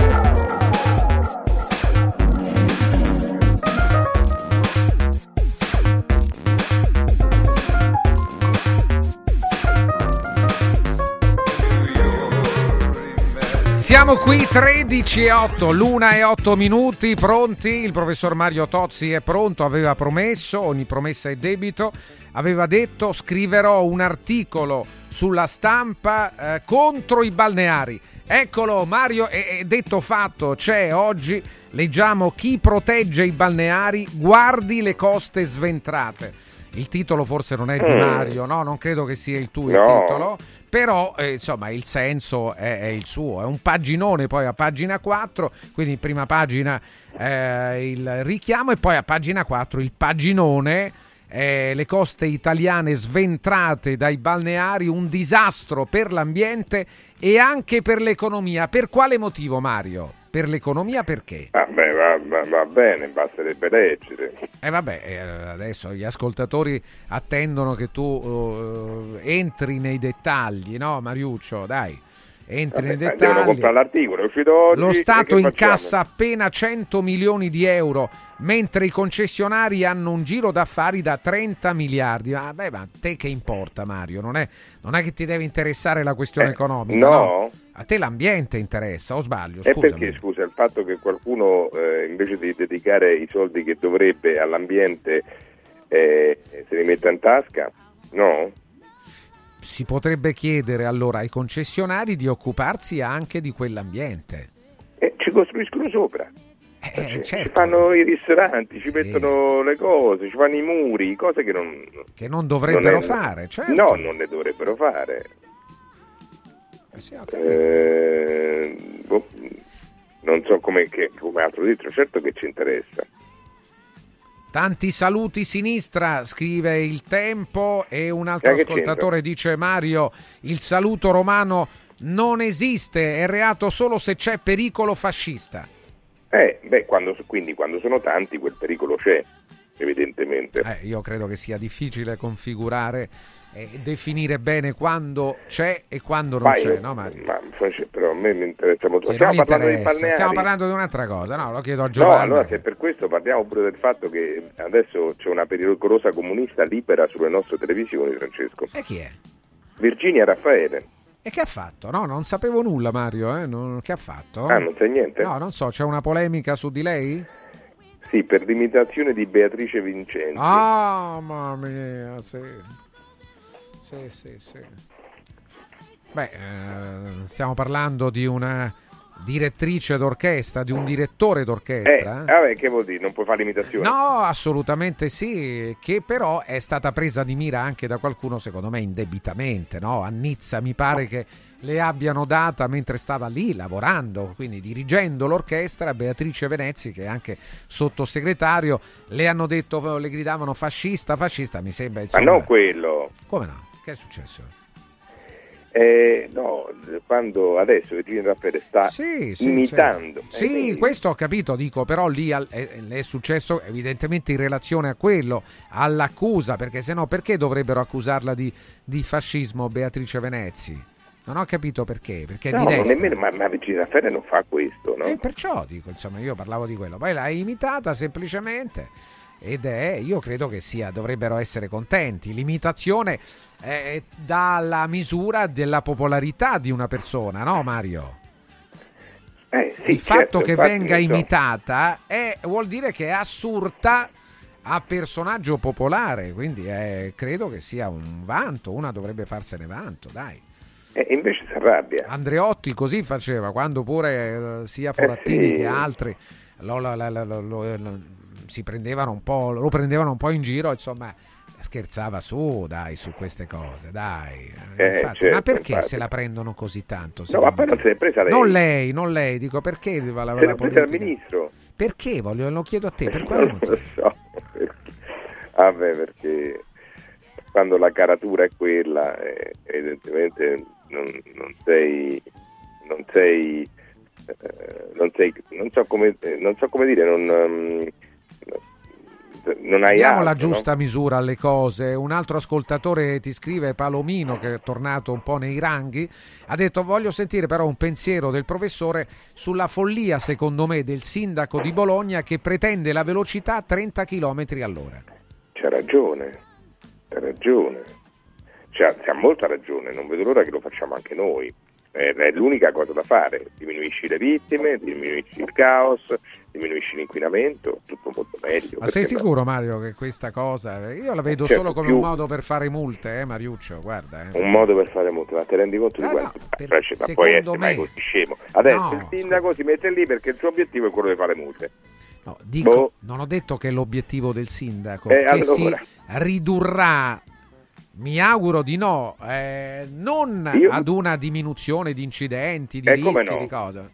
Siamo qui 13:08, l'1:08, pronti? Il professor Mario Tozzi è pronto, aveva promesso, ogni promessa è debito, aveva detto scriverò un articolo sulla Stampa contro i balneari. Eccolo Mario, è detto fatto, c'è oggi, leggiamo chi protegge i balneari, guardi le coste sventrate. Il titolo forse non è di Mario, no? Non credo che sia il tuo il titolo, però insomma il senso è il suo, è un paginone poi a pagina 4, quindi in prima pagina il richiamo e poi a pagina 4 il paginone, le coste italiane sventrate dai balneari, un disastro per l'ambiente e anche per l'economia. Per quale motivo, Mario? Per l'economia perché? Va bene, basterebbe leggere. Adesso gli ascoltatori attendono che tu entri nei dettagli, no Mariuccio? Dai, entri nei dettagli. Devono comprare l'articolo, è uscito oggi. Lo Stato incassa appena 100 milioni di euro, mentre i concessionari hanno un giro d'affari da 30 miliardi. Ma te che importa, Mario? Non è che ti deve interessare la questione economica, no? A te l'ambiente interessa, o sbaglio? E perché, scusa, il fatto che qualcuno invece di dedicare i soldi che dovrebbe all'ambiente se li metta in tasca? No? Si potrebbe chiedere allora ai concessionari di occuparsi anche di quell'ambiente. Ci costruiscono sopra. Certo. Ci fanno i ristoranti, ci mettono le cose, ci fanno i muri, cose che non dovrebbero fare, certo. No, non ne dovrebbero fare. Non so come altro dire, certo che ci interessa. Tanti saluti sinistra, scrive Il Tempo, e un altro ascoltatore dice: Mario, il saluto romano non esiste, è reato solo se c'è pericolo fascista. Quando sono tanti quel pericolo c'è, evidentemente. Io credo che sia difficile configurare e definire bene quando c'è e quando non c'è, no Mario? Però a me mi interessa molto. Stiamo parlando di un'altra cosa, no? Lo chiedo a Giovanni. No, allora se per questo parliamo pure del fatto che adesso c'è una pericolosa comunista libera sulle nostre televisioni, Francesco. E chi è? Virginia Raffaele. E che ha fatto? No, non sapevo nulla, Mario. Che ha fatto? Non sai niente? No, non so, c'è una polemica su di lei? Sì, per l'imitazione di Beatrice Vincenzi. Ah, mamma mia, sì. Stiamo parlando di una direttrice d'orchestra, di un direttore d'orchestra. Che vuol dire? Non puoi fare l'imitazione? No, assolutamente sì, che però è stata presa di mira anche da qualcuno, secondo me indebitamente, no? A Nizza mi pare che le abbiano data mentre stava lì lavorando, quindi dirigendo l'orchestra, Beatrice Venezzi, che è anche sottosegretario, le hanno detto, le gridavano fascista, mi sembra, insomma. Ma non quello. Come no? Che è successo? No, quando adesso Virginia Raffaele sta imitando. Sì, questo ho capito, dico, però lì è successo evidentemente in relazione a quello, all'accusa, perché sennò perché dovrebbero accusarla di fascismo Beatrice Venezzi? Non ho capito perché è di destra. Nemmeno, ma Virginia Raffaele non fa questo, no? E perciò dico, insomma, io parlavo di quello, poi l'ha imitata semplicemente. Io credo che dovrebbero essere contenti. L'imitazione dà la misura della popolarità di una persona, no Mario? Sì, il fatto che venga imitata vuol dire che è assurda a personaggio popolare, quindi credo che sia un vanto, una dovrebbe farsene vanto, dai. Invece si arrabbia. Andreotti così faceva, quando pure sia Forattini che altri si prendevano un po', lo prendevano un po' in giro, insomma, scherzava su queste cose, dai. Infatti, ma perché se la prendono così tanto? No, ma poi non se l'è presa lei. Non lei, dico, perché la presa il ministro. Perché? Lo chiedo a te, per quale motivo? Non lo so. Vabbè, perché quando la caratura è quella, evidentemente non so come dire, non hai diamo altro, la giusta no? misura alle cose. Un altro ascoltatore ti scrive, Palomino, che è tornato un po' nei ranghi, ha detto: voglio sentire però un pensiero del professore sulla follia, secondo me, del sindaco di Bologna che pretende la velocità a 30 km all'ora. C'ha ragione, c'ha molta ragione, non vedo l'ora che lo facciamo anche noi. È l'unica cosa da fare: diminuisci le vittime, diminuisci il caos, diminuisci l'inquinamento, tutto molto meglio. Ma sei sicuro, Mario, che questa cosa, io la vedo solo come un modo per fare multe, Mariuccio, guarda. Un modo per fare multe, ma te rendi conto di quanto ma puoi essere mai così scemo? Adesso il sindaco si mette lì perché il suo obiettivo è quello di fare multe. No, dico, non ho detto che è l'obiettivo del sindaco, che allora si ridurrà. Mi auguro di no, non ad una diminuzione di incidenti, di rischi, no? di cose.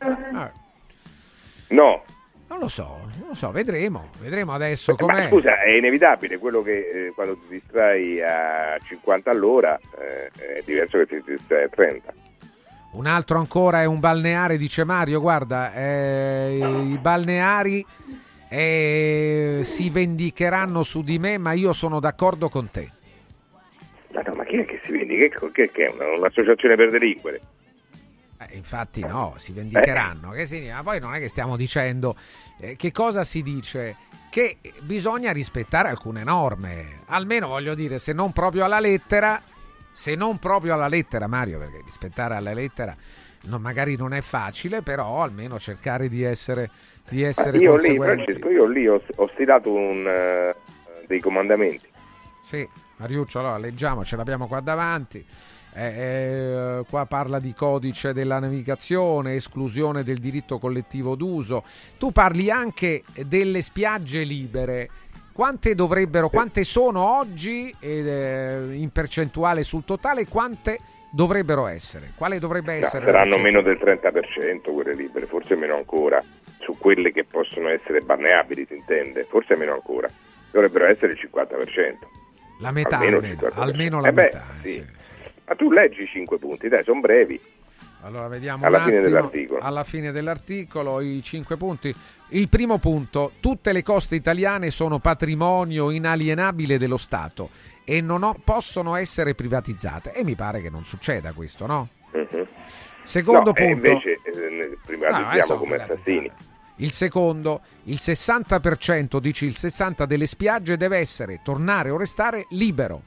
No. Non lo so, vedremo adesso com'è. Ma scusa, è inevitabile, quello che quando ti distrai a 50 all'ora è diverso che ti distrai a 30. Un altro ancora è un balneare, dice Mario, guarda, i balneari si vendicheranno su di me, ma io sono d'accordo con te. Ma chi è che si vendica? Che è un'associazione per delinquere? Infatti no, si vendicheranno. Che significa? Poi non è che stiamo dicendo che cosa si dice? Che bisogna rispettare alcune norme, almeno voglio dire, se non proprio alla lettera, Mario, perché rispettare alla lettera magari non è facile, però almeno cercare di essere conseguenti. Francesco, io lì ho stilato dei comandamenti. Sì, Mariuccio, allora leggiamo, ce l'abbiamo qua davanti. Qua parla di codice della navigazione, esclusione del diritto collettivo d'uso. Tu parli anche delle spiagge libere. Quante sono oggi in percentuale sul totale? Quante dovrebbero essere? Quale dovrebbe essere? Saranno meno del 30% quelle libere, forse meno ancora. Su quelle che possono essere balneabili, si intende, forse meno ancora. Dovrebbero essere il 50%. La metà almeno la metà. Sì. Ma tu leggi i 5 punti, dai, sono brevi. Allora vediamo alla fine dell'articolo. Alla fine dell'articolo i 5 punti. Il primo punto: tutte le coste italiane sono patrimonio inalienabile dello Stato e possono essere privatizzate. E mi pare che non succeda questo, no? Uh-huh. Secondo punto. Invece privatizziamo come assassini. Il secondo, il 60%, dici il 60% delle spiagge deve tornare o restare libero.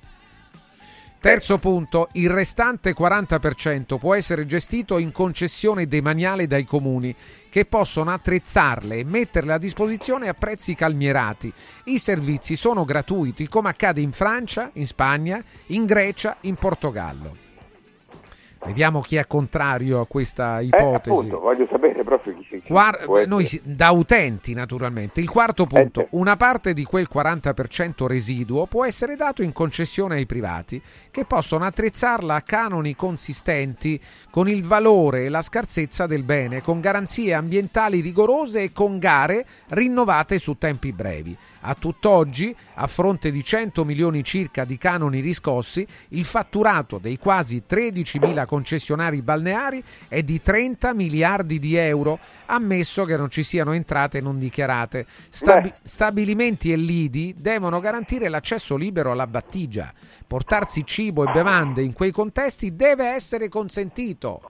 Terzo punto, il restante 40% può essere gestito in concessione demaniale dai comuni, che possono attrezzarle e metterle a disposizione a prezzi calmierati. I servizi sono gratuiti, come accade in Francia, in Spagna, in Grecia, in Portogallo. Vediamo chi è contrario a questa ipotesi. Appunto, voglio sapere proprio chi noi da utenti, naturalmente. Il quarto punto: una parte di quel 40% residuo può essere dato in concessione ai privati, che possono attrezzarla a canoni consistenti con il valore e la scarsezza del bene, con garanzie ambientali rigorose e con gare rinnovate su tempi brevi. A tutt'oggi, a fronte di 100 milioni circa di canoni riscossi, il fatturato dei quasi 13.000 concessionari balneari è di 30 miliardi di euro, ammesso che non ci siano entrate non dichiarate. Stabilimenti e lidi devono garantire l'accesso libero alla battigia. Portarsi cibo e bevande in quei contesti deve essere consentito.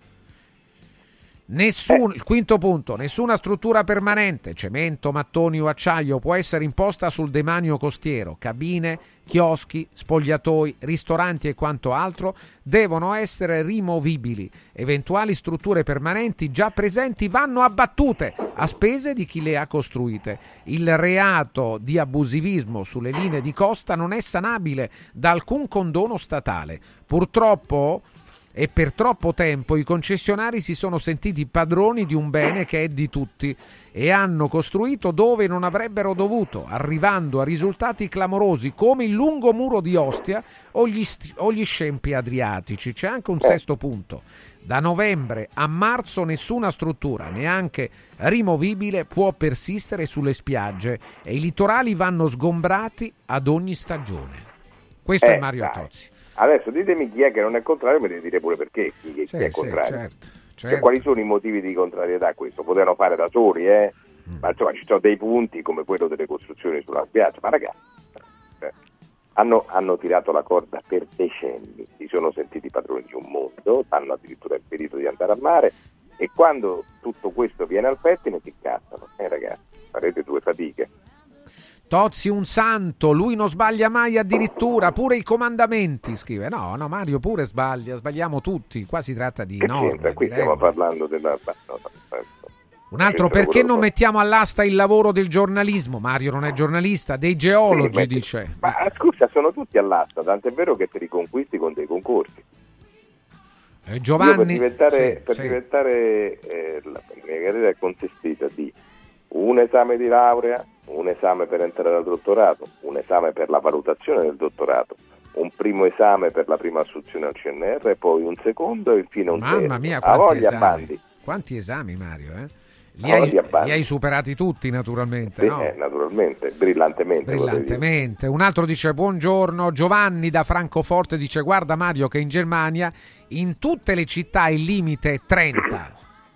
Il quinto punto: nessuna struttura permanente, cemento, mattoni o acciaio, può essere imposta sul demanio costiero. Cabine, chioschi, spogliatoi, ristoranti e quanto altro devono essere rimovibili. Eventuali strutture permanenti già presenti vanno abbattute a spese di chi le ha costruite. Il reato di abusivismo sulle linee di costa non è sanabile da alcun condono statale. Purtroppo e per troppo tempo i concessionari si sono sentiti padroni di un bene che è di tutti e hanno costruito dove non avrebbero dovuto, arrivando a risultati clamorosi come il lungo muro di Ostia o gli scempi adriatici. C'è anche un sesto punto: da novembre a marzo nessuna struttura, neanche rimovibile, può persistere sulle spiagge e i litorali vanno sgombrati ad ogni stagione. Questo è Mario Tozzi. Adesso ditemi chi è che non è contrario, mi deve dire pure perché chi è contrario. Certo. Cioè, quali sono i motivi di contrarietà a questo? Potevano fare da soli, ma insomma ci sono dei punti come quello delle costruzioni sulla spiaggia, ma ragazzi, hanno tirato la corda per decenni, si sono sentiti padroni di un mondo, hanno addirittura impedito di andare a mare, e quando tutto questo viene al pettine si incazzano. Ragazzi, farete due fatiche. Tozzi un santo, lui non sbaglia mai, addirittura pure i comandamenti, scrive. No, Mario pure sbagliamo tutti, qua si tratta di norme. Qui stiamo parlando della... Un altro, perché non mettiamo all'asta il lavoro del giornalismo? Mario non è giornalista, dei geologi, dice. Ma scusa, sono tutti all'asta, tant'è vero che te li conquisti con dei concorsi. Giovanni... Io per diventare la mia carriera è consistita di un esame di laurea, un esame per entrare al dottorato, un esame per la valutazione del dottorato, un primo esame per la prima assunzione al CNR, poi un secondo e infine un terzo. Mamma mia, quanti esami, Mario, Li hai superati tutti, naturalmente, sì, no? Naturalmente, brillantemente. Un altro dice: buongiorno, Giovanni da Francoforte dice: guarda Mario che in Germania in tutte le città il limite è 30.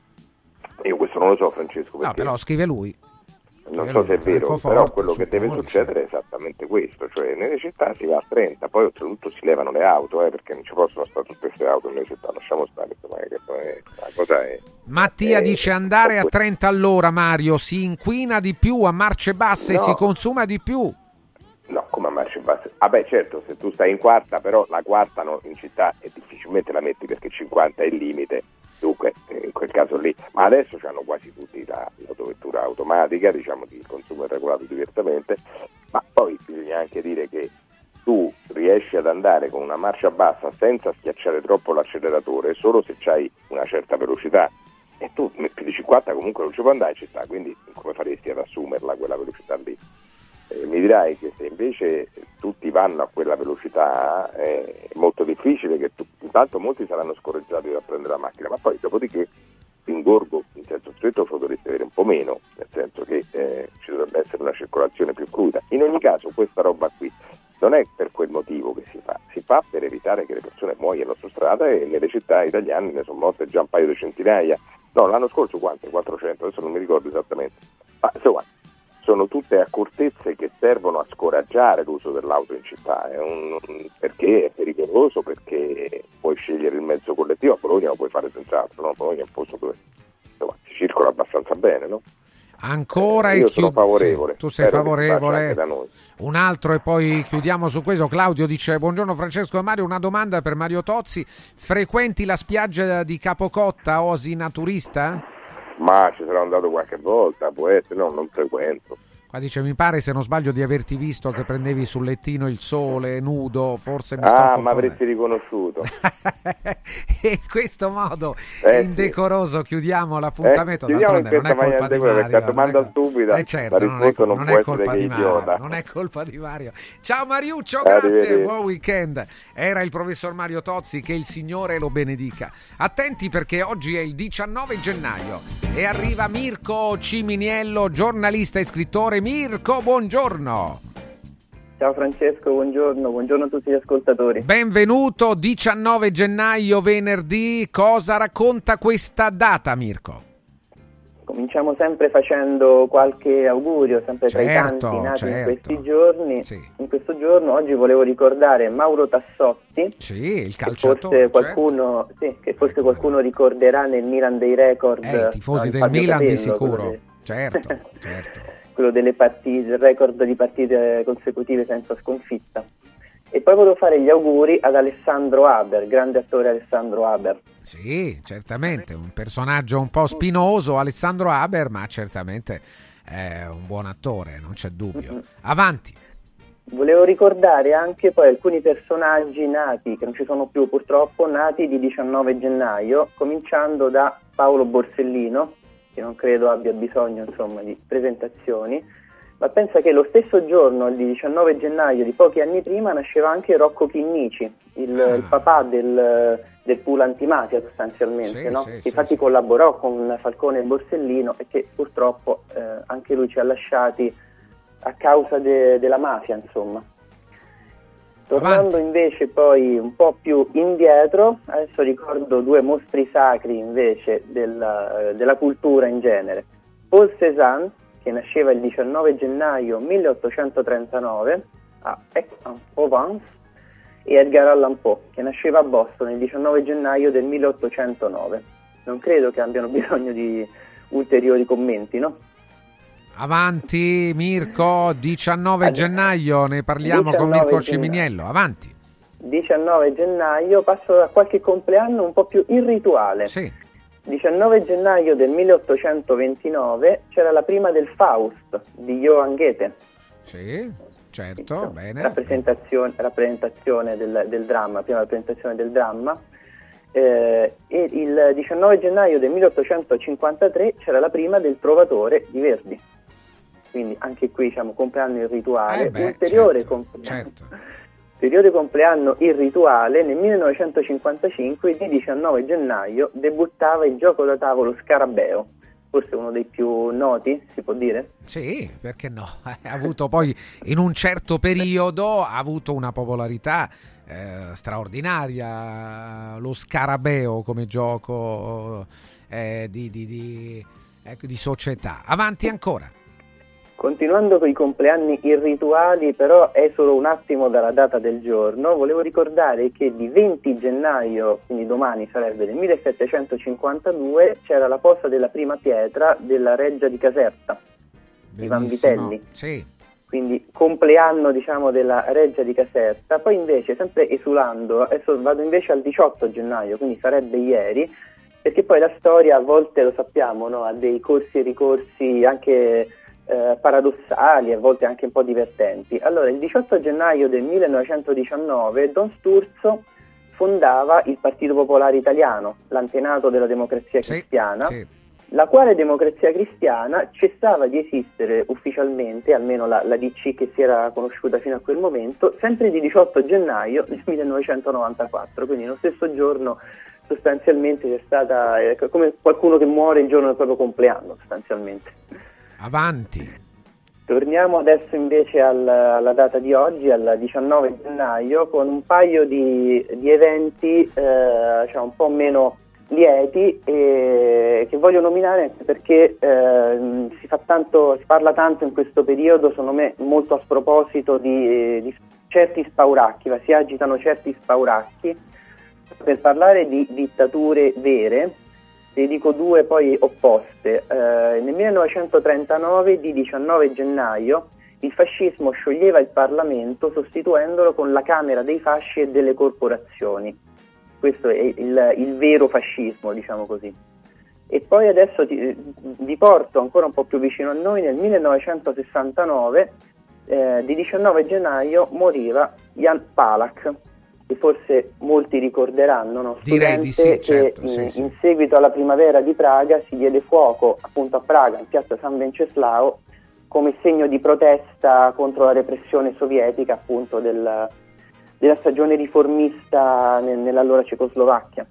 Io questo non lo so, Francesco, perché... No, però scrive lui. Non so se è vero, però quello che deve succedere è esattamente questo, cioè nelle città si va a 30, poi oltretutto si levano le auto, perché non ci possono stare tutte queste auto nelle città, lasciamo stare, la cosa è... Mattia dice: andare a 30 all'ora, Mario, si inquina di più a marce basse, si consuma di più. No, come a marce basse? Certo, se tu stai in quarta, però la quarta in città e difficilmente la metti perché 50 è il limite. Dunque, in quel caso lì, ma adesso hanno quasi tutti l'autovettura automatica, diciamo che il consumo è regolato diversamente, ma poi bisogna anche dire che tu riesci ad andare con una marcia bassa senza schiacciare troppo l'acceleratore solo se c'hai una certa velocità, e tu più di 50 comunque non ci puoi andare in città, quindi come faresti ad assumerla quella velocità lì? Mi dirai che se invece tutti vanno a quella velocità è molto difficile, che intanto molti saranno scorreggiati da prendere la macchina, ma poi dopodiché l'ingorgo in senso stretto lo dovreste avere un po' meno, nel senso che ci dovrebbe essere una circolazione più fluida. In ogni caso questa roba qui non è per quel motivo che si fa per evitare che le persone muoiano su strada, e nelle città italiane ne sono morte già un paio di centinaia, l'anno scorso quante? 400, adesso non mi ricordo esattamente, ma insomma sono tutte accortezze che servono a scoraggiare l'uso dell'auto in città, perché è pericoloso, perché puoi scegliere il mezzo collettivo. A Bologna lo puoi fare senz'altro, no? Bologna è un posto dove si circola abbastanza bene, no? Ancora io sono favorevole. Tu sei favorevole. Un altro e poi chiudiamo su questo. Claudio dice: buongiorno Francesco e Mario, una domanda per Mario Tozzi: frequenti la spiaggia di Capocotta, osi naturista? Ma ci sarò andato qualche volta, può essere, no, non frequento. Qua dice: mi pare, se non sbaglio, di averti visto che prendevi sul lettino il sole nudo, forse mi sto confondendo. Ma avresti riconosciuto. E in questo modo indecoroso chiudiamo l'appuntamento. Chiudiamo in questa maniera indecorosa, domanda stupida. Certo, non è colpa di Mario. Non è colpa di Mario. Ciao Mariuccio, grazie, buon weekend. Era il professor Mario Tozzi, che il Signore lo benedica. Attenti, perché oggi è il 19 gennaio e arriva Mirko Ciminiello, giornalista e scrittore. Mirko, buongiorno. Ciao Francesco, buongiorno a tutti gli ascoltatori. Benvenuto, 19 gennaio, venerdì. Cosa racconta questa data, Mirko? Cominciamo sempre facendo qualche augurio, sempre tra i tanti nati in questi giorni. Sì. In questo giorno oggi volevo ricordare Mauro Tassotti. Sì, il calciatore. Che forse qualcuno ricorderà nel Milan dei record. I tifosi del Milan di sicuro. Certo. Quello delle partite, il record di partite consecutive senza sconfitta. E poi volevo fare gli auguri ad Alessandro Haber, grande attore Alessandro Haber. Sì, certamente, un personaggio un po' spinoso Alessandro Haber, ma certamente è un buon attore, non c'è dubbio. Avanti. Volevo ricordare anche poi alcuni personaggi nati, che non ci sono più purtroppo, nati di 19 gennaio, cominciando da Paolo Borsellino, che non credo abbia bisogno di presentazioni, ma pensa che lo stesso giorno, il 19 gennaio di pochi anni prima, nasceva anche Rocco Chinnici, il papà del pool antimafia sostanzialmente, no? Infatti collaborò con Falcone e Borsellino, e che purtroppo anche lui ci ha lasciati a causa della mafia, insomma. Tornando invece poi un po' più indietro, adesso ricordo due mostri sacri invece della cultura in genere. Paul Cézanne, che nasceva il 19 gennaio 1839 a Aix-en-Provence, e Edgar Allan Poe, che nasceva a Boston il 19 gennaio del 1809. Non credo che abbiano bisogno di ulteriori commenti, no? Avanti Mirko, 19 gennaio, ne parliamo con Mirko Ciminiello, avanti. 19 gennaio, passo a qualche compleanno un po' più irrituale. Sì. 19 gennaio del 1829 c'era la prima del Faust di Johann Goethe. Sì, certo, bene. Rappresentazione del dramma, prima rappresentazione del dramma. E il 19 gennaio del 1853 c'era la prima del Trovatore di Verdi. Quindi anche qui diciamo compleanno irrituale. Ulteriore compleanno irrituale, nel 1955 di 19 gennaio debuttava il gioco da tavolo Scarabeo, forse uno dei più noti, si può dire? Sì, perché no? Ha avuto poi in un certo periodo ha avuto una popolarità straordinaria lo Scarabeo come gioco di società. Avanti ancora. Continuando con i compleanni irrituali, però è solo un attimo dalla data del giorno, volevo ricordare che di 20 gennaio, quindi domani sarebbe del 1752, c'era la posa della prima pietra della Reggia di Caserta, di Vanvitelli. Sì. Quindi compleanno diciamo della Reggia di Caserta. Poi invece, sempre esulando, adesso vado invece al 18 gennaio, quindi sarebbe ieri, perché poi la storia a volte, lo sappiamo, no? Ha dei corsi e ricorsi anche paradossali, a volte anche un po' divertenti. Allora, il 18 gennaio del 1919 Don Sturzo fondava il Partito Popolare Italiano, l'antenato della Democrazia Cristiana, la quale Democrazia Cristiana cessava di esistere ufficialmente, almeno la DC che si era conosciuta fino a quel momento, sempre di 18 gennaio del 1994, quindi nello stesso giorno sostanzialmente c'è stata come qualcuno che muore il giorno del proprio compleanno, sostanzialmente. Avanti. Torniamo adesso invece alla data di oggi, al 19 gennaio, con un paio di eventi diciamo un po' meno lieti che voglio nominare anche perché si parla tanto in questo periodo, secondo me molto a sproposito di certi spauracchi, si agitano certi spauracchi. Per parlare di dittature vere, ne dico due poi opposte. Nel 1939, di 19 gennaio, il fascismo scioglieva il Parlamento sostituendolo con la Camera dei Fasci e delle Corporazioni. Questo è il vero fascismo, diciamo così. E poi adesso vi porto ancora un po' più vicino a noi, nel 1969, di 19 gennaio, moriva Jan Palach, che forse molti ricorderanno, no? Direi di sì, certo, in seguito alla primavera di Praga si diede fuoco appunto a Praga, in piazza San Venceslao, come segno di protesta contro la repressione sovietica appunto della stagione riformista nell'allora Cecoslovacchia.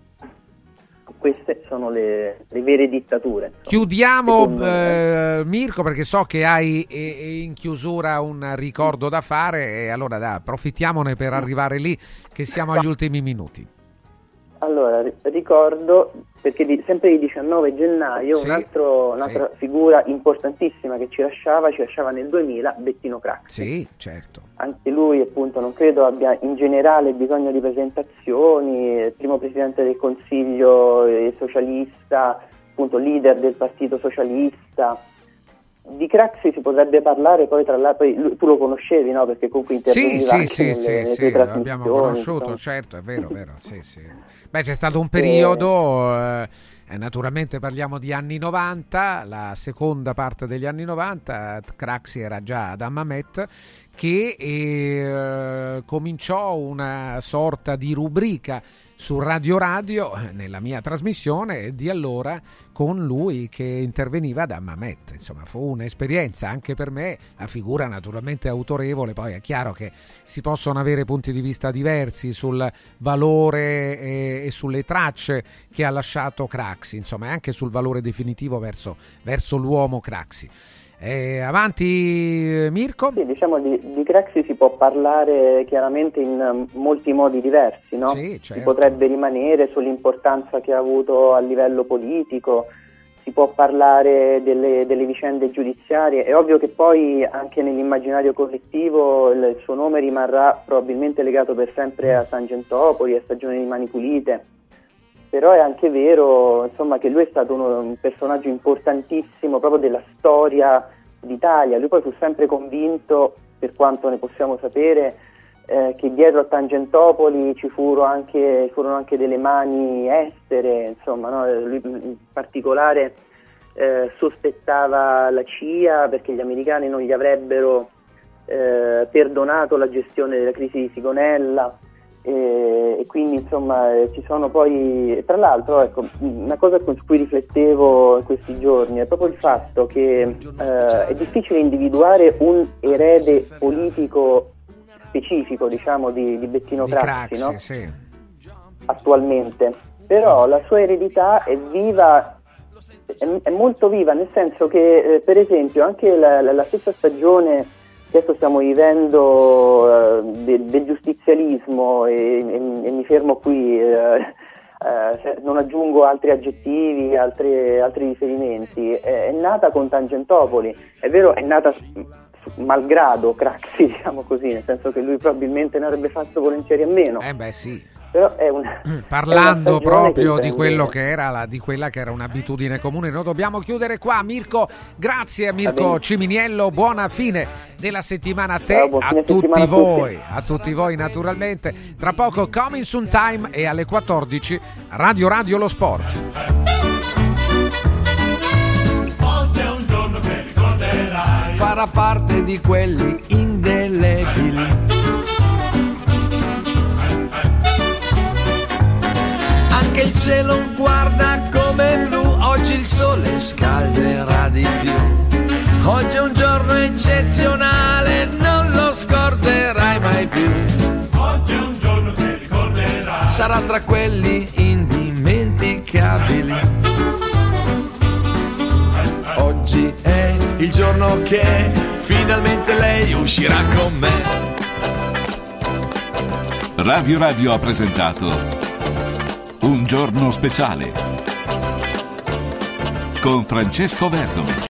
Queste sono le vere dittature. Chiudiamo Mirko, perché so che hai in chiusura un ricordo da fare e allora approfittiamone per arrivare lì, che siamo agli ultimi minuti. Allora, ricordo, perché sempre il 19 gennaio un'altra figura importantissima che ci lasciava nel 2000, Bettino Craxi. Sì, certo. Anche lui appunto non credo abbia in generale bisogno di presentazioni, il primo presidente del Consiglio socialista, appunto leader del Partito Socialista. Di Craxi si potrebbe parlare poi tra l'altro, tu lo conoscevi, no? Perché comunque interveniva nelle trasmissioni. L'abbiamo conosciuto, certo, è vero, sì. Beh, c'è stato un periodo, naturalmente parliamo di anni 90, la seconda parte degli anni 90, Craxi era già ad Hammamet, che cominciò una sorta di rubrica su Radio nella mia trasmissione, e di allora con lui che interveniva ad Hammamet. Insomma, fu un'esperienza anche per me, la figura naturalmente autorevole. Poi è chiaro che si possono avere punti di vista diversi sul valore e sulle tracce che ha lasciato Craxi, insomma, e anche sul valore definitivo verso l'uomo Craxi. Avanti Mirko? Sì, diciamo di Craxi si può parlare chiaramente in molti modi diversi, no? Sì, certo. Si potrebbe rimanere sull'importanza che ha avuto a livello politico, si può parlare delle vicende giudiziarie. È ovvio che poi anche nell'immaginario collettivo il suo nome rimarrà probabilmente legato per sempre a Tangentopoli, a Stagione di Mani Pulite. Però è anche vero, insomma, che lui è stato un personaggio importantissimo proprio della storia d'Italia. Lui poi fu sempre convinto, per quanto ne possiamo sapere, che dietro a Tangentopoli ci furono anche delle mani estere, insomma, no? Lui in particolare sospettava la CIA perché gli americani non gli avrebbero perdonato la gestione della crisi di Sigonella. E quindi insomma ci sono poi, tra l'altro, ecco, una cosa su cui riflettevo in questi giorni è proprio il fatto che è difficile individuare un erede politico specifico, diciamo, di Bettino Craxi, no? Sì. Attualmente, però la sua eredità è viva, è molto viva, nel senso che per esempio anche la stessa stagione che adesso stiamo vivendo del giustizialismo, e mi fermo qui, non aggiungo altri aggettivi, altri riferimenti, è nata con Tangentopoli. È vero, è nata malgrado Craxi, diciamo così, nel senso che lui probabilmente ne avrebbe fatto volentieri a meno. Beh sì. Però parlando è proprio di quello che era di quella che era un'abitudine comune. Noi dobbiamo chiudere qua. Mirko, grazie a Mirko Ciminiello, buona fine della settimana a te, a tutti voi naturalmente. Tra poco Coming Soon Time e alle 14 Radio lo Sport. Oggi è un giorno che ricorderai, farà parte di quelli indelebili. Anche il cielo guarda come blu, oggi il sole scalderà di più. Oggi è un giorno eccezionale, non lo scorderai mai più. Oggi è un giorno che ricorderai, sarà tra quelli indimenticabili. Oggi è il giorno che finalmente lei uscirà con me. Radio ha presentato Un giorno speciale con Francesco Verno.